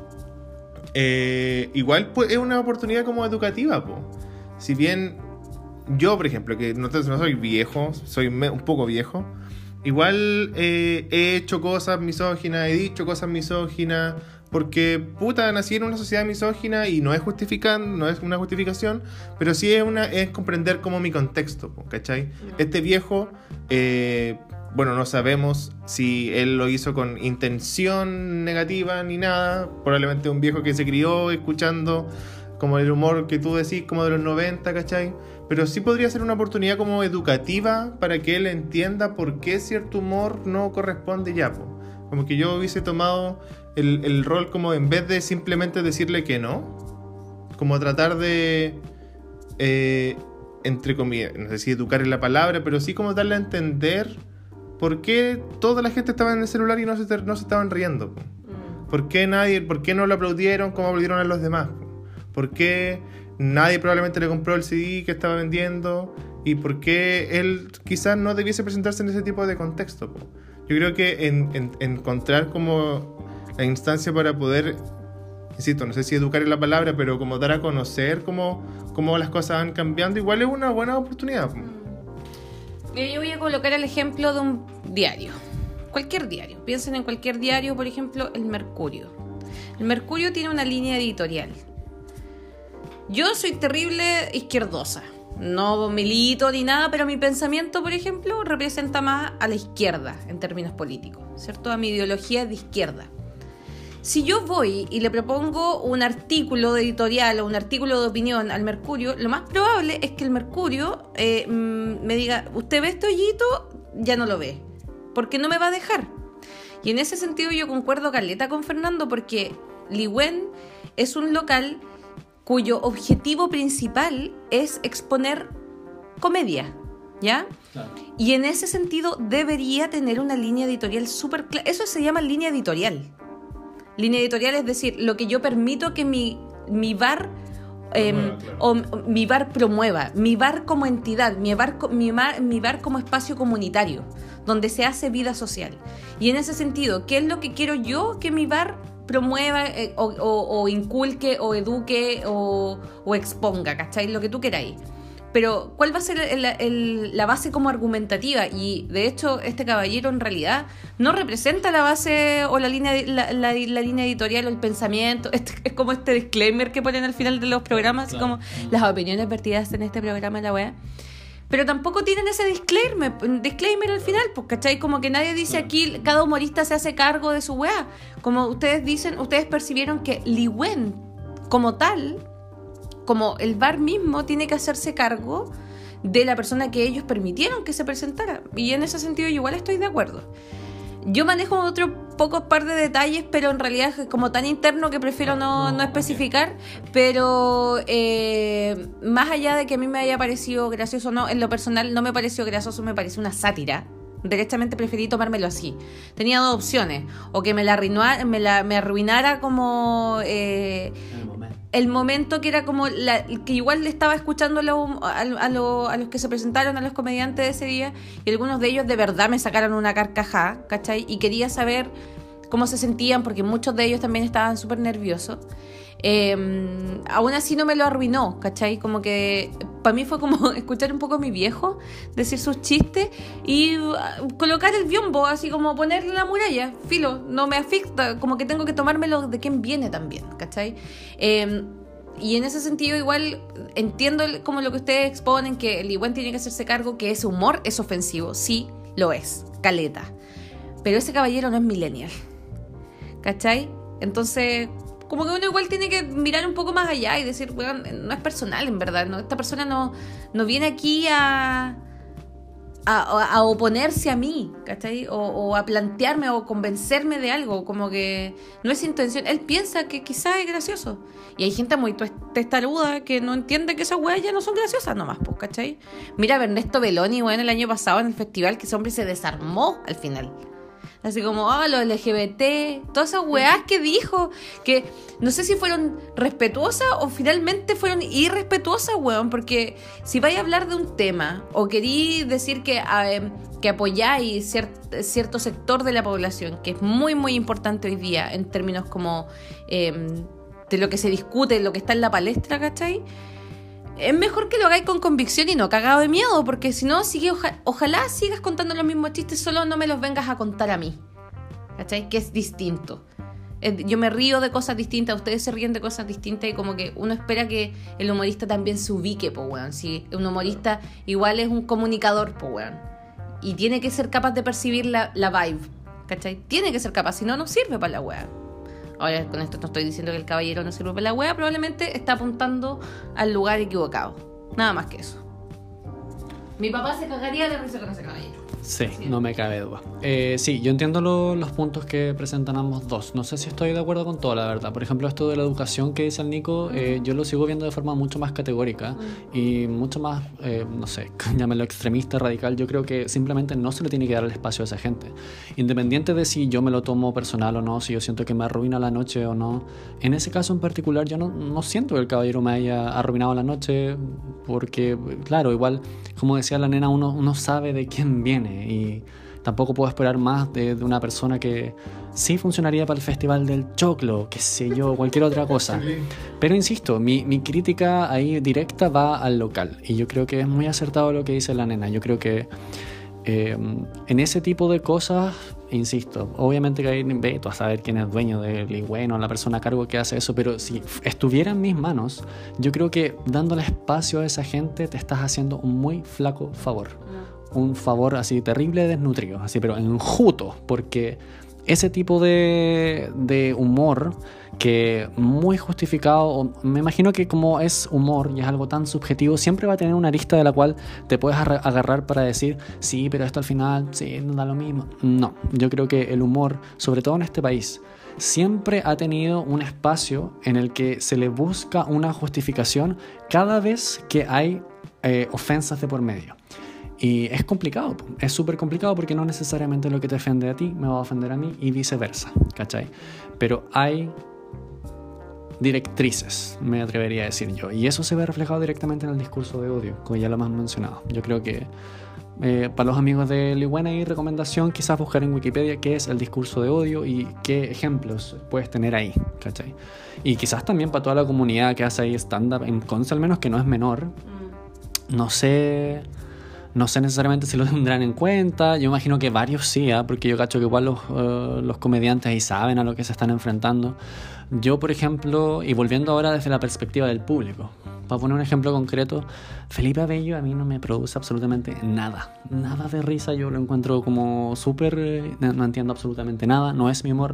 igual pues, es una oportunidad como educativa, po. Si bien yo, por ejemplo, que no soy viejo, soy un poco viejo, igual he hecho cosas misóginas, he dicho cosas misóginas, porque puta, nací en una sociedad misógina y no es una justificación, pero sí es comprender como mi contexto, ¿cachai? Este viejo, bueno, no sabemos si él lo hizo con intención negativa ni nada, probablemente un viejo que se crió escuchando como el humor que tú decís, como de los 90, ¿cachai? Pero sí podría ser una oportunidad como educativa para que él entienda por qué cierto humor no corresponde ya, po. Como que yo hubiese tomado el rol como en vez de simplemente decirle que no, como tratar de, entre comillas, no sé si educar en la palabra, pero sí como darle a entender por qué toda la gente estaba en el celular y no se estaban riendo, po. ¿Por qué no lo aplaudieron como aplaudieron a los demás? ¿Por qué nadie probablemente le compró el CD que estaba vendiendo? ¿Y por qué él quizás no debiese presentarse en ese tipo de contexto, po? Yo creo que encontrar como la instancia para poder, insisto, no sé si educar en la palabra, pero como dar a conocer cómo las cosas van cambiando, igual es una buena oportunidad, po. Yo voy a colocar el ejemplo de un diario. Cualquier diario. Piensen en cualquier diario, por ejemplo, el Mercurio. El Mercurio tiene una línea editorial. Yo soy terrible izquierdosa. No milito ni nada, pero mi pensamiento, por ejemplo, representa más a la izquierda en términos políticos, ¿cierto? A mi ideología es de izquierda. Si yo voy y le propongo un artículo editorial o un artículo de opinión al Mercurio, lo más probable es que el Mercurio me diga, ¿usted ve este hoyito? Ya no lo ve, porque no me va a dejar. Y en ese sentido yo concuerdo caleta con Fernando, porque Lee Wen es un local cuyo objetivo principal es exponer comedia, ¿ya? Claro. Y en ese sentido debería tener una línea editorial súper clara. Eso se llama línea editorial. Línea editorial es decir, lo que yo permito que mi bar o mi bar promueva, mi bar como entidad, mi bar como espacio comunitario, donde se hace vida social. Y en ese sentido, ¿qué es lo que quiero yo que mi bar promueva o inculque o eduque o exponga, ¿cachai? Lo que tú queráis. Pero ¿cuál va a ser la base como argumentativa? Y de hecho este caballero en realidad no representa la base o la línea editorial o el pensamiento. Es como este disclaimer que ponen al final de los programas, así como las opiniones vertidas en este programa, la weá. Pero tampoco tienen ese disclaimer al final, pues, ¿cachai? Como que nadie dice aquí, cada humorista se hace cargo de su weá. Como ustedes percibieron que Liwen como tal, como el bar mismo, tiene que hacerse cargo de la persona que ellos permitieron que se presentara. Y en ese sentido yo igual estoy de acuerdo. Yo manejo otro poco par de detalles, pero en realidad es como tan interno que prefiero no especificar. Pero más allá de que a mí me haya parecido gracioso o no, en lo personal no me pareció gracioso, me pareció una sátira. Derechamente preferí tomármelo así. Tenía dos opciones: o que me arruinara como el momento, que era como que igual le estaba escuchando a los que se presentaron, a los comediantes de ese día, y algunos de ellos de verdad me sacaron una carcajada, ¿cachai? Y quería saber cómo se sentían, porque muchos de ellos también estaban súper nerviosos. Aún así no me lo arruinó, ¿cachai? Como que para mí fue como escuchar un poco a mi viejo decir sus chistes y colocar el biombo, así como ponerle la muralla, filo, no me afecta, como que tengo que tomármelo de quién viene también, ¿cachai? Y en ese sentido igual entiendo como lo que ustedes exponen, que el Liwen tiene que hacerse cargo, que ese humor es ofensivo, sí, lo es, caleta, pero ese caballero no es millennial, ¿cachai? Entonces como que uno igual tiene que mirar un poco más allá y decir, bueno, no es personal en verdad, ¿no? Esta persona no viene aquí a oponerse a mí, ¿cachai? O a plantearme o convencerme de algo, como que no es intención. Él piensa que quizás es gracioso. Y hay gente muy testaruda que no entiende que esas weas ya no son graciosas nomás, pues, ¿cachai? Mira a Ernesto Belloni, bueno, el año pasado en el festival, que ese hombre se desarmó al final. Así como, los LGBT, todas esas weas que dijo, que no sé si fueron respetuosas o finalmente fueron irrespetuosas, weón, porque si vais a hablar de un tema o querí decir que apoyáis cierto sector de la población, que es muy, muy importante hoy día en términos como de lo que se discute, lo que está en la palestra, ¿cachai? Es mejor que lo hagáis con convicción y no cagado de miedo, porque si no, ojalá sigas contando los mismos chistes, solo no me los vengas a contar a mí, ¿cachai? Que es distinto. Yo me río de cosas distintas, ustedes se ríen de cosas distintas, y como que uno espera que el humorista también se ubique, po, weón. Si un humorista igual es un comunicador, po, weón, y tiene que ser capaz de percibir la vibe, ¿cachai? Tiene que ser capaz, si no, no sirve para la weón. Ahora, con esto no estoy diciendo que el caballero no sirve para la wea, probablemente está apuntando al lugar equivocado. Nada más que eso. Mi papá se cagaría de risa con ese caballero. Sí, no me cabe duda. Sí, yo entiendo los puntos que presentan ambos dos. No sé si estoy de acuerdo con todo, la verdad. Por ejemplo, esto de la educación que dice el Nico, yo lo sigo viendo de forma mucho más categórica y mucho más, no sé, llámelo extremista, radical. Yo creo que simplemente no se le tiene que dar el espacio a esa gente. Independiente de si yo me lo tomo personal o no, si yo siento que me arruina la noche o no. En ese caso en particular, yo no siento que el caballero me haya arruinado la noche, porque, claro, igual, como decía la nena, uno sabe de quién viene. Y tampoco puedo esperar más de una persona que sí funcionaría para el Festival del Choclo, qué sé yo, cualquier otra cosa. Pero insisto, mi crítica ahí directa va al local, y yo creo que es muy acertado lo que dice la nena. Yo creo que en ese tipo de cosas, insisto, obviamente que hay veto a saber quién es dueño del Liwen o la persona a cargo que hace eso, pero si estuviera en mis manos, yo creo que dándole espacio a esa gente te estás haciendo un muy flaco favor. Un favor así terrible, desnutrido, así, pero enjuto, porque ese tipo de humor que muy justificado, me imagino que como es humor y es algo tan subjetivo, siempre va a tener una arista de la cual te puedes agarrar para decir, sí, pero esto al final, sí, no da lo mismo. No, yo creo que el humor, sobre todo en este país, siempre ha tenido un espacio en el que se le busca una justificación cada vez que hay ofensas de por medio. Y es complicado, es súper complicado, porque no necesariamente lo que te ofende a ti me va a ofender a mí y viceversa, ¿cachai? Pero hay directrices, me atrevería a decir yo. Y eso se ve reflejado directamente en el discurso de odio, como ya lo hemos mencionado. Yo creo que para los amigos de Liwen hay recomendación quizás buscar en Wikipedia qué es el discurso de odio y qué ejemplos puedes tener ahí, ¿cachai? Y quizás también para toda la comunidad que hace ahí stand-up en Conce, al menos, que no es menor. No sé necesariamente si lo tendrán en cuenta. Yo imagino que varios sí, porque yo cacho que igual los comediantes ahí saben a lo que se están enfrentando. Yo, por ejemplo, y volviendo ahora desde la perspectiva del público, para poner un ejemplo concreto, Felipe Abello a mí no me produce absolutamente nada de risa. Yo lo encuentro como súper, no entiendo absolutamente nada, no es mi humor,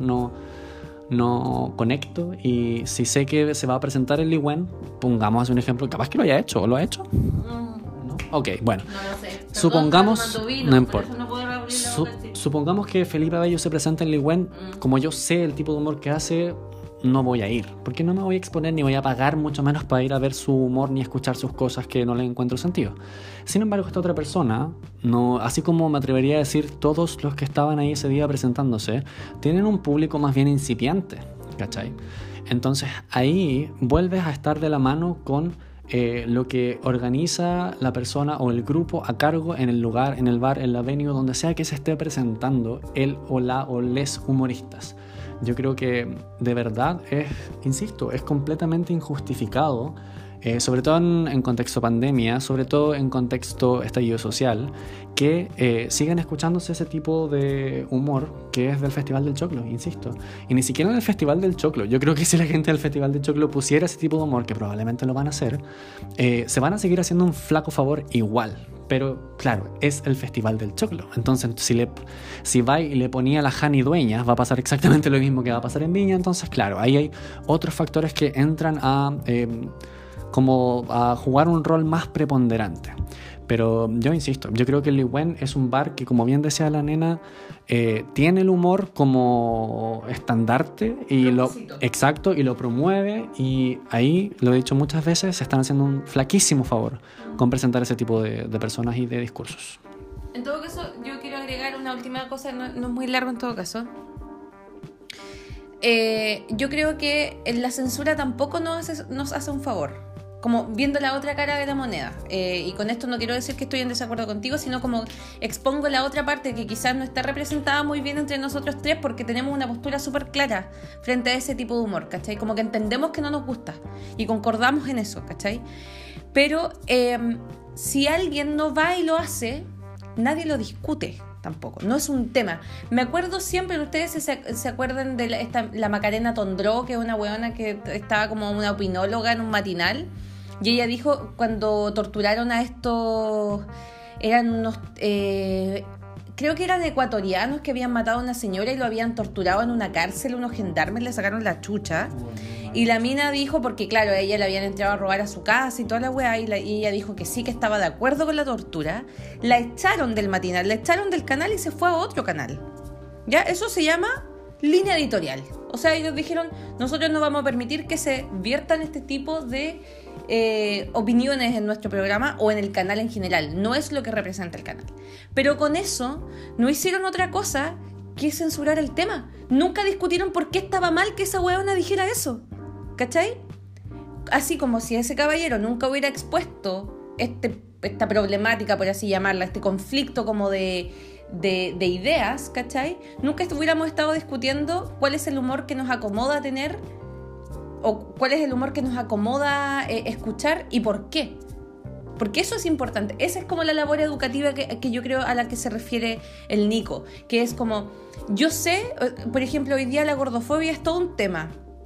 no conecto. Y si sé que se va a presentar el Liwen, pongamos un ejemplo, capaz que lo haya hecho, ¿o lo ha hecho? ¿No? Ok, bueno, No lo sé. Perdón, supongamos, estaba tomando vino, no por importa. eso no puedo abrir la boca, sí. Supongamos que Felipe Abello se presenta en Liwen, como yo sé el tipo de humor que hace, no voy a ir, porque no me voy a exponer ni voy a pagar, mucho menos para ir a ver su humor ni escuchar sus cosas que no le encuentro sentido. Sin embargo, esta otra persona, no, así como me atrevería a decir todos los que estaban ahí ese día presentándose, tienen un público más bien incipiente, ¿cachai? Entonces ahí vuelves a estar de la mano con lo que organiza la persona o el grupo a cargo en el lugar, en el bar, en la venue, donde sea que se esté presentando el o la o les humoristas. Yo creo que de verdad insisto, es completamente injustificado, sobre todo en contexto pandemia, sobre todo en contexto estallido social, que sigan escuchándose ese tipo de humor que es del Festival del Choclo, insisto. Y ni siquiera en el Festival del Choclo. Yo creo que si la gente del Festival del Choclo pusiera ese tipo de humor, que probablemente lo van a hacer, se van a seguir haciendo un flaco favor igual. Pero claro, es el Festival del Choclo. Entonces, si va y le ponía la Jani Dueñas, va a pasar exactamente lo mismo que va a pasar en Viña. Entonces, claro, ahí hay otros factores que entran a jugar un rol más preponderante. Pero yo insisto, yo creo que el Liwen es un bar que, como bien decía la nena, tiene el humor como estandarte y exacto, y lo promueve, y ahí, lo he dicho muchas veces, se están haciendo un flaquísimo favor con presentar ese tipo de personas y de discursos. En todo caso, yo quiero agregar una última cosa, no es muy largo en todo caso. Yo creo que la censura tampoco nos hace un favor, como viendo la otra cara de la moneda, y con esto no quiero decir que estoy en desacuerdo contigo, sino como expongo la otra parte que quizás no está representada muy bien entre nosotros tres, porque tenemos una postura súper clara frente a ese tipo de humor, ¿cachai? Como que entendemos que no nos gusta y concordamos en eso, ¿cachai? Pero si alguien no va y lo hace, nadie lo discute tampoco, no es un tema. Me acuerdo siempre, ustedes se acuerdan de la Macarena Tondró, que es una weona que estaba como una opinóloga en un matinal, y ella dijo cuando torturaron a estos, eran unos creo que eran ecuatorianos que habían matado a una señora y lo habían torturado en una cárcel, unos gendarmes le sacaron la chucha. Y la mina dijo, porque claro, a ella le habían entrado a robar a su casa y toda la weá, y ella dijo que sí, que estaba de acuerdo con la tortura. La echaron del matinal, la echaron del canal y se fue a otro canal. ¿Ya? Eso se llama línea editorial. O sea, ellos dijeron, nosotros no vamos a permitir que se viertan este tipo de opiniones en nuestro programa o en el canal en general. No es lo que representa el canal. Pero con eso no hicieron otra cosa que censurar el tema. Nunca discutieron por qué estaba mal que esa weona dijera eso. ¿Cachai? Así como si ese caballero nunca hubiera expuesto esta problemática, por así llamarla, este conflicto como de ideas, ¿cachai? Nunca hubiéramos estado discutiendo cuál es el humor que nos acomoda tener o cuál es el humor que nos acomoda escuchar y por qué. Porque eso es importante. Esa es como la labor educativa que yo creo a la que se refiere el Nico, que es como, yo sé, por ejemplo, hoy día la gordofobia es todo un tema.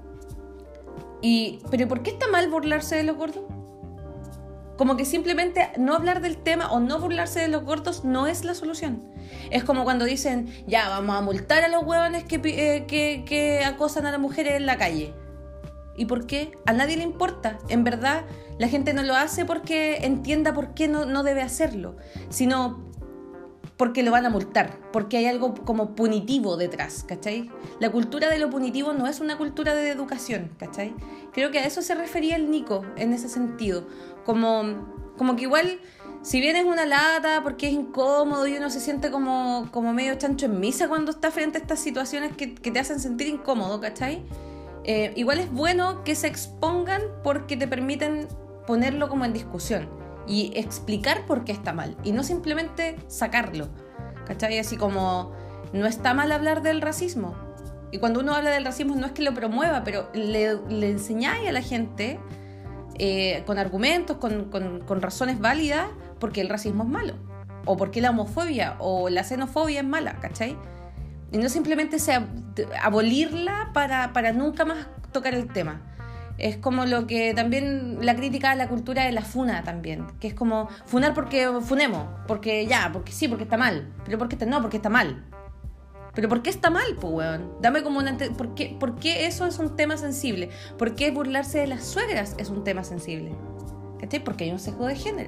¿Pero por qué está mal burlarse de los gordos? Como que simplemente no hablar del tema o no burlarse de los gordos no es la solución. Es como cuando dicen, ya, vamos a multar a los huevones que acosan a las mujeres en la calle. ¿Y por qué? A nadie le importa. En verdad, la gente no lo hace porque entienda por qué no debe hacerlo, sino porque lo van a multar, porque hay algo como punitivo detrás, ¿cachai? La cultura de lo punitivo no es una cultura de educación, ¿cachai? Creo que a eso se refería el Nico en ese sentido, como que igual, si bien es una lata porque es incómodo y uno se siente como medio chancho en misa cuando está frente a estas situaciones que te hacen sentir incómodo, ¿cachai? igual es bueno que se expongan porque te permiten ponerlo como en discusión y explicar por qué está mal y no simplemente sacarlo, ¿cachai? Así como no está mal hablar del racismo, y cuando uno habla del racismo no es que lo promueva, pero le enseñáis a la gente con argumentos, con razones válidas porque el racismo es malo, o porque la homofobia o la xenofobia es mala, ¿cachai? Y no simplemente abolirla para nunca más tocar el tema. Es como lo que también la crítica a la cultura de la funa también, que es como funar porque funemos, porque sí, porque está mal, pero porque no, porque está mal. Pero ¿por qué está mal, pues, weón? Dame como ¿por qué eso es un tema sensible? ¿Por qué burlarse de las suegras es un tema sensible? ¿Cachai? Porque hay un sesgo de género.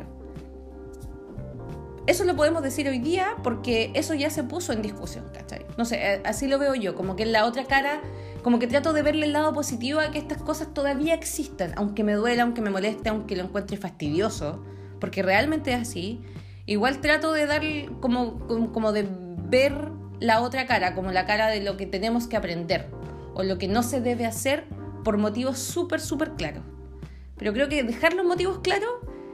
Eso lo podemos decir hoy día porque eso ya se puso en discusión, ¿cachai? No sé, así lo veo yo, como que en la otra cara, como que trato de verle el lado positivo a que estas cosas todavía existen, aunque me duela, aunque me moleste, aunque lo encuentre fastidioso, porque realmente es así. Igual trato de dar como de ver la otra cara, como la cara de lo que tenemos que aprender o lo que no se debe hacer por motivos súper, súper claros. Pero creo que dejar los motivos claros,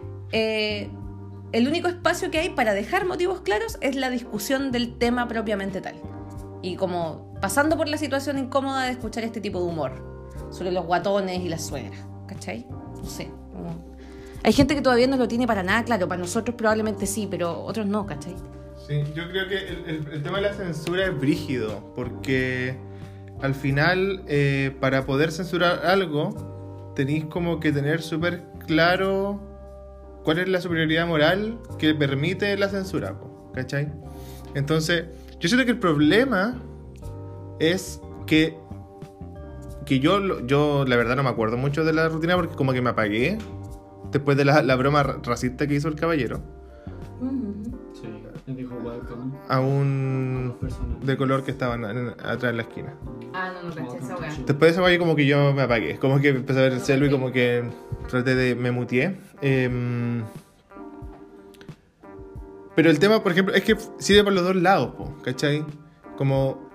el único espacio que hay para dejar motivos claros es la discusión del tema propiamente tal. Y como pasando por la situación incómoda de escuchar este tipo de humor sobre los guatones y las suegras, ¿cachai? No sé. Hay gente que todavía no lo tiene para nada claro. Para nosotros probablemente sí, pero otros no, ¿cachai? Sí, yo creo que el tema de la censura es brígido, porque al final, para poder censurar algo, tenéis como que tener súper claro cuál es la superioridad moral que permite la censura, ¿cachai? Entonces, yo siento que el problema es que yo la verdad no me acuerdo mucho de la rutina porque como que me apagué después de la broma racista que hizo el caballero. Sí, le dijo welcome a un dos personas. de color que estaban atrás en la esquina. No caché esa weá. Después de esa guay como que yo me apagué, como que empecé a ver el celu y como que me muteé. Pero el tema, por ejemplo, es que sirve por los dos lados, ¿cachai? Como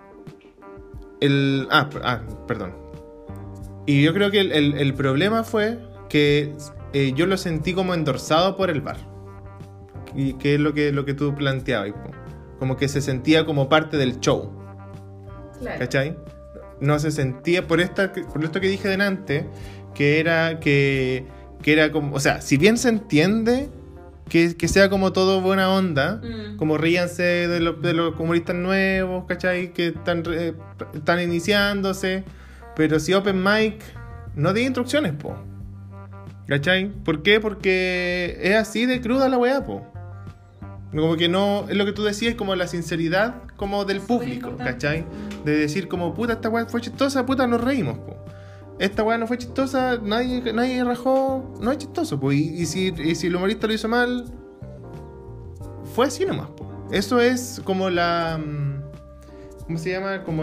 perdón. Y yo creo que el problema fue que yo lo sentí como endorsado por el bar. Y que es lo que tú planteabas, como que se sentía como parte del show. Claro. ¿Cachai? No se sentía por esto que dije delante, que era como, o sea, si bien se entiende que sea como todo buena onda, como ríanse de los humoristas nuevos, ¿cachai? Que están iniciándose, pero si Open Mic no tiene instrucciones, ¿cachai? ¿Por qué? Porque es así de cruda la weá, Como que no, es lo que tú decías, como la sinceridad como del público, ¿cachai? De decir como, puta, esta weá fue chistosa, puta, nos reímos, Esta weá no fue chistosa, nadie rajó, no es chistoso, y si el humorista lo hizo mal, fue así nomás, Eso es como ¿cómo se llama? Como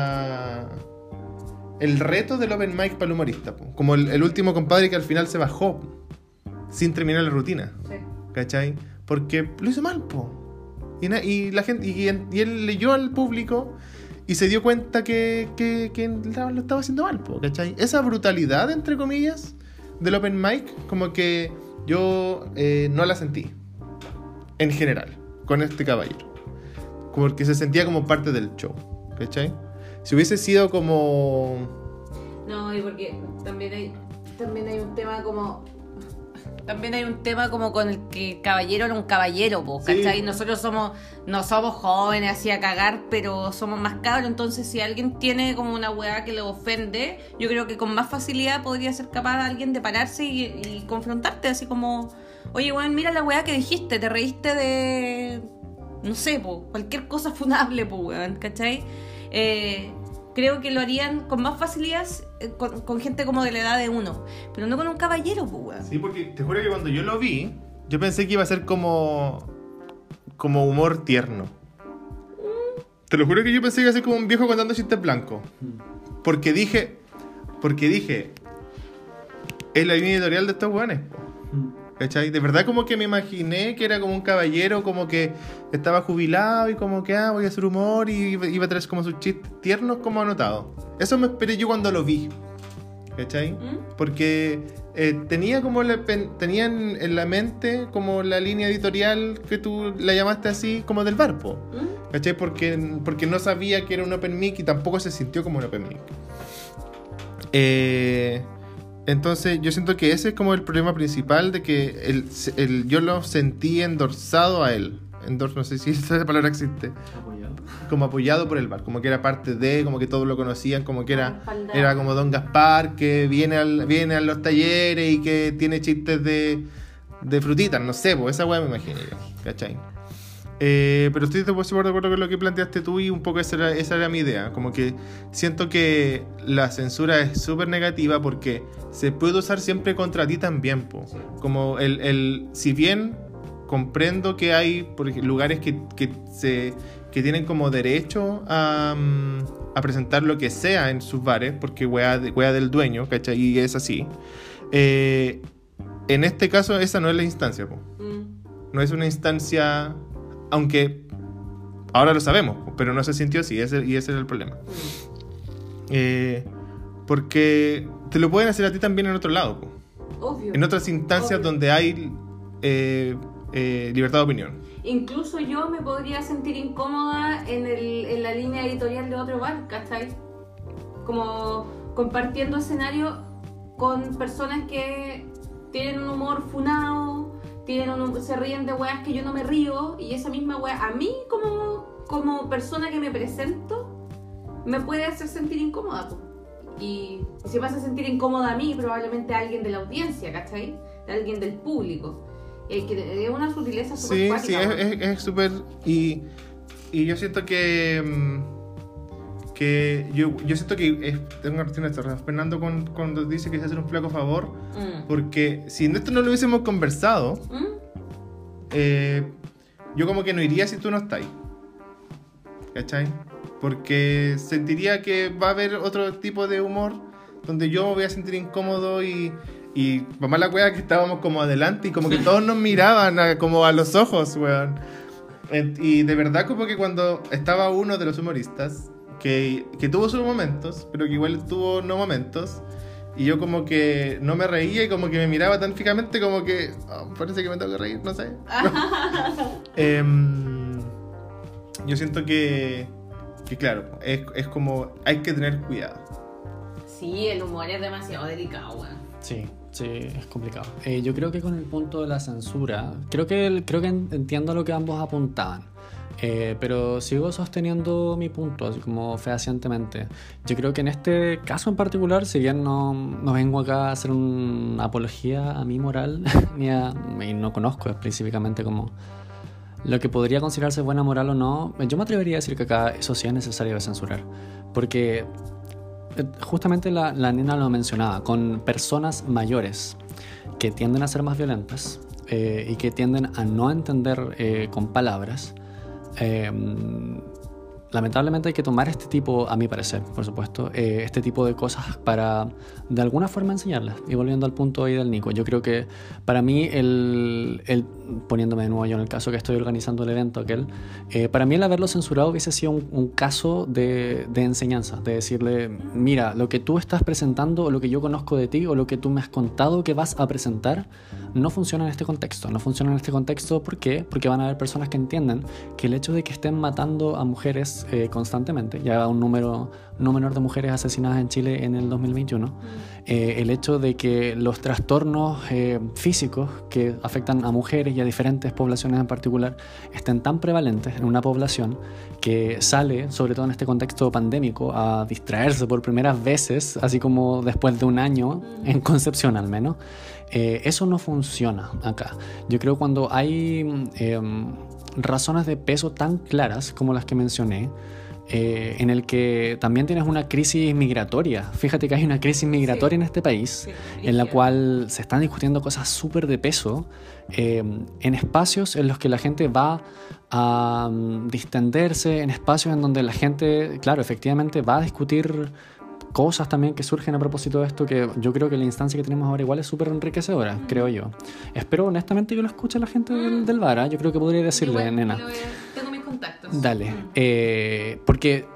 el reto del open mic para el humorista, como el último compadre que al final se bajó sin terminar la rutina, Sí. ¿cachai? Porque lo hizo mal, y la gente y él leyó al público y se dio cuenta que lo estaba haciendo mal, ¿cachai? Esa brutalidad, entre comillas, del open mic, como que yo no la sentí en general con este caballero, como que se sentía como parte del show, ¿cachai? Si hubiese sido como... No, y porque también hay un tema como... También hay un tema como con el que el caballero era un caballero, ¿cachai? Sí. Nosotros no somos jóvenes así a cagar, pero somos más cabros. Entonces, si alguien tiene como una weá que le ofende, yo creo que con más facilidad podría ser capaz alguien de pararse y confrontarte, así como, oye, weón, mira la weá que dijiste, te reíste de, no sé, cualquier cosa funable, weón, ¿cachai? Creo que lo harían con más facilidad con gente como de la edad de uno, pero no con un caballero, weón. Sí, porque te juro que cuando yo lo vi, yo pensé que iba a ser como humor tierno. Te lo juro que yo pensé que iba a ser como un viejo contando chistes blancos. Porque dije, es la línea editorial de estos weones, ¿cachai? De verdad como que me imaginé que era como un caballero, como que estaba jubilado y como que voy a hacer humor y iba a traer como sus chistes tiernos como anotado. Eso me esperé yo cuando lo vi. ¿cachai? Porque tenía como tenían en la mente como la línea editorial que tú la llamaste así, como del Barpo, ¿cachai? Porque no sabía que era un open mic y tampoco se sintió como un open mic. Entonces yo siento que ese es como el problema principal, de que yo lo sentí endorsado a él. No sé si esa palabra existe. Como apoyado por el bar, como que era parte de, como que todos lo conocían, como que era como Don Gaspar, que viene a los talleres y que tiene chistes de frutitas, no sé, pues esa weá me imagino yo, ¿cachai? Pero estoy súper de acuerdo con lo que planteaste tú, y un poco esa era mi idea. Como que siento que la censura es súper negativa porque se puede usar siempre contra ti también, po. Como si bien comprendo que hay por ejemplo, lugares que tienen como derecho a presentar lo que sea en sus bares, porque wea del dueño, ¿cachai? Y es así. En este caso esa no es la instancia, po. No es una instancia, aunque ahora lo sabemos, pero no se sintió así, y ese era el problema. Porque te lo pueden hacer a ti también en otro lado, po. Obvio. En otras instancias donde hay libertad de opinión. Incluso yo me podría sentir incómoda en la línea editorial de otro bar, ¿cachai? Como compartiendo escenario con personas que tienen un humor funado, se ríen de weas que yo no me río, y esa misma wea a mí como persona que me presento me puede hacer sentir incómoda, po. Y si me hace sentir incómoda a mí, probablemente a alguien de la audiencia, ¿cachai? De alguien del público. Que es una sutileza súper cuática. Sí, es súper... Y yo siento que yo siento que tengo una cuestión de Fernando cuando dice que se hace un flaco favor, porque si esto no lo hubiésemos conversado, yo como que no iría si tú no estás ahí, ¿cachai? Porque sentiría que va a haber otro tipo de humor donde yo me voy a sentir incómodo y mamá la wea que estábamos como adelante y como que todos nos miraban como a los ojos, weón. Y de verdad como que cuando estaba uno de los humoristas que tuvo sus momentos, pero que igual tuvo no momentos, y yo como que no me reía y como que me miraba tan fijamente como que parece que me tengo que reír, no sé. Yo siento que claro, es como hay que tener cuidado. Sí, el humor es demasiado delicado, weón. Sí, es complicado. Yo creo que con el punto de la censura, creo que entiendo lo que ambos apuntaban, pero sigo sosteniendo mi punto, así como fehacientemente. Yo creo que en este caso en particular, si bien no vengo acá a hacer una apología a mi moral, y no conozco específicamente como lo que podría considerarse buena moral o no, yo me atrevería a decir que acá eso sí es necesario de censurar, porque justamente la nena lo mencionaba, con personas mayores que tienden a ser más violentas y que tienden a no entender con palabras. Lamentablemente hay que tomar este tipo, a mi parecer, por supuesto, este tipo de cosas para de alguna forma enseñarlas. Y volviendo al punto ahí del Nico, yo creo que para mí poniéndome de nuevo yo en el caso que estoy organizando el evento aquel, para mí el haberlo censurado hubiese sido un caso de enseñanza, de decirle, mira, lo que tú estás presentando o lo que yo conozco de ti o lo que tú me has contado que vas a presentar no funciona en este contexto. No funciona en este contexto, ¿por qué? Porque van a haber personas que entienden que el hecho de que estén matando a mujeres constantemente, ya un número no menor de mujeres asesinadas en Chile en el 2021, el hecho de que los trastornos físicos que afectan a mujeres y a diferentes poblaciones en particular estén tan prevalentes en una población que sale, sobre todo en este contexto pandémico, a distraerse por primeras veces, así como después de un año, en Concepción al menos, eso no funciona acá. Yo creo cuando hay razones de peso tan claras como las que mencioné, en el que también tienes una crisis migratoria. Fíjate que hay una crisis migratoria en este país, en la cual se están discutiendo cosas súper de peso, en espacios en los que la gente va a distenderse, en espacios en donde la gente, claro, efectivamente va a discutir cosas también que surgen a propósito de esto, que yo creo que la instancia que tenemos ahora igual es súper enriquecedora, creo yo. Espero honestamente que lo escuche la gente del bar, ¿eh? Yo creo que podría decirle, igual, nena. Tengo mis contactos. Dale, porque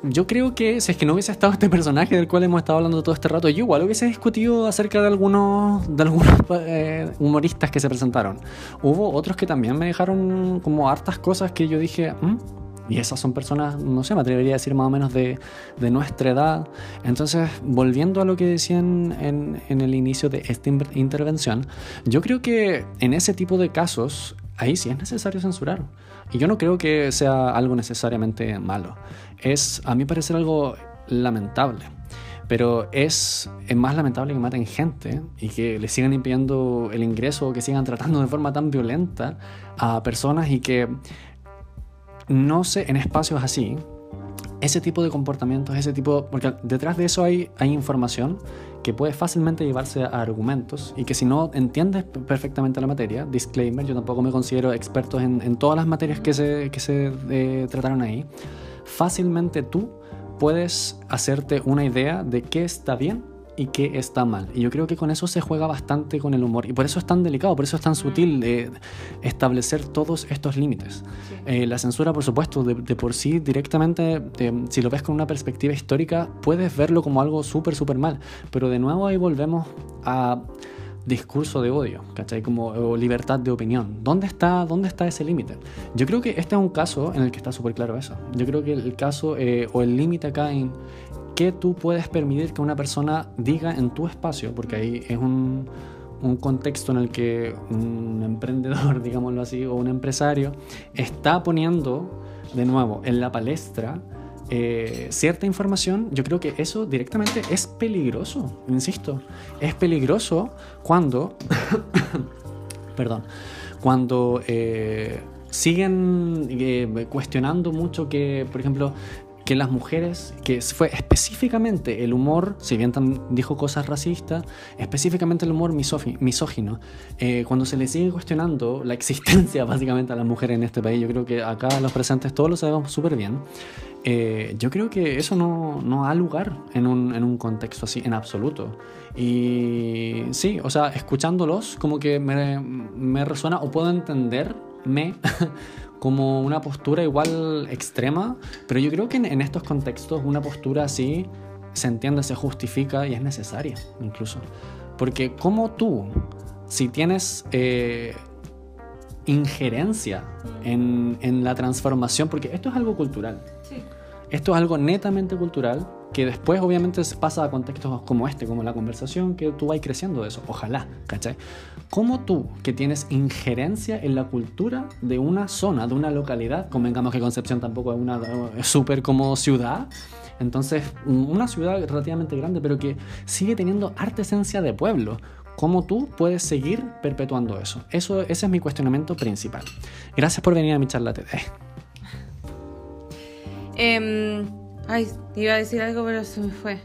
yo creo que si es que no hubiese estado este personaje del cual hemos estado hablando todo este rato, yo igual hubiese discutido acerca de algunos humoristas que se presentaron. Hubo otros que también me dejaron como hartas cosas que yo dije, y esas son personas, no sé, me atrevería a decir más o menos de nuestra edad. Entonces, volviendo a lo que decían en el inicio de esta intervención, yo creo que en ese tipo de casos, ahí sí es necesario censurar. Y yo no creo que sea algo necesariamente malo. Es, a mi parecer, algo lamentable. Pero es más lamentable que maten gente y que le sigan impidiendo el ingreso o que sigan tratando de forma tan violenta a personas y que, no sé, en espacios así, ese tipo de comportamientos, porque detrás de eso hay información que puede fácilmente llevarse a argumentos y que si no entiendes perfectamente la materia, disclaimer, yo tampoco me considero experto en todas las materias que se trataron ahí, fácilmente tú puedes hacerte una idea de qué está bien y qué está mal. Y yo creo que con eso se juega bastante con el humor. Y por eso es tan delicado, por eso es tan sutil establecer todos estos límites. Sí. La censura, por supuesto, de por sí, directamente, si lo ves con una perspectiva histórica, puedes verlo como algo súper, súper mal. Pero de nuevo ahí volvemos a discurso de odio, ¿cachai? O libertad de opinión. ¿Dónde está ese límite? Yo creo que este es un caso en el que está súper claro eso. Yo creo que el caso o el límite acá en qué tú puedes permitir que una persona diga en tu espacio, porque ahí es un contexto en el que un emprendedor, digámoslo así, o un empresario está poniendo de nuevo en la palestra cierta información. Yo creo que eso directamente es peligroso, insisto, es peligroso cuando cuando siguen cuestionando mucho que, por ejemplo, que las mujeres, que fue específicamente el humor, si bien dijo cosas racistas, específicamente el humor misógino, cuando se le sigue cuestionando la existencia básicamente a las mujeres en este país, yo creo que acá los presentes todos lo sabemos súper bien, yo creo que eso no ha lugar en un contexto así, en absoluto. Y sí, o sea, escuchándolos como que me resuena o puedo entenderme como una postura igual extrema, pero yo creo que en estos contextos una postura así se entiende, se justifica y es necesaria incluso. Porque como tú, si tienes injerencia en la transformación, porque esto es algo cultural, sí. Esto es algo netamente cultural que después obviamente se pasa a contextos como este, como la conversación, que tú vas creciendo de eso, ojalá, ¿cachai? Como tú, que tienes injerencia en la cultura de una zona, de una localidad, convengamos que Concepción tampoco es una súper como ciudad, entonces una ciudad relativamente grande, pero que sigue teniendo harta esencia de pueblo. ¿Cómo tú puedes seguir perpetuando eso? Ese es mi cuestionamiento principal. Gracias por venir a mi charla TED. Iba a decir algo, pero se me fue.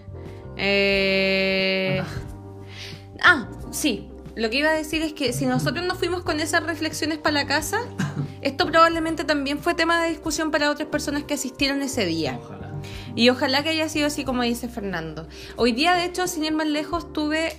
Sí. Lo que iba a decir es que si nosotros nos fuimos con esas reflexiones para la casa, esto probablemente también fue tema de discusión para otras personas que asistieron ese día. Ojalá. Y ojalá que haya sido así como dice Fernando. Hoy día, de hecho, sin ir más lejos, tuve...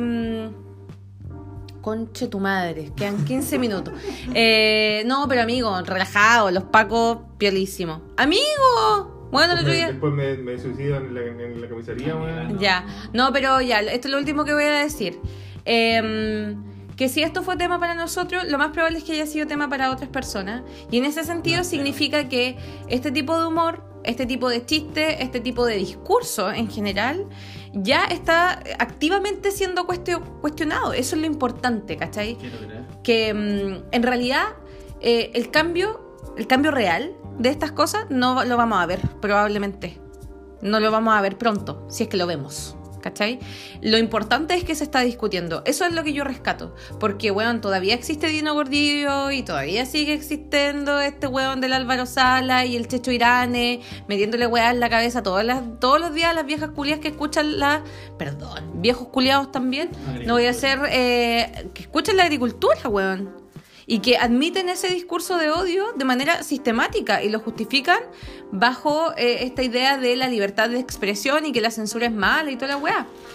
Conche tu madre, quedan 15 minutos. No, pero amigo, relajado, los pacos, piolísimo. ¡Amigo! Bueno, el otro día... Después me suicido en la comisaría, bueno. Ya, no, pero ya, esto es lo último que voy a decir. Que si esto fue tema para nosotros, lo más probable es que haya sido tema para otras personas. Y en ese sentido significa que este tipo de humor, este tipo de chiste, este tipo de discurso en general, ya está activamente siendo cuestionado. Eso es lo importante, ¿cachai? Que en realidad el cambio real de estas cosas no lo vamos a ver, probablemente. No lo vamos a ver pronto, si es que lo vemos. ¿Cachai? Lo importante es que se está discutiendo. Eso es lo que yo rescato. Porque, weón, todavía existe Dino Gordillo y todavía sigue existiendo este weón del Álvaro Sala y el Checho Irane, metiéndole weá en la cabeza todos los días a las viejas culias que escuchan viejos culiados también. No voy a hacer que escuchen la agricultura, weón. Y que admiten ese discurso de odio de manera sistemática y lo justifican bajo esta idea de la libertad de expresión y que la censura es mala y toda la weá.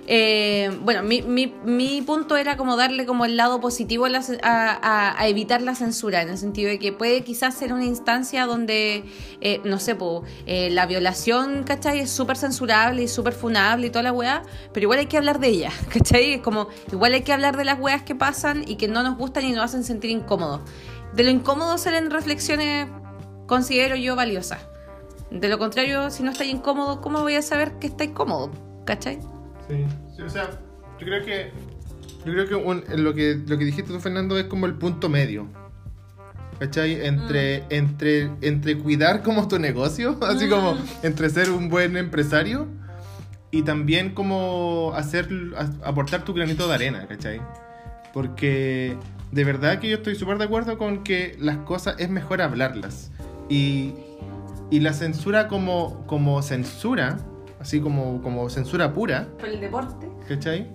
Bueno, mi punto era como darle como el lado positivo a evitar la censura, en el sentido de que puede quizás ser una instancia donde, no sé, la violación, ¿cachai? Es súper censurable y súper funable y toda la weá, pero igual hay que hablar de ella, ¿cachai? Es como, igual hay que hablar de las weas que pasan y que no nos gustan y nos hacen sentir incómodos. De lo incómodo salen reflexiones, considero yo, valiosas. De lo contrario, si no estáis incómodo, ¿cómo voy a saber que estáis cómodo? ¿Cachai? Sí, o sea, yo creo que lo que dijiste tú, Fernando, es como el punto medio. ¿Cachai? Entre cuidar como tu negocio, así como entre ser un buen empresario y también como aportar tu granito de arena, ¿cachai? Porque de verdad que yo estoy súper de acuerdo con que las cosas es mejor hablarlas. Y la censura como censura, así como censura pura, Por el deporte. ¿cachai?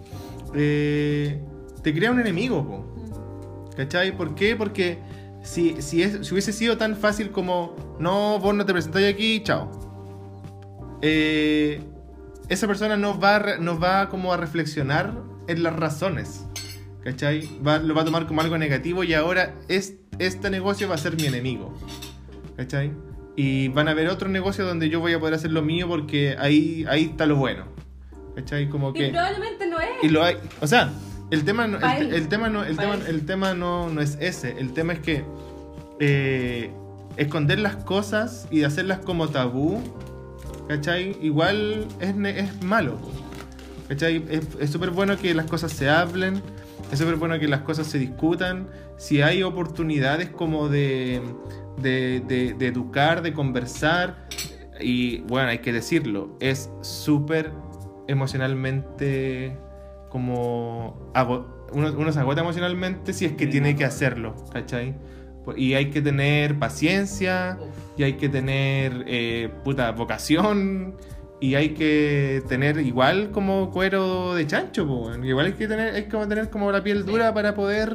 Te crea un enemigo, po. ¿Cachai? ¿Por qué? Porque si hubiese sido tan fácil como no, vos no te presentáis aquí, chao. Esa persona no va como a reflexionar en las razones, ¿cachai? Lo va a tomar como algo negativo y ahora este negocio va a ser mi enemigo, ¿cachai? Y van a haber otros negocios donde yo voy a poder hacer lo mío porque ahí está lo bueno, ¿cachai? Como que Y probablemente lo es. y lo hay, o sea, el tema no País. el tema no es ese, el tema es que esconder las cosas y hacerlas como tabú, ¿cachai? Igual es malo, ¿cachai? Es súper bueno que las cosas se hablen, es súper bueno que las cosas se discutan. Si hay oportunidades como de educar, de conversar, y bueno, hay que decirlo, es súper emocionalmente como uno se agota emocionalmente si es que tiene que hacerlo, ¿cachai? Y hay que tener paciencia, y hay que tener vocación, y hay que tener igual como cuero de chancho, po, weón. Igual hay que tener como la piel dura para poder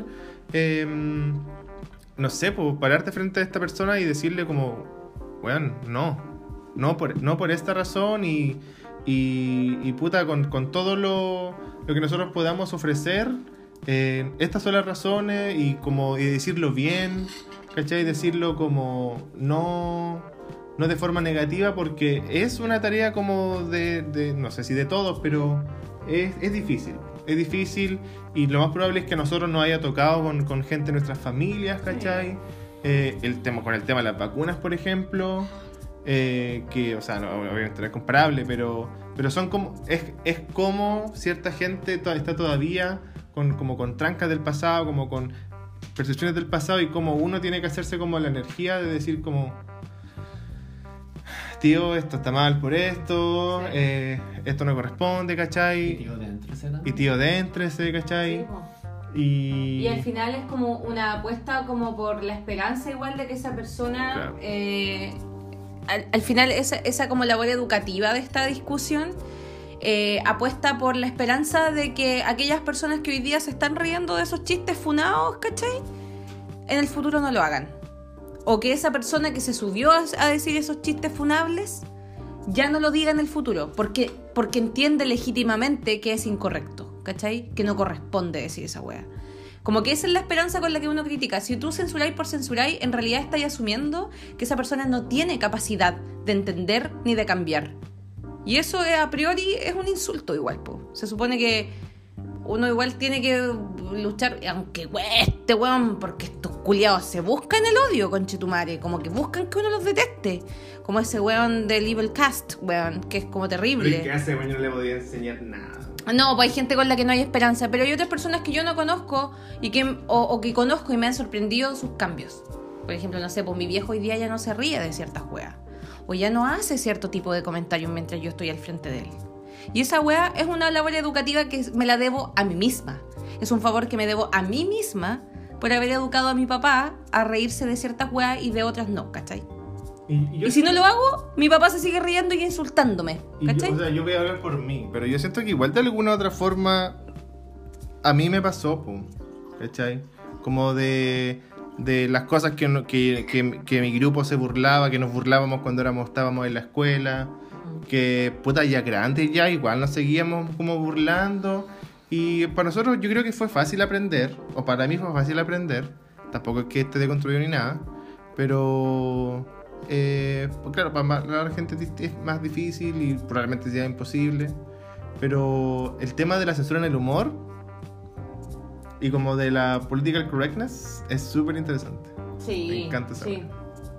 no sé, pues pararte frente a esta persona y decirle como, weón, no por esta razón y puta, con todo lo que nosotros podamos ofrecer, estas son las razones y decirlo bien, ¿cachai? Decirlo como no de forma negativa, porque es una tarea como de no sé si de todos, pero es difícil. Es difícil y lo más probable es que a nosotros nos haya tocado con gente de nuestras familias, ¿cachai? Con el tema de las vacunas, por ejemplo, que, o sea, no, obviamente no es comparable, pero son como, es como cierta gente está todavía con trancas del pasado, como con percepciones del pasado, y como uno tiene que hacerse como la energía de decir como, tío, esto está mal por esto, esto no corresponde, ¿cachai? Y tío, déntrese, ¿cachai? Sí, po. Y al final es como una apuesta como por la esperanza igual de que esa persona... Claro. Al final esa como labor educativa de esta discusión apuesta por la esperanza de que aquellas personas que hoy día se están riendo de esos chistes funados, ¿cachai? En el futuro no lo hagan. O que esa persona que se subió a decir esos chistes funables ya no lo diga en el futuro, porque entiende legítimamente que es incorrecto, ¿cachai? Que no corresponde decir esa wea. Como que esa es la esperanza con la que uno critica. Si tú censuráis por censuráis, en realidad estáis asumiendo que esa persona no tiene capacidad de entender ni de cambiar. Y eso a priori es un insulto igual, po. Se supone que uno igual tiene que luchar, aunque cueste, weón, porque estos culiados se buscan el odio, conchetumare, como que buscan que uno los deteste, como ese weón del Evil Cast, weón, que es como terrible. ¿Qué hace, weón? No le podía enseñar nada. No, pues hay gente con la que no hay esperanza, pero hay otras personas que yo no conozco y que conozco y me han sorprendido sus cambios. Por ejemplo, no sé, pues mi viejo hoy día ya no se ríe de ciertas weas, o ya no hace cierto tipo de comentarios mientras yo estoy al frente de él. Y esa wea es una labor educativa que me la debo a mí misma. Es un favor que me debo a mí misma por haber educado a mi papá a reírse de ciertas weas y de otras no, ¿cachai? Y si no lo hago, mi papá se sigue riendo y insultándome, ¿cachai? Yo voy a hablar por mí, pero yo siento que igual de alguna u otra forma a mí me pasó, ¿cachai? Como de las cosas que mi grupo se burlaba, que nos burlábamos cuando estábamos en la escuela. que puta ya grande ya, igual nos seguíamos como burlando. Y para nosotros yo creo que fue fácil aprender, o para mí fue fácil aprender. Tampoco es que esté deconstruido ni nada, pero pues claro, para la gente es más difícil y probablemente sea imposible. Pero el tema de la censura en el humor y como de la political correctness es súper interesante. Sí. Me encanta esa sí.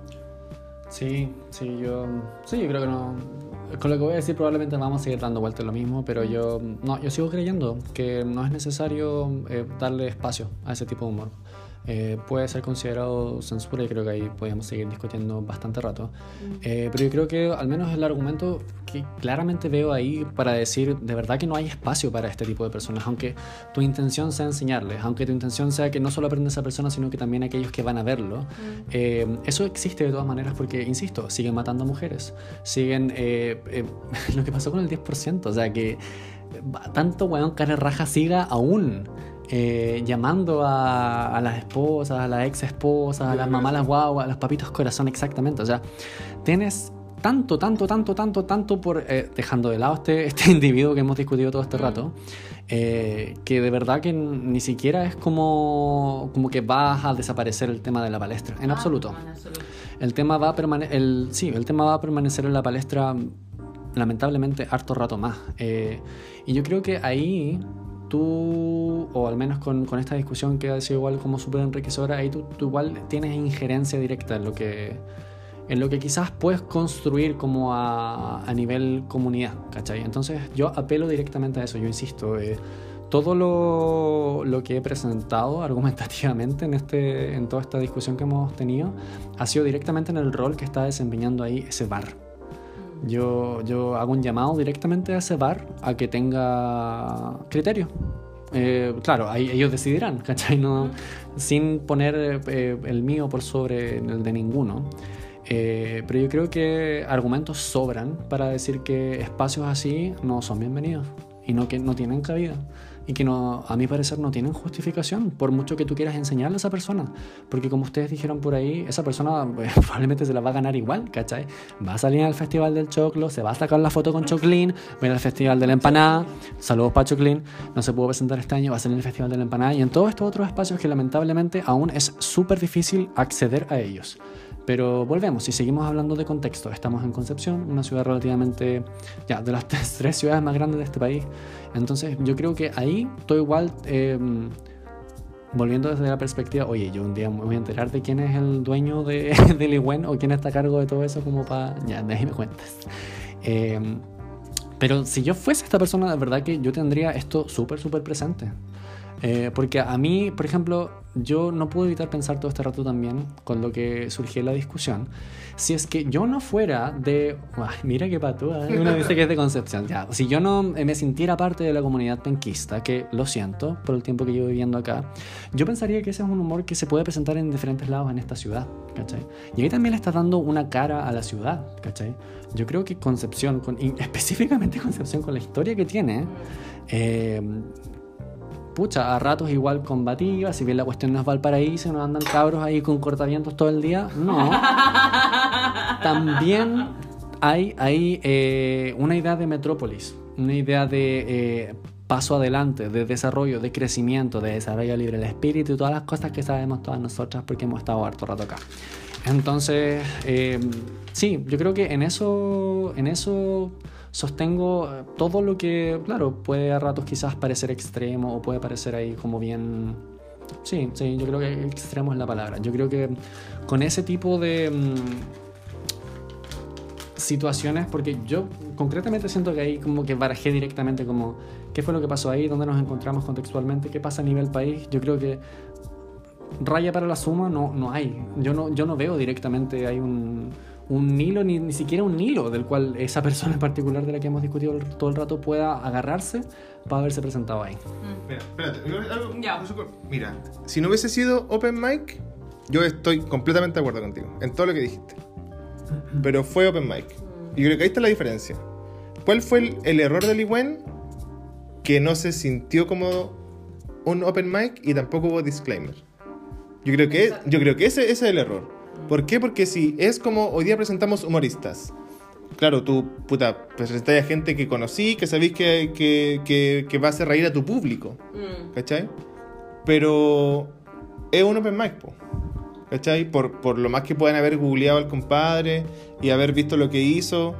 Yo creo que no. Con lo que voy a decir probablemente vamos a seguir dando vueltas lo mismo, pero yo sigo creyendo que no es necesario darle espacio a ese tipo de humor. Puede ser considerado censura y creo que ahí podríamos seguir discutiendo bastante rato. Pero yo creo que al menos el argumento que claramente veo ahí para decir de verdad que no hay espacio para este tipo de personas, aunque tu intención sea enseñarles, aunque tu intención sea que no solo aprenda esa persona, sino que también aquellos que van a verlo. Eso existe de todas maneras porque, insisto, siguen matando mujeres, siguen lo que pasó con el 10%, o sea que tanto weón cara raja siga aún llamando a las esposas, a las ex esposas, a las mamás, las guaguas, a los papitos corazón, exactamente. O sea, tienes tanto por dejando de lado este individuo que hemos discutido todo este rato, que de verdad que ni siquiera es como que vas a desaparecer el tema de la palestra, en absoluto. No, en absoluto. El tema va a permanecer en la palestra lamentablemente harto rato más. Y yo creo que ahí tú, o al menos con esta discusión que ha sido igual como súper enriquecedora, ahí tú igual tienes injerencia directa en lo que quizás puedes construir como a nivel comunidad, ¿cachai? Entonces yo apelo directamente a eso, yo insisto, todo lo que he presentado argumentativamente en toda esta discusión que hemos tenido ha sido directamente en el rol que está desempeñando ahí ese bar. Yo hago un llamado directamente a ese bar a que tenga criterio. Claro, ahí ellos decidirán, ¿cachai? No, sin poner el mío por sobre el de ninguno. Pero yo creo que argumentos sobran para decir que espacios así no son bienvenidos y que no tienen cabida. Y que no, a mi parecer no tienen justificación por mucho que tú quieras enseñarle a esa persona, porque como ustedes dijeron por ahí, esa persona probablemente se la va a ganar igual, ¿cachai? Va a salir al festival del choclo, se va a sacar la foto con Choclin, va a ir al festival de la empanada, saludos para Choclin, no se pudo presentar este año, va a salir en el festival de la empanada y en todos estos otros espacios que lamentablemente aún es súper difícil acceder a ellos. Pero volvemos, si seguimos hablando de contexto, estamos en Concepción, una ciudad relativamente, ya, de las tres ciudades más grandes de este país. Entonces yo creo que ahí todo igual, volviendo desde la perspectiva, oye, yo un día me voy a enterar de quién es el dueño de Ligüen o quién está a cargo de todo eso, como para, ya, de ahí me cuentas. Pero si yo fuese esta persona, de verdad que yo tendría esto súper presente. Porque a mí, por ejemplo, yo no puedo evitar pensar todo este rato también con lo que surgió en la discusión. Si es que yo no fuera de... Uy, mira qué patúa, uno dice que es de Concepción. Ya, si yo no me sintiera parte de la comunidad penquista, que lo siento por el tiempo que llevo viviendo acá, yo pensaría que ese es un humor que se puede presentar en diferentes lados en esta ciudad, ¿cachai? Y ahí también le estás dando una cara a la ciudad, ¿cachai? Yo creo que Concepción, específicamente Concepción con la historia que tiene... pucha, a ratos igual combativa, si bien la cuestión no es Valparaíso, no andan cabros ahí con cortavientos todo el día, no. También hay una idea de metrópolis, una idea de paso adelante, de desarrollo, de crecimiento, de desarrollo libre del espíritu y todas las cosas que sabemos todas nosotras porque hemos estado harto rato acá. Entonces, sí, yo creo que en eso sostengo todo lo que, claro, puede a ratos quizás parecer extremo o puede parecer ahí como bien... Sí, yo creo que extremo es la palabra. Yo creo que con ese tipo de situaciones, porque yo concretamente siento que ahí como que barajé directamente como qué fue lo que pasó ahí, dónde nos encontramos contextualmente, qué pasa a nivel país. Yo creo que raya para la suma no hay. Yo no veo directamente hay un hilo, ni siquiera un hilo del cual esa persona en particular de la que hemos discutido todo el rato pueda agarrarse para haberse presentado ahí. Mira, espérate, Ya. mira, si no hubiese sido Open Mic, yo estoy completamente de acuerdo contigo en todo lo que dijiste. Pero fue Open Mic. Y creo que ahí está la diferencia. ¿Cuál fue el error de Ligüen? Que no se sintió como un Open Mic y tampoco hubo disclaimer. Yo creo que ese es el error. ¿Por qué? Porque si es como hoy día presentamos humoristas, claro, tú, puta, presentáis a gente que conocí, que sabéis que va a hacer reír a tu público, ¿cachai? Pero es un open mic, po, ¿cachai? Por lo más que puedan haber googleado al compadre y haber visto lo que hizo,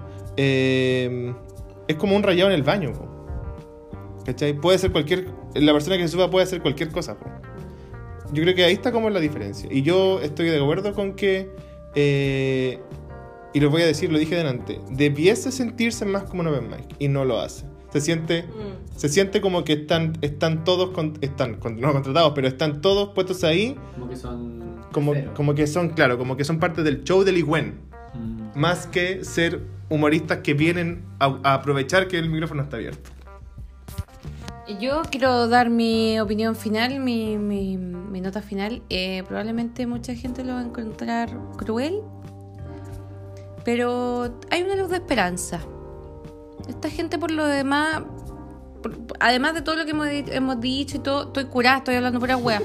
es como un rayado en el baño, po, ¿cachai? Puede ser la persona que se suba puede hacer cualquier cosa, po. Yo creo que ahí está como la diferencia. Y yo estoy de acuerdo con que, y lo voy a decir, lo dije delante, debiese sentirse más como un open mic y no lo hace. Se siente como que están todos no contratados, pero están todos puestos ahí Como que son... como que son, claro, como que son parte del show del Igüen, más que ser humoristas que vienen a aprovechar que el micrófono está abierto. Yo quiero dar mi opinión final, mi nota final. Probablemente mucha gente lo va a encontrar cruel, pero hay una luz de esperanza. Esta gente, por lo demás, además de todo lo que hemos dicho y todo, estoy curada, estoy hablando pura wea.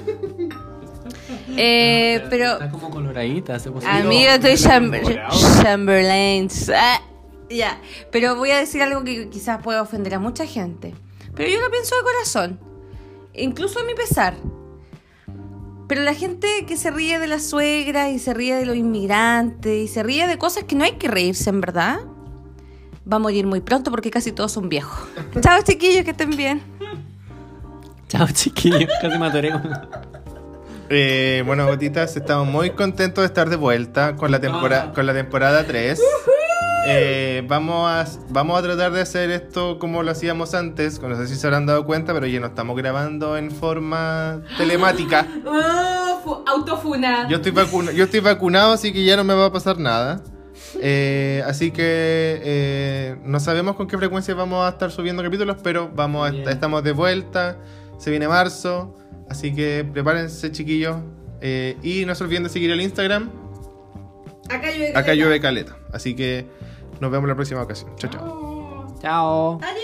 Pero Está como coloradita, se puso... amiga, estoy Chamberlain. Ya, pero voy a decir algo que quizás pueda ofender a mucha gente. Pero yo lo pienso de corazón, incluso a mi pesar. Pero la gente que se ríe de las suegras y se ríe de los inmigrantes y se ríe de cosas que no hay que reírse, en verdad, va a morir muy pronto porque casi todos son viejos. Chao, chiquillos, que estén bien. Chao, chiquillos, casi me atoré. Bueno, gotitas, estamos muy contentos de estar de vuelta con la temporada 3. Vamos a tratar de hacer esto como lo hacíamos antes. No sé si se habrán dado cuenta, pero ya no estamos grabando en forma telemática. Autofuna. Yo estoy vacunado, así que ya no me va a pasar nada. Así que no sabemos con qué frecuencia vamos a estar subiendo capítulos, pero estamos de vuelta. Se viene marzo, así que prepárense, chiquillos. Y no se olviden de seguir el Instagram. Acá llueve caleta. Así que nos vemos la próxima ocasión. Chao, chao. Chao. Adiós.